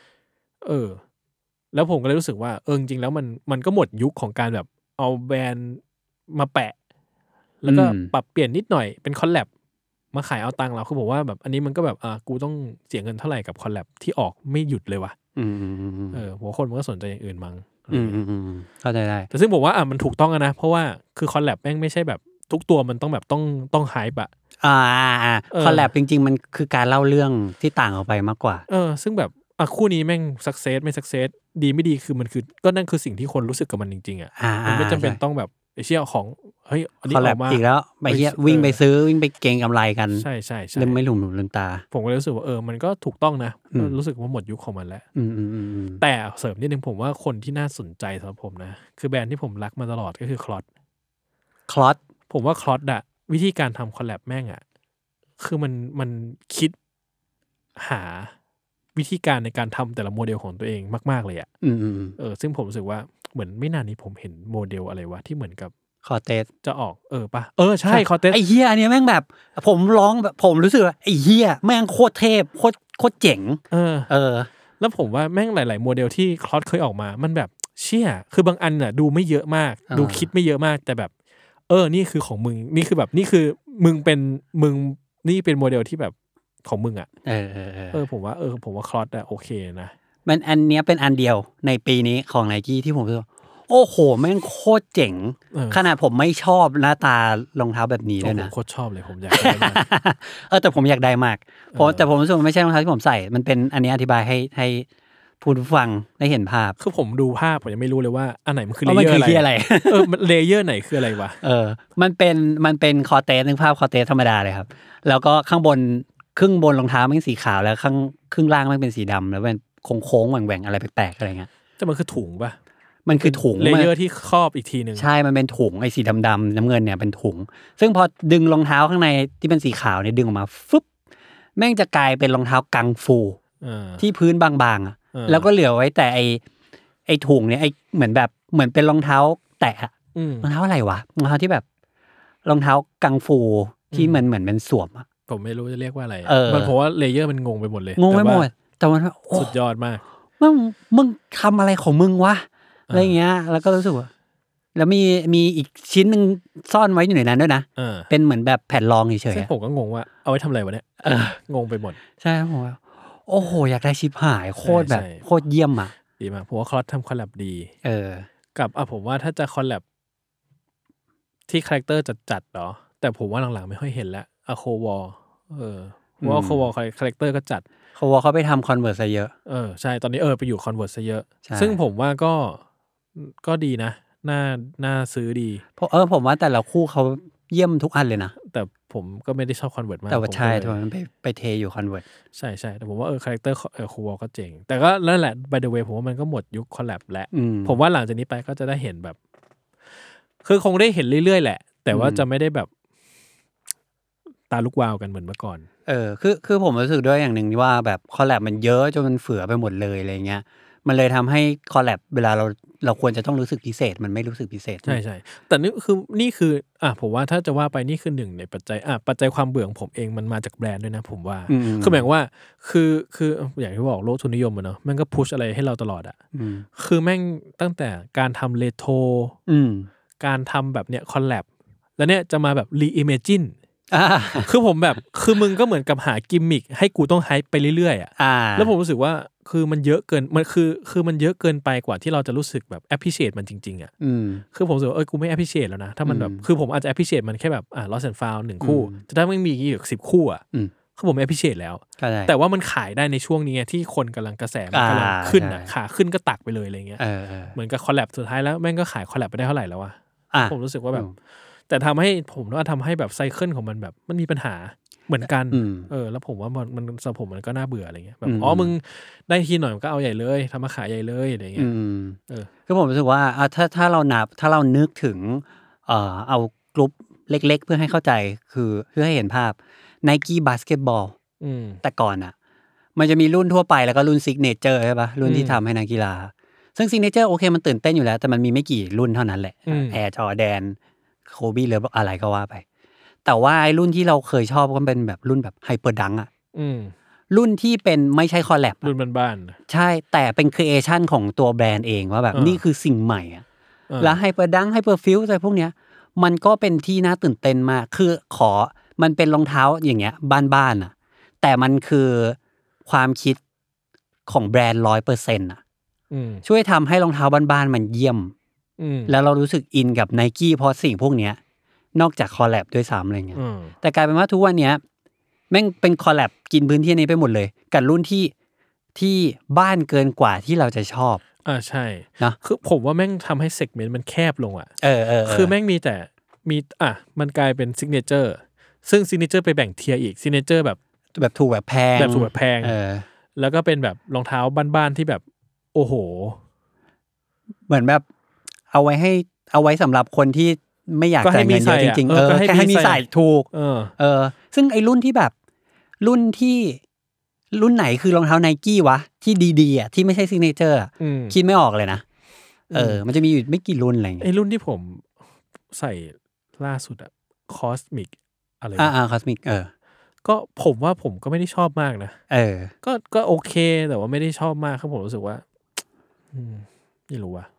แล้วผมก็เลยรู้สึกว่าจริงๆแล้วมันก็หมดยุคของการแบบเอาแบรนด์มาแปะแล้วก็ปรับเปลี่ยนนิดหน่อยเป็นคอลแลบมาขายเอาตังค์เราคือผมว่าแบบอันนี้มันก็แบบกูต้องเสียเงินเท่าไหร่กับคอลแลบที่ออกไม่หยุดเลยวะหัวคนมันก็สนใจอย่างอื่นมั้งเข้าใจได้แต่ซึ่งผมว่ามันถูกต้องนะเพราะว่าคือคอลแลบแม่งไม่ใช่แบบทุกตัวมันต้องแบบต้องไฮป์อะคอลแลบจริงๆมันคือการเล่าเรื่องที่ต่างออกไปมากกว่าซึ่งแบบคู่นี้แม่งสักเซสไม่สักเซสดีไม่ดีคือมันคือก็นั่นคือสิ่งที่คนรู้สึกกับมันจริงๆอ่ะมันไม่จำเป็นต้องแบบเชี่ยของเฮ้ยอันนี้ออกมาอีกแล้วไปเฮียวิ่งไปซื้อวิ่งไปเก็งกำไรกันใช่เริ่มไม่หลุมลืมตาผมก็รู้สึกว่ามันก็ถูกต้องนะรู้สึกว่าหมดยุคของมันแล้วแต่เสริมนิดนึงผมว่าคนที่น่าสนใจสำหรับผมนะคือแบรนด์ที่ผมรักมาตลอดก็คือคลอตผมว่าคลอตอะวิธีการทำคอลแลบแม่งอะคือมันคิดหาวิธีการในการทำแต่ละโมเดลของตัวเองมากๆเลยอ่ะซึ่งผมรู้สึกว่าเหมือนไม่นานนี้ผมเห็นโมเดลอะไรวะที่เหมือนกับคอเตสจะออกป่ะใช่คอเตสไอ้เหี้ยอันนี้แม่งแบบผมร้องแบบผมรู้สึกว่าไอ้เหี้ยแม่งโคตรเทพโคตรเจ๋งแล้วผมว่าแม่งหลายๆโมเดลที่คลอสเคยออกมามันแบบเชี่ยคือบางอันน่ะดูไม่เยอะมากดูคิดไม่เยอะมากแต่แบบนี่คือของมึงนี่คือแบบนี่คือมึงนี่เป็นโมเดลที่แบบของมึงอ่ะผมว่าคลอสอะโอเคนะมันอันเนี้ยเป็นอันเดียวในปีนี้ของ Nike ที่ผมรู้สึกโอ้โหแม่งโคตรเจ๋งขนาดผมไม่ชอบหน้าตารองเท้าแบบนี้เลยนะผมโคตรชอบเลยผมอยากได้มากแต่ผมอยากได้มากแต่ผมรู้สึกว่าไม่ใช่รองเท้าที่ผมใส่มันเป็นอันนี้อธิบายให้ผู้ฟังได้เห็นภาพคือผมดูภาพผมยังไม่รู้เลยว่าอันไหนมันคือเลเยอร์อะไรมันเลเยอร์ไหนคืออะไรวะมันเป็นคอเตสนึกภาพคอเตสธรรมดาเลยครับแล้วก็ข้างบนครึ่งบนรองเท้ามันสีขาวแล้วข้างครึ่งล่างมันเป็นสีดำแล้วเป็นโค้งๆแหว่งๆอะไรแปลกๆอะไรเงี้ยแต่มันคือถุงป่ะมันคือถุงเลเยอร์ที่ครอบอีกทีนึงใช่มันเป็นถุงไอ้สีดำๆน้ำเงินเนี่ยเป็นถุงซึ่งพอดึงรองเท้าข้างในที่เป็นสีขาวเนี่ยดึงออกมาฟึบแม่งจะกลายเป็นรองเท้ากังฟูที่พื้นบางๆแล้วก็เหลือไว้แต่ไอ้ถุงเนี่ยไอ้เหมือนเป็นรองเท้าแตะรองเท้าอะไรวะรองเท้าที่แบบรองเท้ากังฟูที่เหมือนเป็นสวมอะผมไม่รู้จะเรียกว่าอะไรมันเพราะว่าเลเยอร์มันงงไปหมดเลยงงไปหมดแต่มันสุดยอดมากมึงทำอะไรของมึงวะอะไรเงี้ยแล้วก็รู้สึกว่าแล้วมีอีกชิ้นนึงซ่อนไว้อยู่ในนั้นด้วยนะเป็นเหมือนแบบแผ่นรองเฉยๆซึ่งผมก็งงว่าเอาไว้ทำอะไรวะเนี่ยงงไปหมดใช่ผมว่าโอ้โหอยากได้ชิปหายโคตรแบบโคตรเยี่ยมอ่ะดีมากผมว่าคลอสทำคอลแลบดีกับผมว่าถ้าจะคอลแลบที่คาแรคเตอร์จัดๆหรอแต่ผมว่าหลังๆไม่ค่อยเห็นแล้วอะโควอลว่าโควอลคาแรคเตอร์ก็จัดโควอลเขาไปทำคอนเวิร์ตซะเยอะใช่ตอนนี้ไปอยู่คอนเวิร์ตซะเยอะซึ่งผมว่าก็ดีนะน่าซื้อดีผมว่าแต่ละคู่เขาเยี่ยมทุกอันเลยนะแต่ผมก็ไม่ได้ชอบคอนเวิร์ตมากแต่ว่าใช่ทำไมมันไปเทอยู่คอนเวิร์ตใช่แต่ผมว่าคาแรคเตอร์โควอลก็เจ๋งแต่ก็นั่นแหละ by the way ผมว่ามันก็หมดยุคคอลแลบแล้วผมว่าหลังจากนี้ไปก็จะได้เห็นแบบคือคงได้เห็นเรื่อยๆแหละแต่ว่าจะไม่ได้แบบตาลุกวาวกันเหมือนเมื่อก่อนคือผมรู้สึกด้วยอย่างหนึ่งว่าแบบคอลแลบมันเยอะจนมันเฟือไปหมดเลยอะไรเงี้ยมันเลยทำให้คอลแลบเวลาเราควรจะต้องรู้สึกพิเศษมันไม่รู้สึกพิเศษใช่แต่นี่คือผมว่าถ้าจะว่าไปนี่คือหนึ่งในปัจจัยความเบื่อของผมเองมันมาจากแบรนด์ด้วยนะผมว่าคือหมายว่าคืออย่างที่บอกโลกทุนนิยมเนาะมันก็พุชอะไรให้เราตลอดคือแม่งตั้งแต่การทำเรโทรการทำแบบเนี้ยคอลแลบแล้วเนี่ยจะมาแบบรีอิเมจินคือผมแบบคือมึงก็เหมือนกับหากิมมิคให้กูต้องไฮป์ไปเรื่อยๆแล้วผมรู้สึกว่าคือมันเยอะเกินมันคือมันเยอะเกินไปกว่าที่เราจะรู้สึกแบบ appreciate มันจริงๆคือผมรู้สึกว่ากูไม่ appreciate แล้วนะถ้ามันแบบคือผมอาจจะ appreciate มันแค่แบบlost and found 1คู่แต่ถ้ามันมีอีก10คู่คือผม appreciate แล้วแต่ว่ามันขายได้ในช่วงนี้ไงที่คนกำลังกระแสมันกำลังขึ้นขาขึ้นก็ตักไปเลยอะไรเงี้ยเหมือนกับคอลแลบสุดท้ายแล้วแม่งก็ขายคอลแลบไปได้เท่าไหร่แล้ววะผมรู้สึกว่าแบบแต่ทำให้ผมว่าทำให้แบบไซเคิลของมันแบบมันมีปัญหาเหมือนกันแล้วผมว่ามันสำหรับผมมันก็น่าเบื่ออะไรเงี้ยแบบมึงได้ทีหน่อยมันก็เอาใหญ่เลยทำมาขายใหญ่เลยอะไรเงี้ยคือผมรู้สึกว่าถ้าเรานึกถึงเอากลุ่มเล็กๆเพื่อให้เข้าใจคือเพื่อให้เห็นภาพ Nike Basketball แต่ก่อนมันจะมีรุ่นทั่วไปแล้วก็รุ่น Signature ใช่ป่ะรุ่นที่ทำให้นักกีฬาซึ่ง Signature โอเคมันตื่นเต้นอยู่แล้วแต่มันมีไม่กี่รุ่นเท่านั้นแหละ Air Jordanโคบี้หรืออะไรก็ว่าไปแต่ว่าไอ้รุ่นที่เราเคยชอบก็เป็นแบบรุ่นแบบไฮเปอร์ดังรุ่นที่เป็นไม่ใช่คอลแลบรุ่นบ้านๆใช่แต่เป็นครีเอชั่นของตัวแบรนด์เองว่าแบบนี่คือสิ่งใหม่แล้วไฮเปอร์ดังไฮเปอร์ฟิวอะไรพวกเนี้ยมันก็เป็นที่น่าตื่นเต้นมากคือมันเป็นรองเท้าอย่างเงี้ยบ้านๆแต่มันคือความคิดของแบรนด์ 100% ช่วยทำให้รองเท้าบ้านๆมันเยี่ยมแล้วเรารู้สึกอินกับ Nike เพราะสิ่งพวกเนี้ยนอกจากคอลแลบด้วยซ้ำอะไรเงี้ยแต่กลายเป็นว่าทุกวันเนี้ยแม่งเป็นคอลแลบกินพื้นที่นี้ไปหมดเลยกับรุ่นที่บ้านเกินกว่าที่เราจะชอบใช่นะคือผมว่าแม่งทำให้เซกเมนต์มันแคบลงคือแม่งมีมันกลายเป็นซิกเนเจอร์ซึ่งซิกเนเจอร์ไปแบ่งเทียร์อีกซิกเนเจอร์แบบถูกแบบแพงแล้วก็เป็นแบบรองเท้าบ้านๆที่แบบโอ้โหเหมือนแบบเอาไว้สำหรับคนที่ไม่อยากจ่ายเงินเยอะจริงๆแค่ให้มีใส่ถูกซึ่งไอ้รุ่นที่แบบรุ่นไหนคือรองเท้า Nike วะที่ดีๆที่ไม่ใช่ซิกเนเจอร์คิดไม่ออกเลยนะมันจะมีอยู่ไม่กี่รุ่นอะไรเงี้ยไอ้รุ่นที่ผมใส่ล่าสุดCosmic อะไร Cosmic ก็ผมว่าผมก็ไม่ได้ชอบมากนะก็โอเคแต่ว่าไม่ได้ชอบมากครับผมรู้สึกว่าไม่รู้ว่า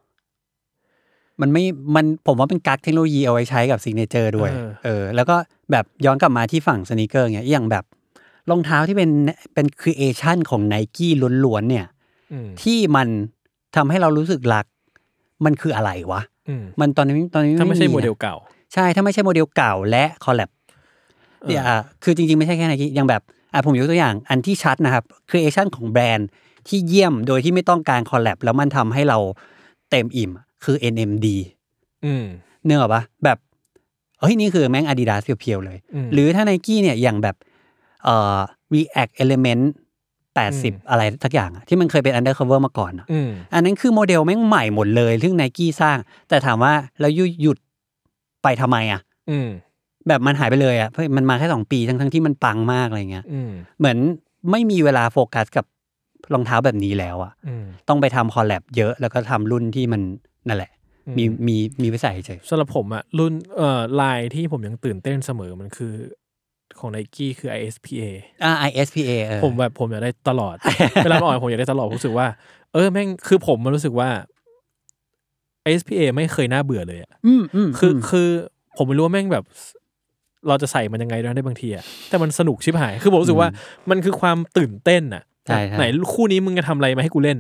มันผมว่าเป็นกั๊กเทคโนโลยีเอาไว้ใช้กับซิกเนเจอร์ด้วยแล้วก็แบบย้อนกลับมาที่ฝั่งสนีกเกอร์เงี้ยอย่างแบบรองเท้าที่เป็นครีเอชั่นของ Nike ล้วนๆเนี่ยที่มันทำให้เรารู้สึกรักมันคืออะไรวะมันตอนนี้ถ้าไม่ใช่โมเดลเก่าใช่ถ้าไม่ใช่โมเดลเก่าและคอลแลบคือจริงๆไม่ใช่แค่ Nike อย่างแบบผมยกตัวอย่างอันที่ชัดนะครับครีเอชั่นของแบรนด์ที่เยี่ยมโดยที่ไม่ต้องการคอลแลบแล้วมันทำให้เราเต็มอิ่มคือ NMD เนื้อปะแบบนี่คือแม่ง Adidas เพียวๆเลยหรือถ้า Nike เนี่ยอย่างแบบReact Element 80อะไรสักอย่างที่มันเคยเป็น Undercover มาก่อนอันนั้นคือโมเดลแม่งใหม่หมดเลยซึ่ง Nike สร้างแต่ถามว่าแล้วหยุดไปทำไมแบบมันหายไปเลยเพราะมันมาแค่2ปีทั้งที่มันปังมากอะไรเงี้ยเหมือนไม่มีเวลาโฟกัสกับรองเท้าแบบนี้แล้วต้องไปทำคอลแลบเยอะแล้วก็ทำรุ่นที่มันนั่นแหละมีไว้ใส่เฉยสำหรับผมรุ่นลายที่ผมยังตื่นเต้นเสมอมันคือของ Nike คือ ISPA ISPA ผมอยากได้ตลอด เวลาอ่อนผมอยากได้ตลอดรู้สึกว่าแม่งคือผมมันรู้สึกว่า ISPA ไม่เคยน่าเบื่อเลยคือผมไม่รู้ว่าแม่งแบบเราจะใส่มันยังไงได้บางทีแต่มันสนุกชิบหายคือผมรู้สึกว่ามันคือความตื่นเต้นไหนคู่นี้มึงจะทำอะไรมาให้กูเล่น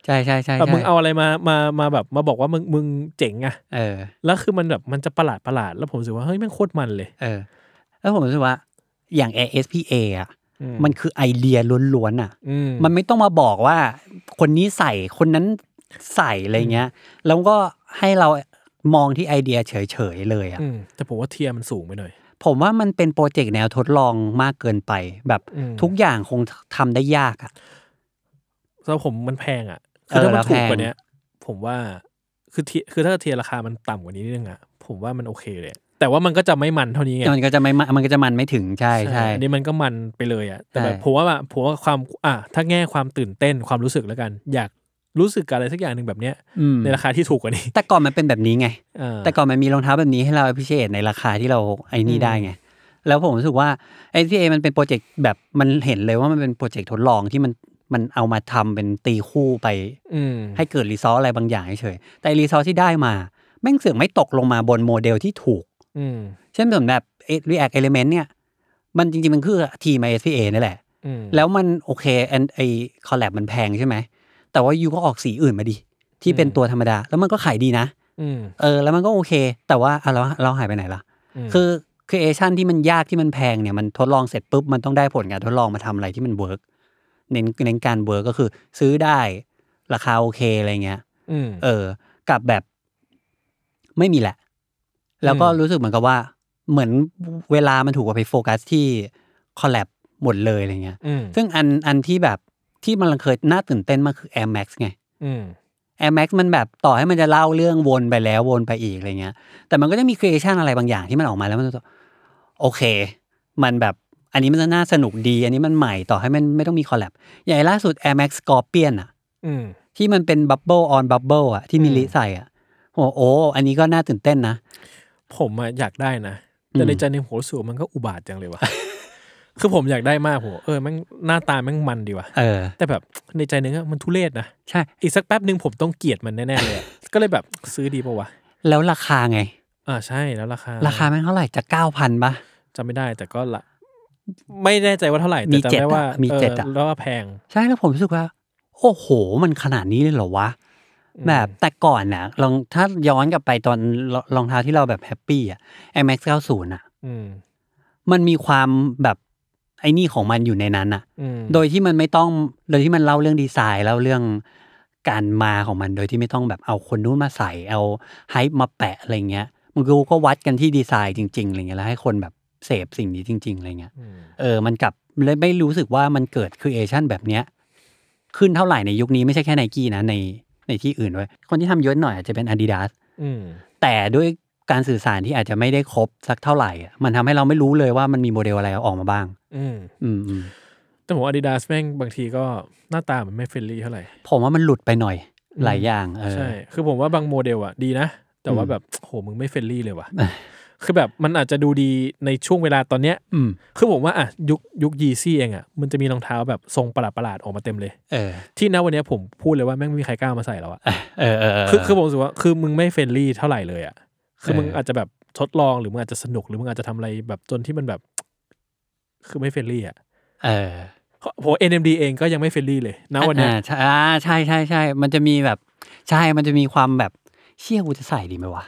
ใช่ๆๆมึงเอาอะไรมาแบบมาบอกว่ามึงเจ๋งอ่ะแล้วคือมันแบบมันจะประหลาดแล้วผมรู้สึกว่าเฮ้ยแม่งโคตรมันเลยแล้วผมรู้สึกว่าอย่าง ASPA อ่ะมันคือไอเดียล้วนๆอ่ะมันไม่ต้องมาบอกว่าคนนี้ใส่คนนั้นใส่อะไรเงี้ยแล้วก็ให้เรามองที่ไอเดียเฉยๆเลยอ่ะแต่ผมว่าเทียร์มันสูงไปหน่อยผมว่ามันเป็นโปรเจกต์แนวทดลองมากเกินไปแบบทุกอย่างคงทำได้ยากอ่ะสำหรับผมมันแพงอ่ะคือถ้ามันถูกกว่านี้ผมว่าคือถ้าเทียร์ราคามันต่ำกว่านี้นิดนึงอ่ะผมว่ามันโอเคเลยแต่ว่ามันก็จะไม่มันเท่านี้ไงมันก็จะมันไม่ถึงใช่อันนี้มันก็มันไปเลยอ่ะแต่แบบผมว่าความถ้าแง่ความตื่นเต้นความรู้สึกแล้วกันอยากรู้สึกอะไรสักอย่างนึงแบบเนี้ยในราคาที่ถูกกว่านี้แต่ก่อนมันเป็นแบบนี้ไงแต่ก่อนมันมีรองเท้าแบบนี้ให้เราappreciateในราคาที่เราไอ้นี่ได้ไงแล้วผมรู้สึกว่า SPA มันเป็นโปรเจกต์แบบมันเห็นเลยว่ามันเป็นโปรเจกต์ทดลองที่มันเอามาทำเป็นตีคู่ไปให้เกิดรีซอสอะไรบางอย่างเฉยๆแต่รีซอสที่ได้มาแม่งเสือกไม่ตกลงมาบนโมเดลที่ถูกเช่นแบบ React Element เนี่ยมันจริงๆมันคือทีม SPA นี่แหละแล้วมันโอเคไอ้คอลแลบมันแพงใช่ไหมแต่ว่ายูก็ออกสีอื่นมาดิที่เป็นตัวธรรมดาแล้วมันก็ขายดีนะแล้วมันก็โอเคแต่ว่าเราหายไปไหนล่ะคือ creation ที่มันยากที่มันแพงเนี่ยมันทดลองเสร็จปุ๊บมันต้องได้ผลการทดลองมาทำอะไรที่มันเวิร์กเน้นการเวิร์กก็คือซื้อได้ราคาโอเคอะไรเงี้ยกับแบบไม่มีแหละแล้วก็รู้สึกเหมือนกับว่าเหมือนเวลามันถูกไปโฟกัสที่คอลแลบหมดเลยอะไรเงี้ยซึ่งอันที่แบบที่มันเคยน่าตื่นเต้นมากคือ Air Max ไงAir Max มันแบบต่อให้มันจะเล่าเรื่องวนไปแล้ววนไปอีกอะไรเงี้ยแต่มันก็จะมีครีเอชั่นอะไรบางอย่างที่มันออกมาแล้วมันโอเคมันแบบอันนี้มันน่าสนุกดีอันนี้มันใหม่ต่อให้มันไม่ต้องมีคอลแลบอย่างล่าสุด Air Max Scorpion อ่ะที่มันเป็น Bubble on Bubble อ่ะที่มิลลิใส่อ่ะโอ้อันนี้ก็น่าตื่นเต้นนะผมอยากได้นะแต่ในใจนึงผมรู้สึกมันก็อุบาทจังเลยวะ คือผมอยากได้มากผมมันหน้าตามันมันดีว่ะแต่แบบในใจนึงมันทุเรศนะใช่อีกสักแป๊บนึงผมต้องเกลียดมันแน่ๆเลยก็เลยแบบซื้อดีป่าววะแล้วราคาไงใช่แล้วราคาแม่งเท่าไหร่จะ 9,000 ป่ะจำไม่ได้แต่ก็ละไม่แน่ใจว่าเท่าไหร่แต่จำได้ว่ามี7อ่ะแล้วว่าแพงใช่แล้วผมรู้สึกว่าโอ้โหมันขนาดนี้เลยเหรอวะแบบแต่ก่อนน่ะลองถ้าย้อนกลับไปตอนรองเท้าที่เราแบบแฮปปี้อ่ะ Air Max 90อ่ะมันมีความแบบไอ้นี่ของมันอยู่ในนั้นอ่ะโดยที่มันไม่ต้องโดยที่มันเล่าเรื่องดีไซน์เล่าเรื่องการมาของมันโดยที่ไม่ต้องแบบเอาคนนู้นมาใส่เอาไฮป์มาแปะอะไรเงี้ยมันก็วัดกันที่ดีไซน์จริงๆอะไรเงี้ยแล้วให้คนแบบเสพสิ่งนี้จริงๆอะไรเงี้ยมันกลับเลยไม่รู้สึกว่ามันเกิดครีเอชั่นแบบเนี้ยขึ้นเท่าไหร่ในยุคนี้ไม่ใช่แค่ Nike นะในที่อื่นด้วยคนที่ทำเยอะหน่อยอาจจะเป็น Adidas แต่ด้วยการสื่อสารที่อาจจะไม่ได้ครบสักเท่าไหร่มันทำให้เราไม่รู้เลยว่ามันมีโมเดลอะไรออกมาบ้างแต่ผม Adidas แม่งบางทีก็หน้าตามันไม่เฟรนลี่เท่าไหร่ผมว่ามันหลุดไปหน่อยหลายอย่างใช่คือผมว่าบางโมเดลดีนะแต่ว่าแบบโหมึงไม่เฟรนลี่เลยว่ะคือแบบมันอาจจะดูดีในช่วงเวลาตอนเนี้ยคือผมว่ายุค Yeezy เองมันจะมีรองเท้าแบบทรงประหลาดออกมาเต็มเลยที่ณวันนี้ผมพูดเลยว่าแม่งไม่มีใครกล้ามาใส่แล้วอะคือผมรู้สึกว่าคือมึงไม่เฟรนลี่เท่าไหร่เลยอะคือมึงอาจจะแบบทดลองหรือมึงอาจจะสนุกหรือมึงอาจจะทำอะไรแบบจนที่มันแบบคือไม่เฟรนลี่อะผม NMD เองก็ยังไม่เฟรนลี่เลยณวันนี้ใช่มันจะมีแบบใช่มันจะมีความแบบเชี่ยกูจะใส่ดีไหมวะ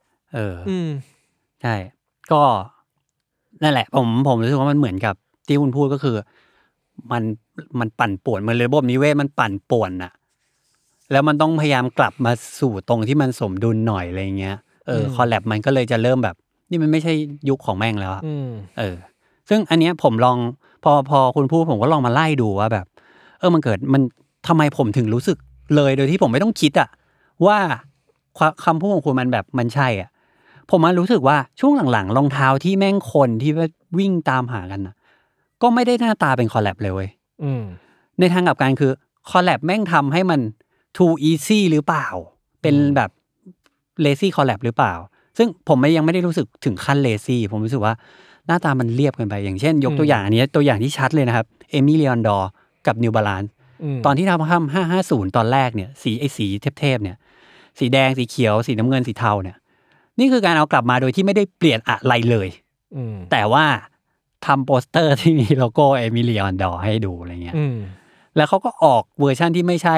ใช่ก็นั่นแหละผมรู้สึกว่ามันเหมือนกับที่คุณพูดก็คือมันปั่นป่วนมันเลยระบบนิเวศมันปั่นป่วนน่ะแล้วมันต้องพยายามกลับมาสู่ตรงที่มันสมดุลหน่อยอะไรเงี้ยคอลแลบมันก็เลยจะเริ่มแบบนี่มันไม่ใช่ยุคของแม่งแล้วซึ่งอันเนี้ยผมลองพอคุณพูดผมก็ลองมาไล่ดูว่าแบบมันเกิดมันทำไมผมถึงรู้สึกเลยโดยที่ผมไม่ต้องคิดอะว่าคำพูดของคุณมันแบบมันใช่อ่ะผมมารู้สึกว่าช่วงหลังๆรองเท้าที่แม่งคนที่วิ่งตามหากันนะก็ไม่ได้หน้าตาเป็นคอลแลบเลยเว้ยในทางกลับกันคือคอลแลบแม่งทำให้มัน too easy หรือเปล่าเป็นแบบ lazy collab หรือเปล่าซึ่งผมยังไม่ได้รู้สึกถึงขั้น lazy ผมรู้สึกว่าหน้าตามันเรียบเกินไปอย่างเช่นยกตัวอย่างอันนี้ตัวอย่างที่ชัดเลยนะครับเอมิลีออนดอร์กับ New Balance ตอนที่ทำ550ตอนแรกเนี่ยสีเทพๆเนี่ยสีแดงสีเขียวสีน้ำเงินสีเทาเนี่ยนี่คือการเอากลับมาโดยที่ไม่ได้เปลี่ยนอะไรเลยแต่ว่าทำโปสเตอร์ที่มีโลโก้เอมิลีออนดอร์ให้ดูอะไรเงี้ยแล้วเขาก็ออกเวอร์ชันที่ไม่ใช่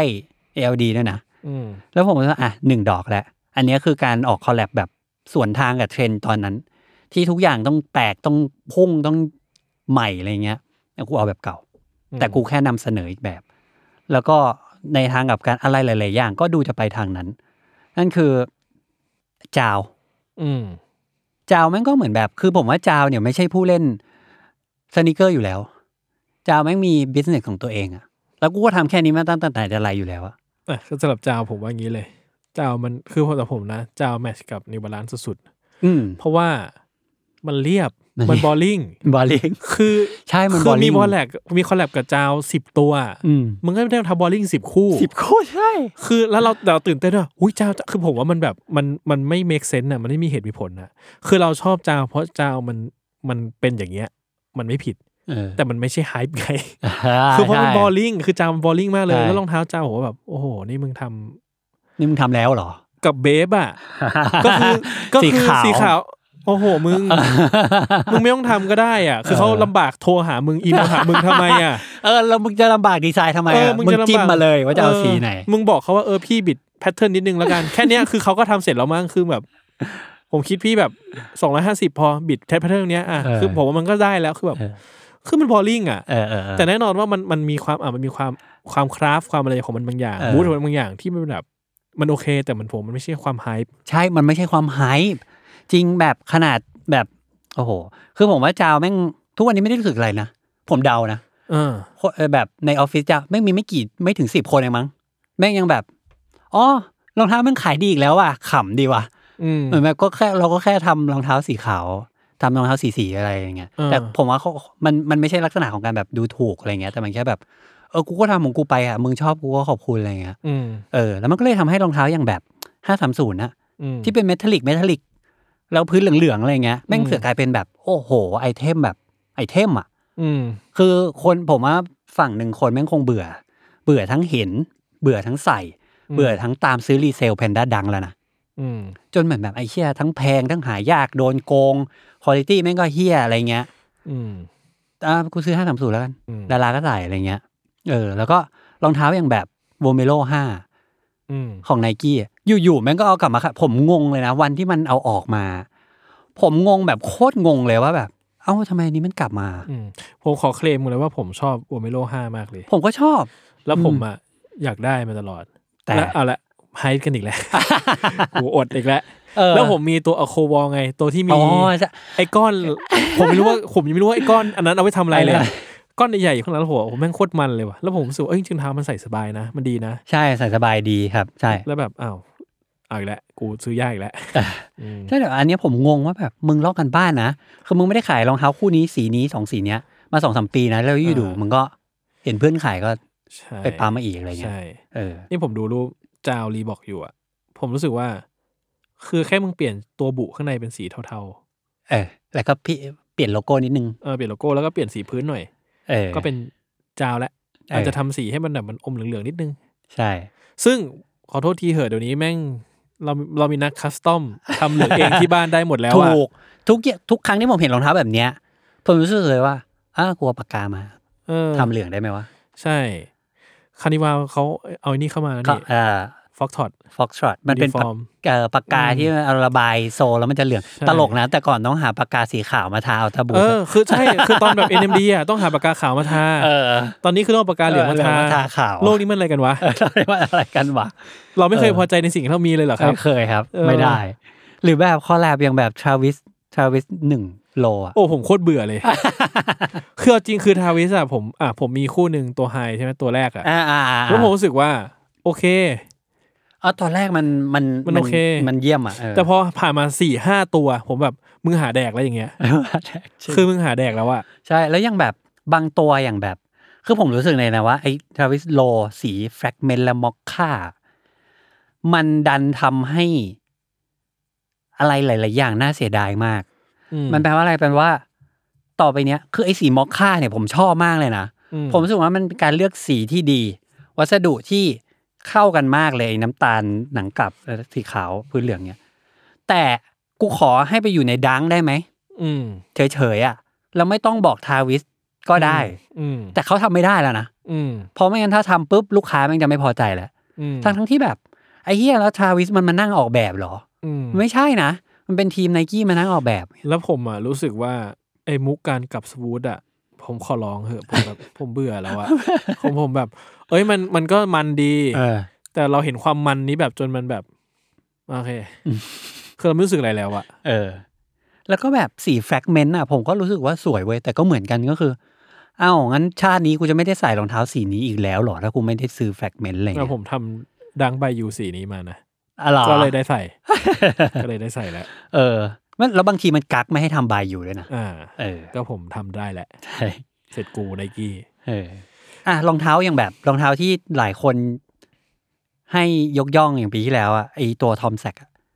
ALD ด้วยนะแล้วผมว่า1ดอกแล้วอันนี้คือการออกคอลแลบแบบสวนทางกับเทรนด์ตอนนั้นที่ทุกอย่างต้องแปลกต้องพุ่งต้องใหม่อะไรเงี้ยแต่กูเอาแบบเก่าแต่กูแค่นำเสนออีกแบบแล้วก็ในทางกับการอะไรหลายๆอย่างก็ดูจะไปทางนั้นนั่นคือจาวจาวแม่งก็เหมือนแบบคือผมว่าจาวเนี่ยไม่ใช่ผู้เล่นสนิเกอร์อยู่แล้วจาวแม่งมีบิสเนสของตัวเองอะแล้วกูก็ทำแค่นี้มาตั้งแต่แต่ไรอยู่แล้วอะสำหรับจาวผมว่าอย่างนี้เลยจาวมันคือสำหรับผมนะจาวแมทช์กับนิวบาลานซ์สุดๆเพราะว่ามันเรียบมันบอลลิ่งคือใช่มันคือมีบอลแลกมีคอลแลบกับจาว10ตัวมึงก็ไม่ได้ทำบอลลิ่ง10คู่ใช่คือแล้วเราตื่นเต้นด้วยอุ้ยจาวคือผมว่ามันแบบมันไม่เมคเซนส์น่ะมันไม่มีเหตุมีผลน่ะคือเราชอบจาวเพราะจาวมันเป็นอย่างเงี้ยมันไม่ผิดแต่มันไม่ใช่ไฮป์ไงคือเพราะมันบอลลิ่งคือจาวมันบอลลิ่งมากเลยแล้วรองเท้าจาวผมแบบโอ้โหนี่มึงทำแล้วเหรอกับเบฟอ่ะก็คือสีขาวโอ้โหมึงไม่ต้องทำก็ได้อ่ะคือเขาลำบากโทรหามึงอีเมลหามึงทำไมอ่ะแล้วมึงจะลำบากดีไซน์ทำไมอ่ะมึงจิ้มมาเลยว่าจะเอาสีไหนมึงบอกเขาว่าพี่บิดแพทเทิร์นนิดนึงแล้วกันแค่นี้คือเขาก็ทำเสร็จแล้วมั้งคือแบบผมคิดพี่แบบ250พอบิดแพทเทิร์นเนี้ยคือผมว่ามันก็ได้แล้วคือแบบคือมันบอลลิ่งอ่ะแต่แน่นอนว่ามันมีความมันมีความคราฟความอะไรของมันบางอย่างมูดของมันบางอย่างที่มันแบบมันโอเคแต่มันไม่ใช่ความไฮป์ใช่มันไม่ใช่ความไฮป์จริงแบบขนาดแบบโอ้โหคือผมว่าจาวแม่งทุกวันนี้ไม่ได้รู้สึกอะไรนะผมเดานะแบบในออฟฟิศจาวแม่งมีไม่ถึง10 คนเองมั้งแม่งยังแบบอ๋อรองเท้ามันขายดีอีกแล้วว่ะขำดีว่ะเหมือนแบบเราก็แค่ทำรองเท้าสีขาวทำรองเท้าสีอะไรอย่างเงี้ยแต่ผมว่ามันไม่ใช่ลักษณะของการแบบดูถูกอะไรเงี้ยแต่มันแค่แบบกูก็ทำของกูไปอ่ะมึงชอบกูก็ขอบคุณอะไรเงี้ยแล้วมันก็เลยทำให้รองเท้าอย่างแบบ530นะที่เป็นเมทัลลิกแล้วพื้นเหลืองๆอะไรเงี้ยแม่งเสือกกลายเป็นแบบโอ้โหไอเทมแบบไอเทมอ่ะคือคนผมว่าฝั่งหนึ่งคนแม่งคงเบื่อทั้งเห็นเบื่อทั้งใส่เบื่อทั้งตามซื้อรีเซลแพนด้าดังแล้วนะจนเหมือนแบบไอเหี้ยทั้งแพงทั้งหายากโดนโกงควอลิตี้แม่งก็เหี้ยอะไรเงี้ยกูซื้อ530แล้วกันดาราก็ใส่อะไรเงี้ยแล้วก็รองเท้าอย่างแบบโวเมโล5ของ Nike อยู่ๆแม่งก็เอากลับมาผมงงเลยนะวันที่มันเอาออกมาผมงงแบบโคตรงงเลยว่าแบบเอ้าทำไมนี้มันกลับมาผมขอเคลมเลยว่าผมชอบโวเมโล5มากเลยผมก็ชอบแล้วผมอ่ะอยากได้มาตลอดแต่เอาละไฮป์กันอีกแล้วกูอดอีกแล้วแล้วผมมีตัวอะโควอลไงตัวที่มีไอ้ก้อนผมยังไม่รู้ว่าไอ้ก้อนอันนั้นเอาไว้ทำอะไรเลยก้อนใหญ่ๆข้างหลังหัวผมแม่งโคตรมันเลยว่ะแล้วผมรู้สึกจริงๆเท้ามันใส่สบายนะมันดีนะใช่ใส่สบายดีครับใช่แล้วแบบเอาอีกแล้วกูซื้อยากอีกแล้วใช่แต่อันนี้ผมงงว่าแบบมึงลอกกันบ้านนะคือมึงไม่ได้ขายรองเท้าคู่นี้สีนี้2สีเนี้ยมา 2-3 ปีนะแล้วอยู่ๆมึงก็เห็นเพื่อนขายก็ไปปามาอีกอะไรเงี้ยนี่ผมดูรูปจาวรีบอกอยู่อ่ะผมรู้สึกว่าคือแค่มึงเปลี่ยนตัวบุข้างในเป็นสีเทาๆแล้วก็เปลี่ยนโลโก้นิดนึงเปลี่ยนโลโก้แล้วก็เปลี่ยนสีพื้นหน่อยก็เป็นจาวแล้วอาจจะทำสีให้มันแบบมันอมเหลืองๆนิดนึงใช่ซึ่งขอโทษทีเหอะเดี๋ยวนี้แม่งเรามีนักคัสตอมทำเหลืองเองที่บ้านได้หมดแล้วอะทุกครั้งที่ผมเห็นรองเท้าแบบเนี้ยผมรู้สึกเลยว่ากลัวปากกามาทำเหลืองได้ไหมวะใช่คานิวาเขาเอาอันนี้เข้ามานี่ฟ็อกทอดมันเป็นปากกาที่เอาระบายโซแล้วมันจะเหลืองตลกนะแต่ก่อนต้องหาปากกาสีขาวมาทาเอาตะบูคือใช่คือตอนแบบ NMD อ่ะต้องหาปากกาขาวมาทาตอนนี้คือต้องปากกาเหลืองมาทาขาวโลกนี้มันอะไรกันวะอะไรกันวะเราไม่เคยพอใจในสิ่งที่เรามีเลยเหรอครับไม่เคยครับไม่ได้หรือแบบคอลแลบอย่างแบบทราวิส1โลอ่ะโอ้ผมโคตรเบื่อเลยคือจริงคือทราวิสอ่ะผมมีคู่นึงตัวไฮใช่ไหมตัวแรกอ่ะแล้วผมรู้สึกว่าโอเคตอนแรกมันโอเคมันเยี่ยมอ่ะแต่พอผ่านมา 4-5 ตัวผมแบบมึงหาแดกแล้วอย่างเงี้ยคือมึงหาแดกแล้วอ่ะใช่แล้วยังแบบบางตัวอย่างแบบคือผมรู้สึกเลยนะว่าไอ้ทราวิสโลสีแฟรกเมนต์และมอคค่ามันดันทำให้อะไรหลายๆอย่างน่าเสียดายมากมันแปลว่าอะไรแปลว่าต่อไปเนี้ยคือไอ้สีมอคค่าเนี่ยผมชอบมากเลยนะผมรู้สึกว่ามันเป็นการเลือกสีที่ดีวัสดุที่เข้ากันมากเลยน้ำตาลหนังกลับสีขาวพื้นเหลืองเนี่ยแต่กูขอให้ไปอยู่ในดังได้ไหมเฉยๆอ่ะเราไม่ต้องบอกทาวิสก็ได้แต่เขาทำไม่ได้แล้วนะเพราะไม่งั้นถ้าทำปุ๊บลูกค้ามันจะไม่พอใจแล้วทั้งที่แบบไอ้เหี้ยแล้วทราวิสมันมานั่งออกแบบเหรอไม่ใช่นะมันเป็นทีม Nike มานั่งออกแบบแล้วผมอ่ะรู้สึกว่าไอ้มุกการกลับสวูทอ่ะผมขอร้องเหอะผมแบบ ผมเบื่อแล้วอ่ะผมแบบมันก็มันดีแต่เราเห็นความมันนี้แบบจนมันแบบโอเคคือเราไม่รู้สึกอะไรแล้วอ่ะแล้วก็แบบสีแฟกเมนต์อ่ะผมก็รู้สึกว่าสวยเว้ยแต่ก็เหมือนกันก็คืออ้าวงั้นชาตินี้กูจะไม่ได้ใส่รองเท้าสีนี้อีกแล้วหรอถ้ากูไม่ได้ซื้อแฟกเมนต์อะไรเงี้ยผมทำดังใบยูสีนี้มานะก็เลยได้ใส่ ก็เลยได้ใส่แล้วแล้วบางทีมันกักไม่ให้ทำใบอยู่ด้วยนะก็ผมทำได้แหละใช่เสร็จกูไนกี้รองเท้าอย่างแบบรองเท้าที่หลายคนให้ยกย่องอย่างปีที่แล้วอ่ะไอตัวทอมแซก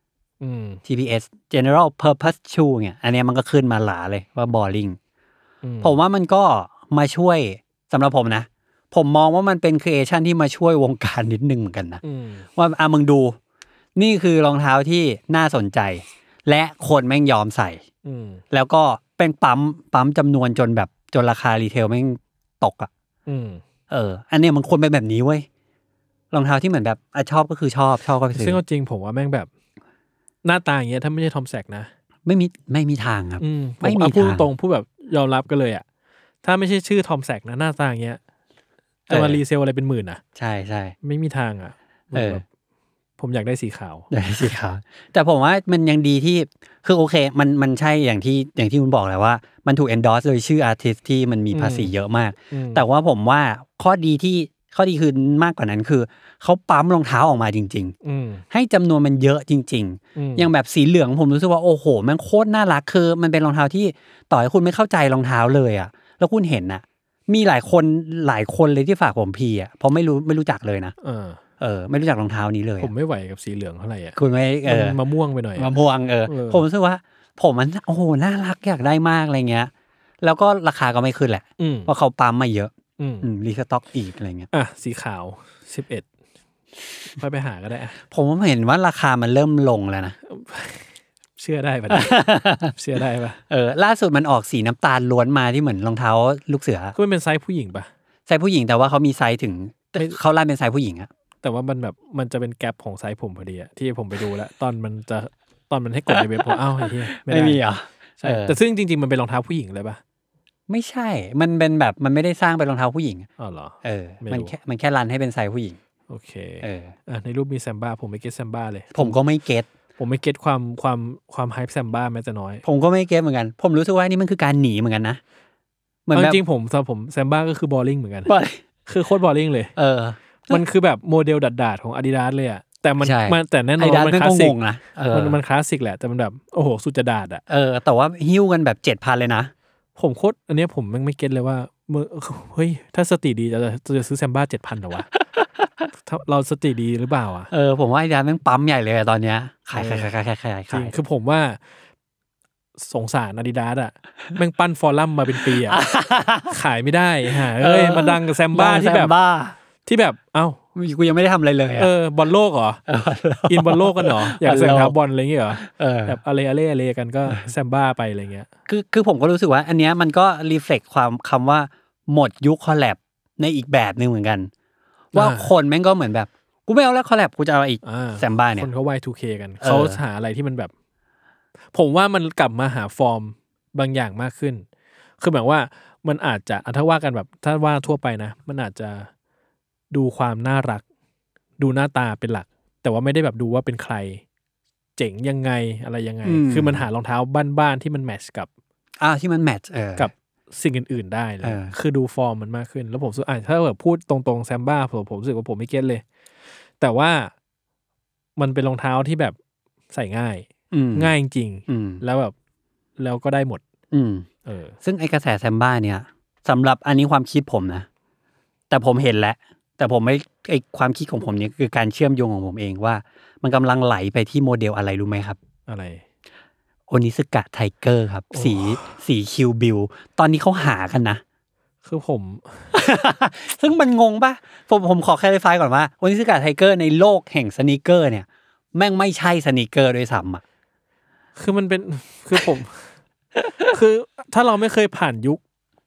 TPS General Purpose Shoe เนี่ยอันนี้มันก็ขึ้นมาหลาเลยว่าบอลลิงผมว่ามันก็มาช่วยสำหรับผมนะผมมองว่ามันเป็นครีเอชันที่มาช่วยวงการนิดนึงเหมือนกันนะว่ามึงดูนี่คือรองเท้าที่น่าสนใจและคนแม่งยอมใส่แล้วก็เป็นปั๊มจำนวนจนราคารีเทลแม่งตกอ่ะอันนี้มันควรเป็นแบบนี้เว้ยรองเท้าที่เหมือนแบบชอบก็คือชอบก็ไปซื้อซึ่งจริงผมว่าแม่งแบบหน้าตาอย่างเงี้ยถ้าไม่ใช่ทอมแซกนะไม่มีทางครับไม่มีพูดตรงพูดแบบยอมรับกันเลยอ่ะถ้าไม่ใช่ชื่อทอมแซกนะหน้าตาอย่างเงี้ยจะมารีเซลอะไรเป็นหมื่นอ่ะใช่ไม่มีทางอ่ะผมอยากได้สีขาวแต่ผมว่ามันยังดีที่คือโอเคมันใช่อย่างที่คุณบอกแหละว่ามันถูก endorse โดยชื่ออาร์ติสที่มันมีภาษีเยอะมากแต่ว่าผมว่าข้อดีคือมากกว่านั้นคือเขาปั๊มรองเท้าออกมาจริงๆให้จำนวนมันเยอะจริงๆอย่างแบบสีเหลืองผมรู้สึกว่าโอ้โหมันโคตรน่ารักคือมันเป็นรองเท้าที่ต่อให้คุณไม่เข้าใจรองเท้าเลยอ่ะแล้วคุณเห็นน่ะมีหลายคนเลยที่ฝากผมพีอ่ะเพราะไม่รู้จักเลยนะไม่รู้จักรองเท้านี้เลยผมไม่ไหวกับสีเหลืองเท่าไหร่อ่ะคุณไม่มะม่วงไปหน่อยมะม่วงผมรู้สึกว่าผมมันโอ้โหน่ารักอยากได้มากอะไรเงี้ยแล้วก็ราคาก็ไม่ขึ้นแหละเพราะเขาปั๊มมาเยอะรีสต็อกอีกอะไรเงี้ยสีขาว11ค่อยไปหาก็ได้ผมเห็นว่าราคามันเริ่มลงแล้วนะเชื่อได้ป่ะเชื่อได้ป่ะล่าสุดมันออกสีน้ำตาลล้วนมาที่เหมือนรองเท้าลูกเสือก็เป็นไซส์ผู้หญิงป่ะไซส์ผู้หญิงแต่ว่าเขามีไซส์ถึงเขาไล่เป็นไซส์ผู้หญิงอะแต่ว่ามันแบบมันจะเป็นแกปของไซส์ผมพอดีอะที่ผมไปดูแล้วตอนมันให้กดในเว็บผมไอ้ที่ไม่มีอ่ะใช่แต่ซึ่งจริงๆมันเป็นรองเท้าผู้หญิงเลยป่ะไม่ใช่มันเป็นแบบมันไม่ได้สร้างเป็นรองเท้าผู้หญิงอ๋อเหรอมันแค่รันให้เป็นไซส์ผู้หญิงโอเคในรูปมีแซมบ้าผมไม่เก็ตแซมบ้าเลยผมก็ไม่เก็ตผมไม่เก็ตความไฮป์แซมบ้าแม้แต่น้อยผมก็ไม่เก็ตเหมือนกันผมรู้สึกว่านี่มันคือการหนีเหมือนกันนะเหมือนจริงผมแซมบ้าก็คือบอลลิงเหมือนกันคือโคตรบอลลิงเลยมันคือแบบโมเดลดัดๆของ Adidas เลยอ่ะแต่มันแต่แน่นอนมันคลาสสิกนะมันคลาสสิกแหละแต่มันแบบโอ้โหสุดจะดาดอ่ะแต่ว่าหิ้วกันแบบ 7,000 เลยนะผมโคตรอันนี้ผมไม่เก็ตเลยว่าเฮ้ยถ้าสติดีจะซื้อแซมบ้า 7,000 เหรอวะเราสติดีหรือเปล่าอ่ะผมว่าAdidasแม่งปั๊มใหญ่เลยตอนเนี้ยขายจริงคือผมว่าสงสาร Adidas อ่ะแม่งปั้นฟอรัมมาเป็นปีอ่ะขายไม่ได้มาดังกับแซมบ้าที่แบบเอ้ากูยังไม่ได้ทำอะไรเลยบอลโลกเหรออินบอลโลกกันเหรออยากใส่รองเท้าบอลอะไรอย่างเงี้ยเหรอแบบอะไรกันก็แซมบ้าไปอะไรเงี้ยคือผมก็รู้สึกว่าอันเนี้ยมันก็รีเฟล็กความคำว่าหมดยุคคอลแลบในอีกแบบนึงเหมือนกันว่าคนแม่งก็เหมือนแบบกูไม่เอาแล้วคอลแลบกูจะเอาอีกแซมบ้าเนี่ยคนเขา Y2K กันเขาหาอะไรที่มันแบบผมว่ามันกลับมาหาฟอร์มบางอย่างมากขึ้นคือแบบว่ามันอาจจะถ้าว่ากันแบบถ้าว่าทั่วไปนะมันอาจจะดูความน่ารักดูหน้าตาเป็นหลักแต่ว่าไม่ได้แบบดูว่าเป็นใครเจ๋งยังไงอะไรยังไงคือมันหารองเท้าบ้านๆที่มันแมทช์กับที่มันแมทช์กับสิ่งอื่นๆได้เลยคือดูฟอร์มมันมากขึ้นแล้วผมรู้สึกถ้าแบบพูดตรงๆแซมบ้าผมรู้สึกว่าผมไม่เก็ตเลยแต่ว่ามันเป็นรองเท้าที่แบบใส่ง่ายจริงๆแล้วแบบแล้วก็ได้หมดซึ่งไอ้กระแสแซมบ้าเนี่ยสำหรับอันนี้ความคิดผมนะแต่ผมเห็นแล้วแต่ผมไม่ไอความคิดของผมเนี่ยคือการเชื่อมโยงของผมเองว่ามันกำลังไหลไปที่โมเดลอะไรรู้ไหมครับอะไรโอนิสึกะไทเกอร์ครับสีคิวบิลตอนนี้เขาหากันนะคือผมซึ่งมันงงป่ะผมขอแคลริฟายก่อนว่าโอนิสึกะไทเกอร์ในโลกแห่งสนีกเกอร์เนี่ยแม่งไม่ใช่สนีกเกอร์ด้วยซ้ำอ่ะคือมันเป็นคือผม คือถ้าเราไม่เคยผ่านยุค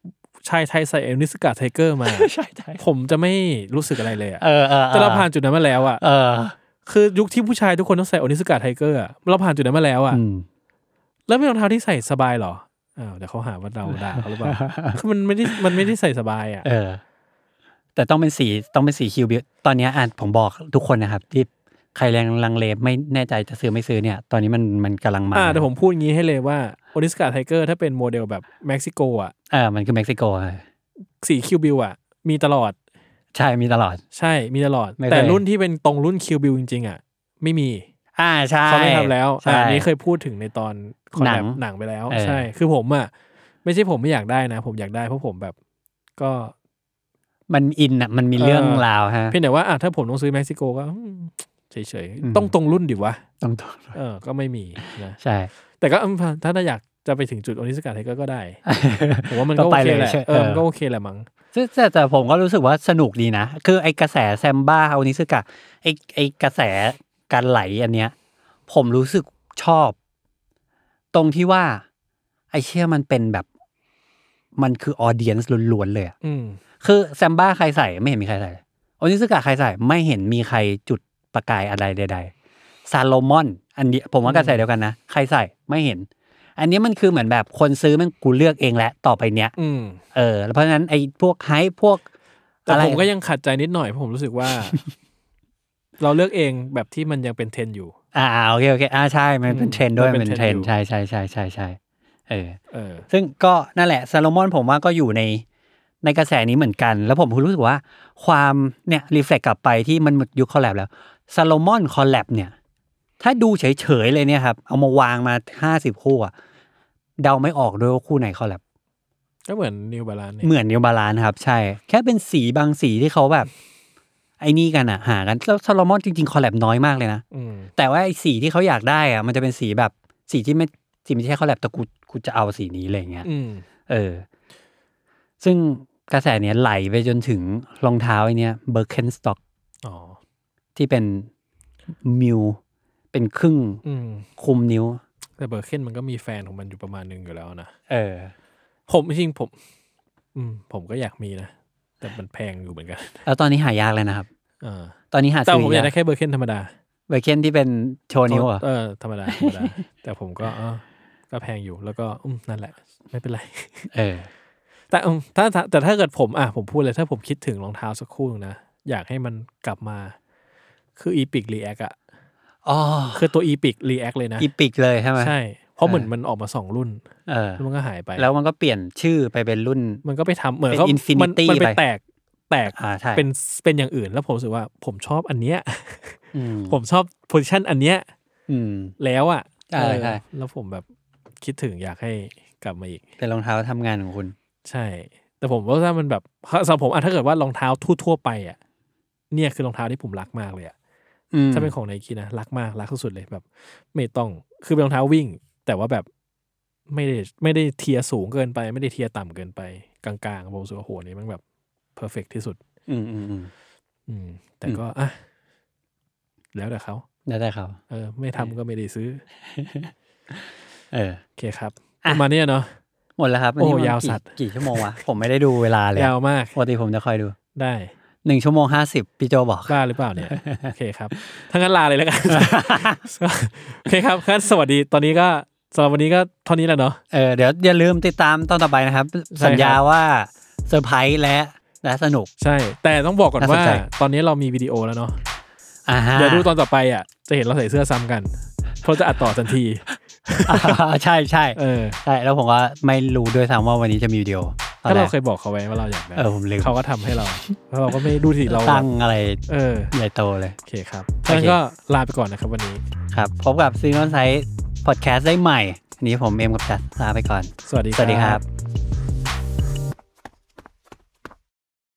ชายไทยใส่นิสกาไทเกอร์มาผมจะไม่รู้สึกอะไรเลยอ่ะแต่เราผ่านจุดนั้นมาแล้วอ่ะคือยุคที่ผู้ชายทุกคนต้องใส่นิสกาไทเกอร์อ่ะเราผ่านจุดนั้นมาแล้วอ่ะแล้วเป็นรองเท้าที่ใส่สบายหรอเดี๋ยวเขาหาว่าเราด่าเขาหรือเปล่าคือมันไม่ได้ใส่สบายอ่ะแต่ต้องเป็นสีคิวบิวตอนนี้ผมบอกทุกคนนะครับที่ใครลังเลไม่แน่ใจจะซื้อไม่ซื้อเนี่ยตอนนี้มันกำลังมาแต่ผมพูดงี้ให้เลยว่าโอนิสกาไทเกอร์ถ้าเป็นโมเดลแบบเม็กซิโกอ่ะมันคือเม็กซิโกสีคิวบิวอ่ะมีตลอดใช่มีตลอดแต่รุ่นที่เป็นตรงรุ่นคิวบิวจริงๆอ่ะไม่มีใช่เขาไม่ทำแล้วอันนี้เคยพูดถึงในตอนหนังไปแล้วใช่คือผมอ่ะไม่ใช่ผมไม่อยากได้นะผมอยากได้เพราะผมแบบก็มันอินอ่ะมันมีเรื่องราวฮะเพียงแต่ว่าถ้าผมต้องซื้อเม็กซิโกก็เฉยๆต้องตรงรุ่นดิวะต้องก็ไม่มีนะใช่แต่ก็ถ้าอยากจะไปถึงจุดโอนิสกาไทเกอร์ก็ได้ผมว่ามันก็โอเคแหละก็โอเคแหละมั้งแต่ผมก็รู้สึกว่าสนุกดีนะคือไอ้กระแสแซมบ้าโอนิสกาไอ้กระแสการไหลอันเนี้ยผมรู้สึกชอบตรงที่ว่าไอ้เชี่ยมันเป็นแบบมันคือออเดียนซ์ล้วนๆเลยอ่ะคือแซมบ้าใครใส่ไม่เห็นมีใครใส่โอนิสกาใครใส่ไม่เห็นมีใครจุดประกายอะไรใดๆซาโลมอนอันนี้ผมว่ากระแสเดียวกันนะใครใส่ไม่เห็นอันนี้มันคือเหมือนแบบคนซื้อมันกูเลือกเองแล้วต่อไปเนี้ยแล้วเพราะฉะนั้นไอ้พวกไฮพวกแต่ผมก็ยังขัดใจนิดหน่อยเพราะผมรู้สึกว่า เราเลือกเองแบบที่มันยังเป็นเทรนด์อยู่โอเคใช่มันเป็นเทรนด์ด้วยเป็นเทรนด์ใช่ซึ่งก็นั่นแหละซาโลมอนผมว่าก็อยู่ในกระแสนี้เหมือนกันแล้วผมรู้สึกว่าความเนี่ยรีเฟล็กกลับไปที่มันหมดยุคคอลแลบแล้วซาโลมอนคอลแลบเนี่ยถ้าดูเฉยๆเลยเนี่ยครับเอามาวางมา50คู่อ่ะเดาไม่ออกด้วยว่าคู่ไหนคอลแลบก็เหมือนนิวบาลานซ์เหมือนนิวบาลานซ์ครับใช่แค่เป็นสีบางสีที่เขาแบบไอ้นี่กันอ่ะหากันแล้วซาโลมอนจริงๆคอลแลบน้อยมากเลยนะแต่ว่าไอ้สีที่เขาอยากได้อ่ะมันจะเป็นสีแบบสีที่ไม่ใช่คอลแลบแต่กูจะเอาสีนี้อะไรอย่างเงี้ยซึ่งกระแสเนี้ยไหลไปจนถึงรองเท้าไอ้เนี้ยเบอร์เคนสต็อกที่เป็นมิวเป็นครึ่งคุมนิ้วแต่เบอร์เคนมันก็มีแฟนของมันอยู่ประมาณนึงอยู่แล้วนะผมจริงผมก็อยากมีนะแต่มันแพงอยู่เหมือนกันแล้วตอนนี้หายากเลยนะครับตอนนี้หาซื้อแต่ผมอยากได้แค่เบอร์เคนธรรมดาเบอร์เคนที่เป็นโชว์นิ้วธรรมดาแต่ผมก็แพงอยู่แล้วก็นั่นแหละไม่เป็นไรแต่ถ้าเกิดผมพูดเลยถ้าผมคิดถึงรองเท้าสักคู่นะอยากให้มันกลับมาคือ Epic React อ่ะคือตัว Epic React เลยนะ Epic เลยใช่ไหมใช่เพราะเหมือนมันออกมา2รุ่นแล้วมันก็หายไปแล้วมันก็เปลี่ยนชื่อไปเป็นรุ่นมันก็ไปทำเหมือนเขามันไปแตกเป็นอย่างอื่นแล้วผมรู้สึกว่าผมชอบอันเนี้ยผมชอบโพสิชันอันเนี้ยแล้วอ่ะแล้วผมแบบคิดถึงอยากให้กลับมาอีกเป็นรองเท้าทำงานของคุณใช่แต่ผมว่าถ้ามันแบบสำหรับผมถ้าเกิดว่ารองเท้าทั่วไปอ่ะเนี่ยคือรองเท้าที่ผมรักมากเลยอ่ะถ้าเป็นของ Nike นะรักมากรักสุดๆเลยแบบไม่ต้องคือเป็นรองเท้าวิ่งแต่ว่าแบบไม่ได้เทียร์สูงเกินไปไม่ได้เทียร์ต่ำเกินไปกลางๆผมรู้สึกว่าโหนี่มันแบบเพอร์เฟคที่สุดแต่ก็แล้วแต่เขาไม่ทำก็ไม่ได้ซื้อโอเคครับประมาณนี้เนาะหมดแล้วครับโอ้ยาวสัตว์กี่ชั่วโมงวะผมไม่ได้ดูเวลาเลยยาวมากปกติผมจะคอยดูได้ 1 ชั่วโมง 50พี่โจบอกบ้าหรือเปล่าเนี่ยโอเคครับถ้างั้นลาเลยแล้วกันโอเคครับงั้นสวัสดีตอนนี้ก็สำหรับวันนี้ก็เท่านี้แล้วเนาะเดี๋ยวอย่าลืมติดตามตอนต่อไปนะครับสัญญาว่าเซอร์ไพรส์และสนุกใช่แต่ต้องบอกก่อนว่าตอนนี้เรามีวิดีโอแล้วเนาะเดี๋ยวดูตอนต่อไปอ่ะจะเห็นเราใส่เสื้อซ้ำกันเพราะจะอัดต่อทันทีใช่ใช่แล้วผมว่าไม่รู้ด้วยซ้ำว่าวันนี้จะมีวิดีโอถ้าเราเคยบอกเขาไว้ว่าเราอยากได้ผมลืมเขาก็ทำให้เราแล้วเราก็ไม่ดูสิเราตั้งอะไรใหญ่โตเลยโอเคครับงั้นก็ลาไปก่อนนะครับวันนี้ครับพบกับซีนอนไซต์พอดแคสต์ได้ใหม่อันนี้ผมเอ็มกับจัดลาไปก่อนสวัสดีครับ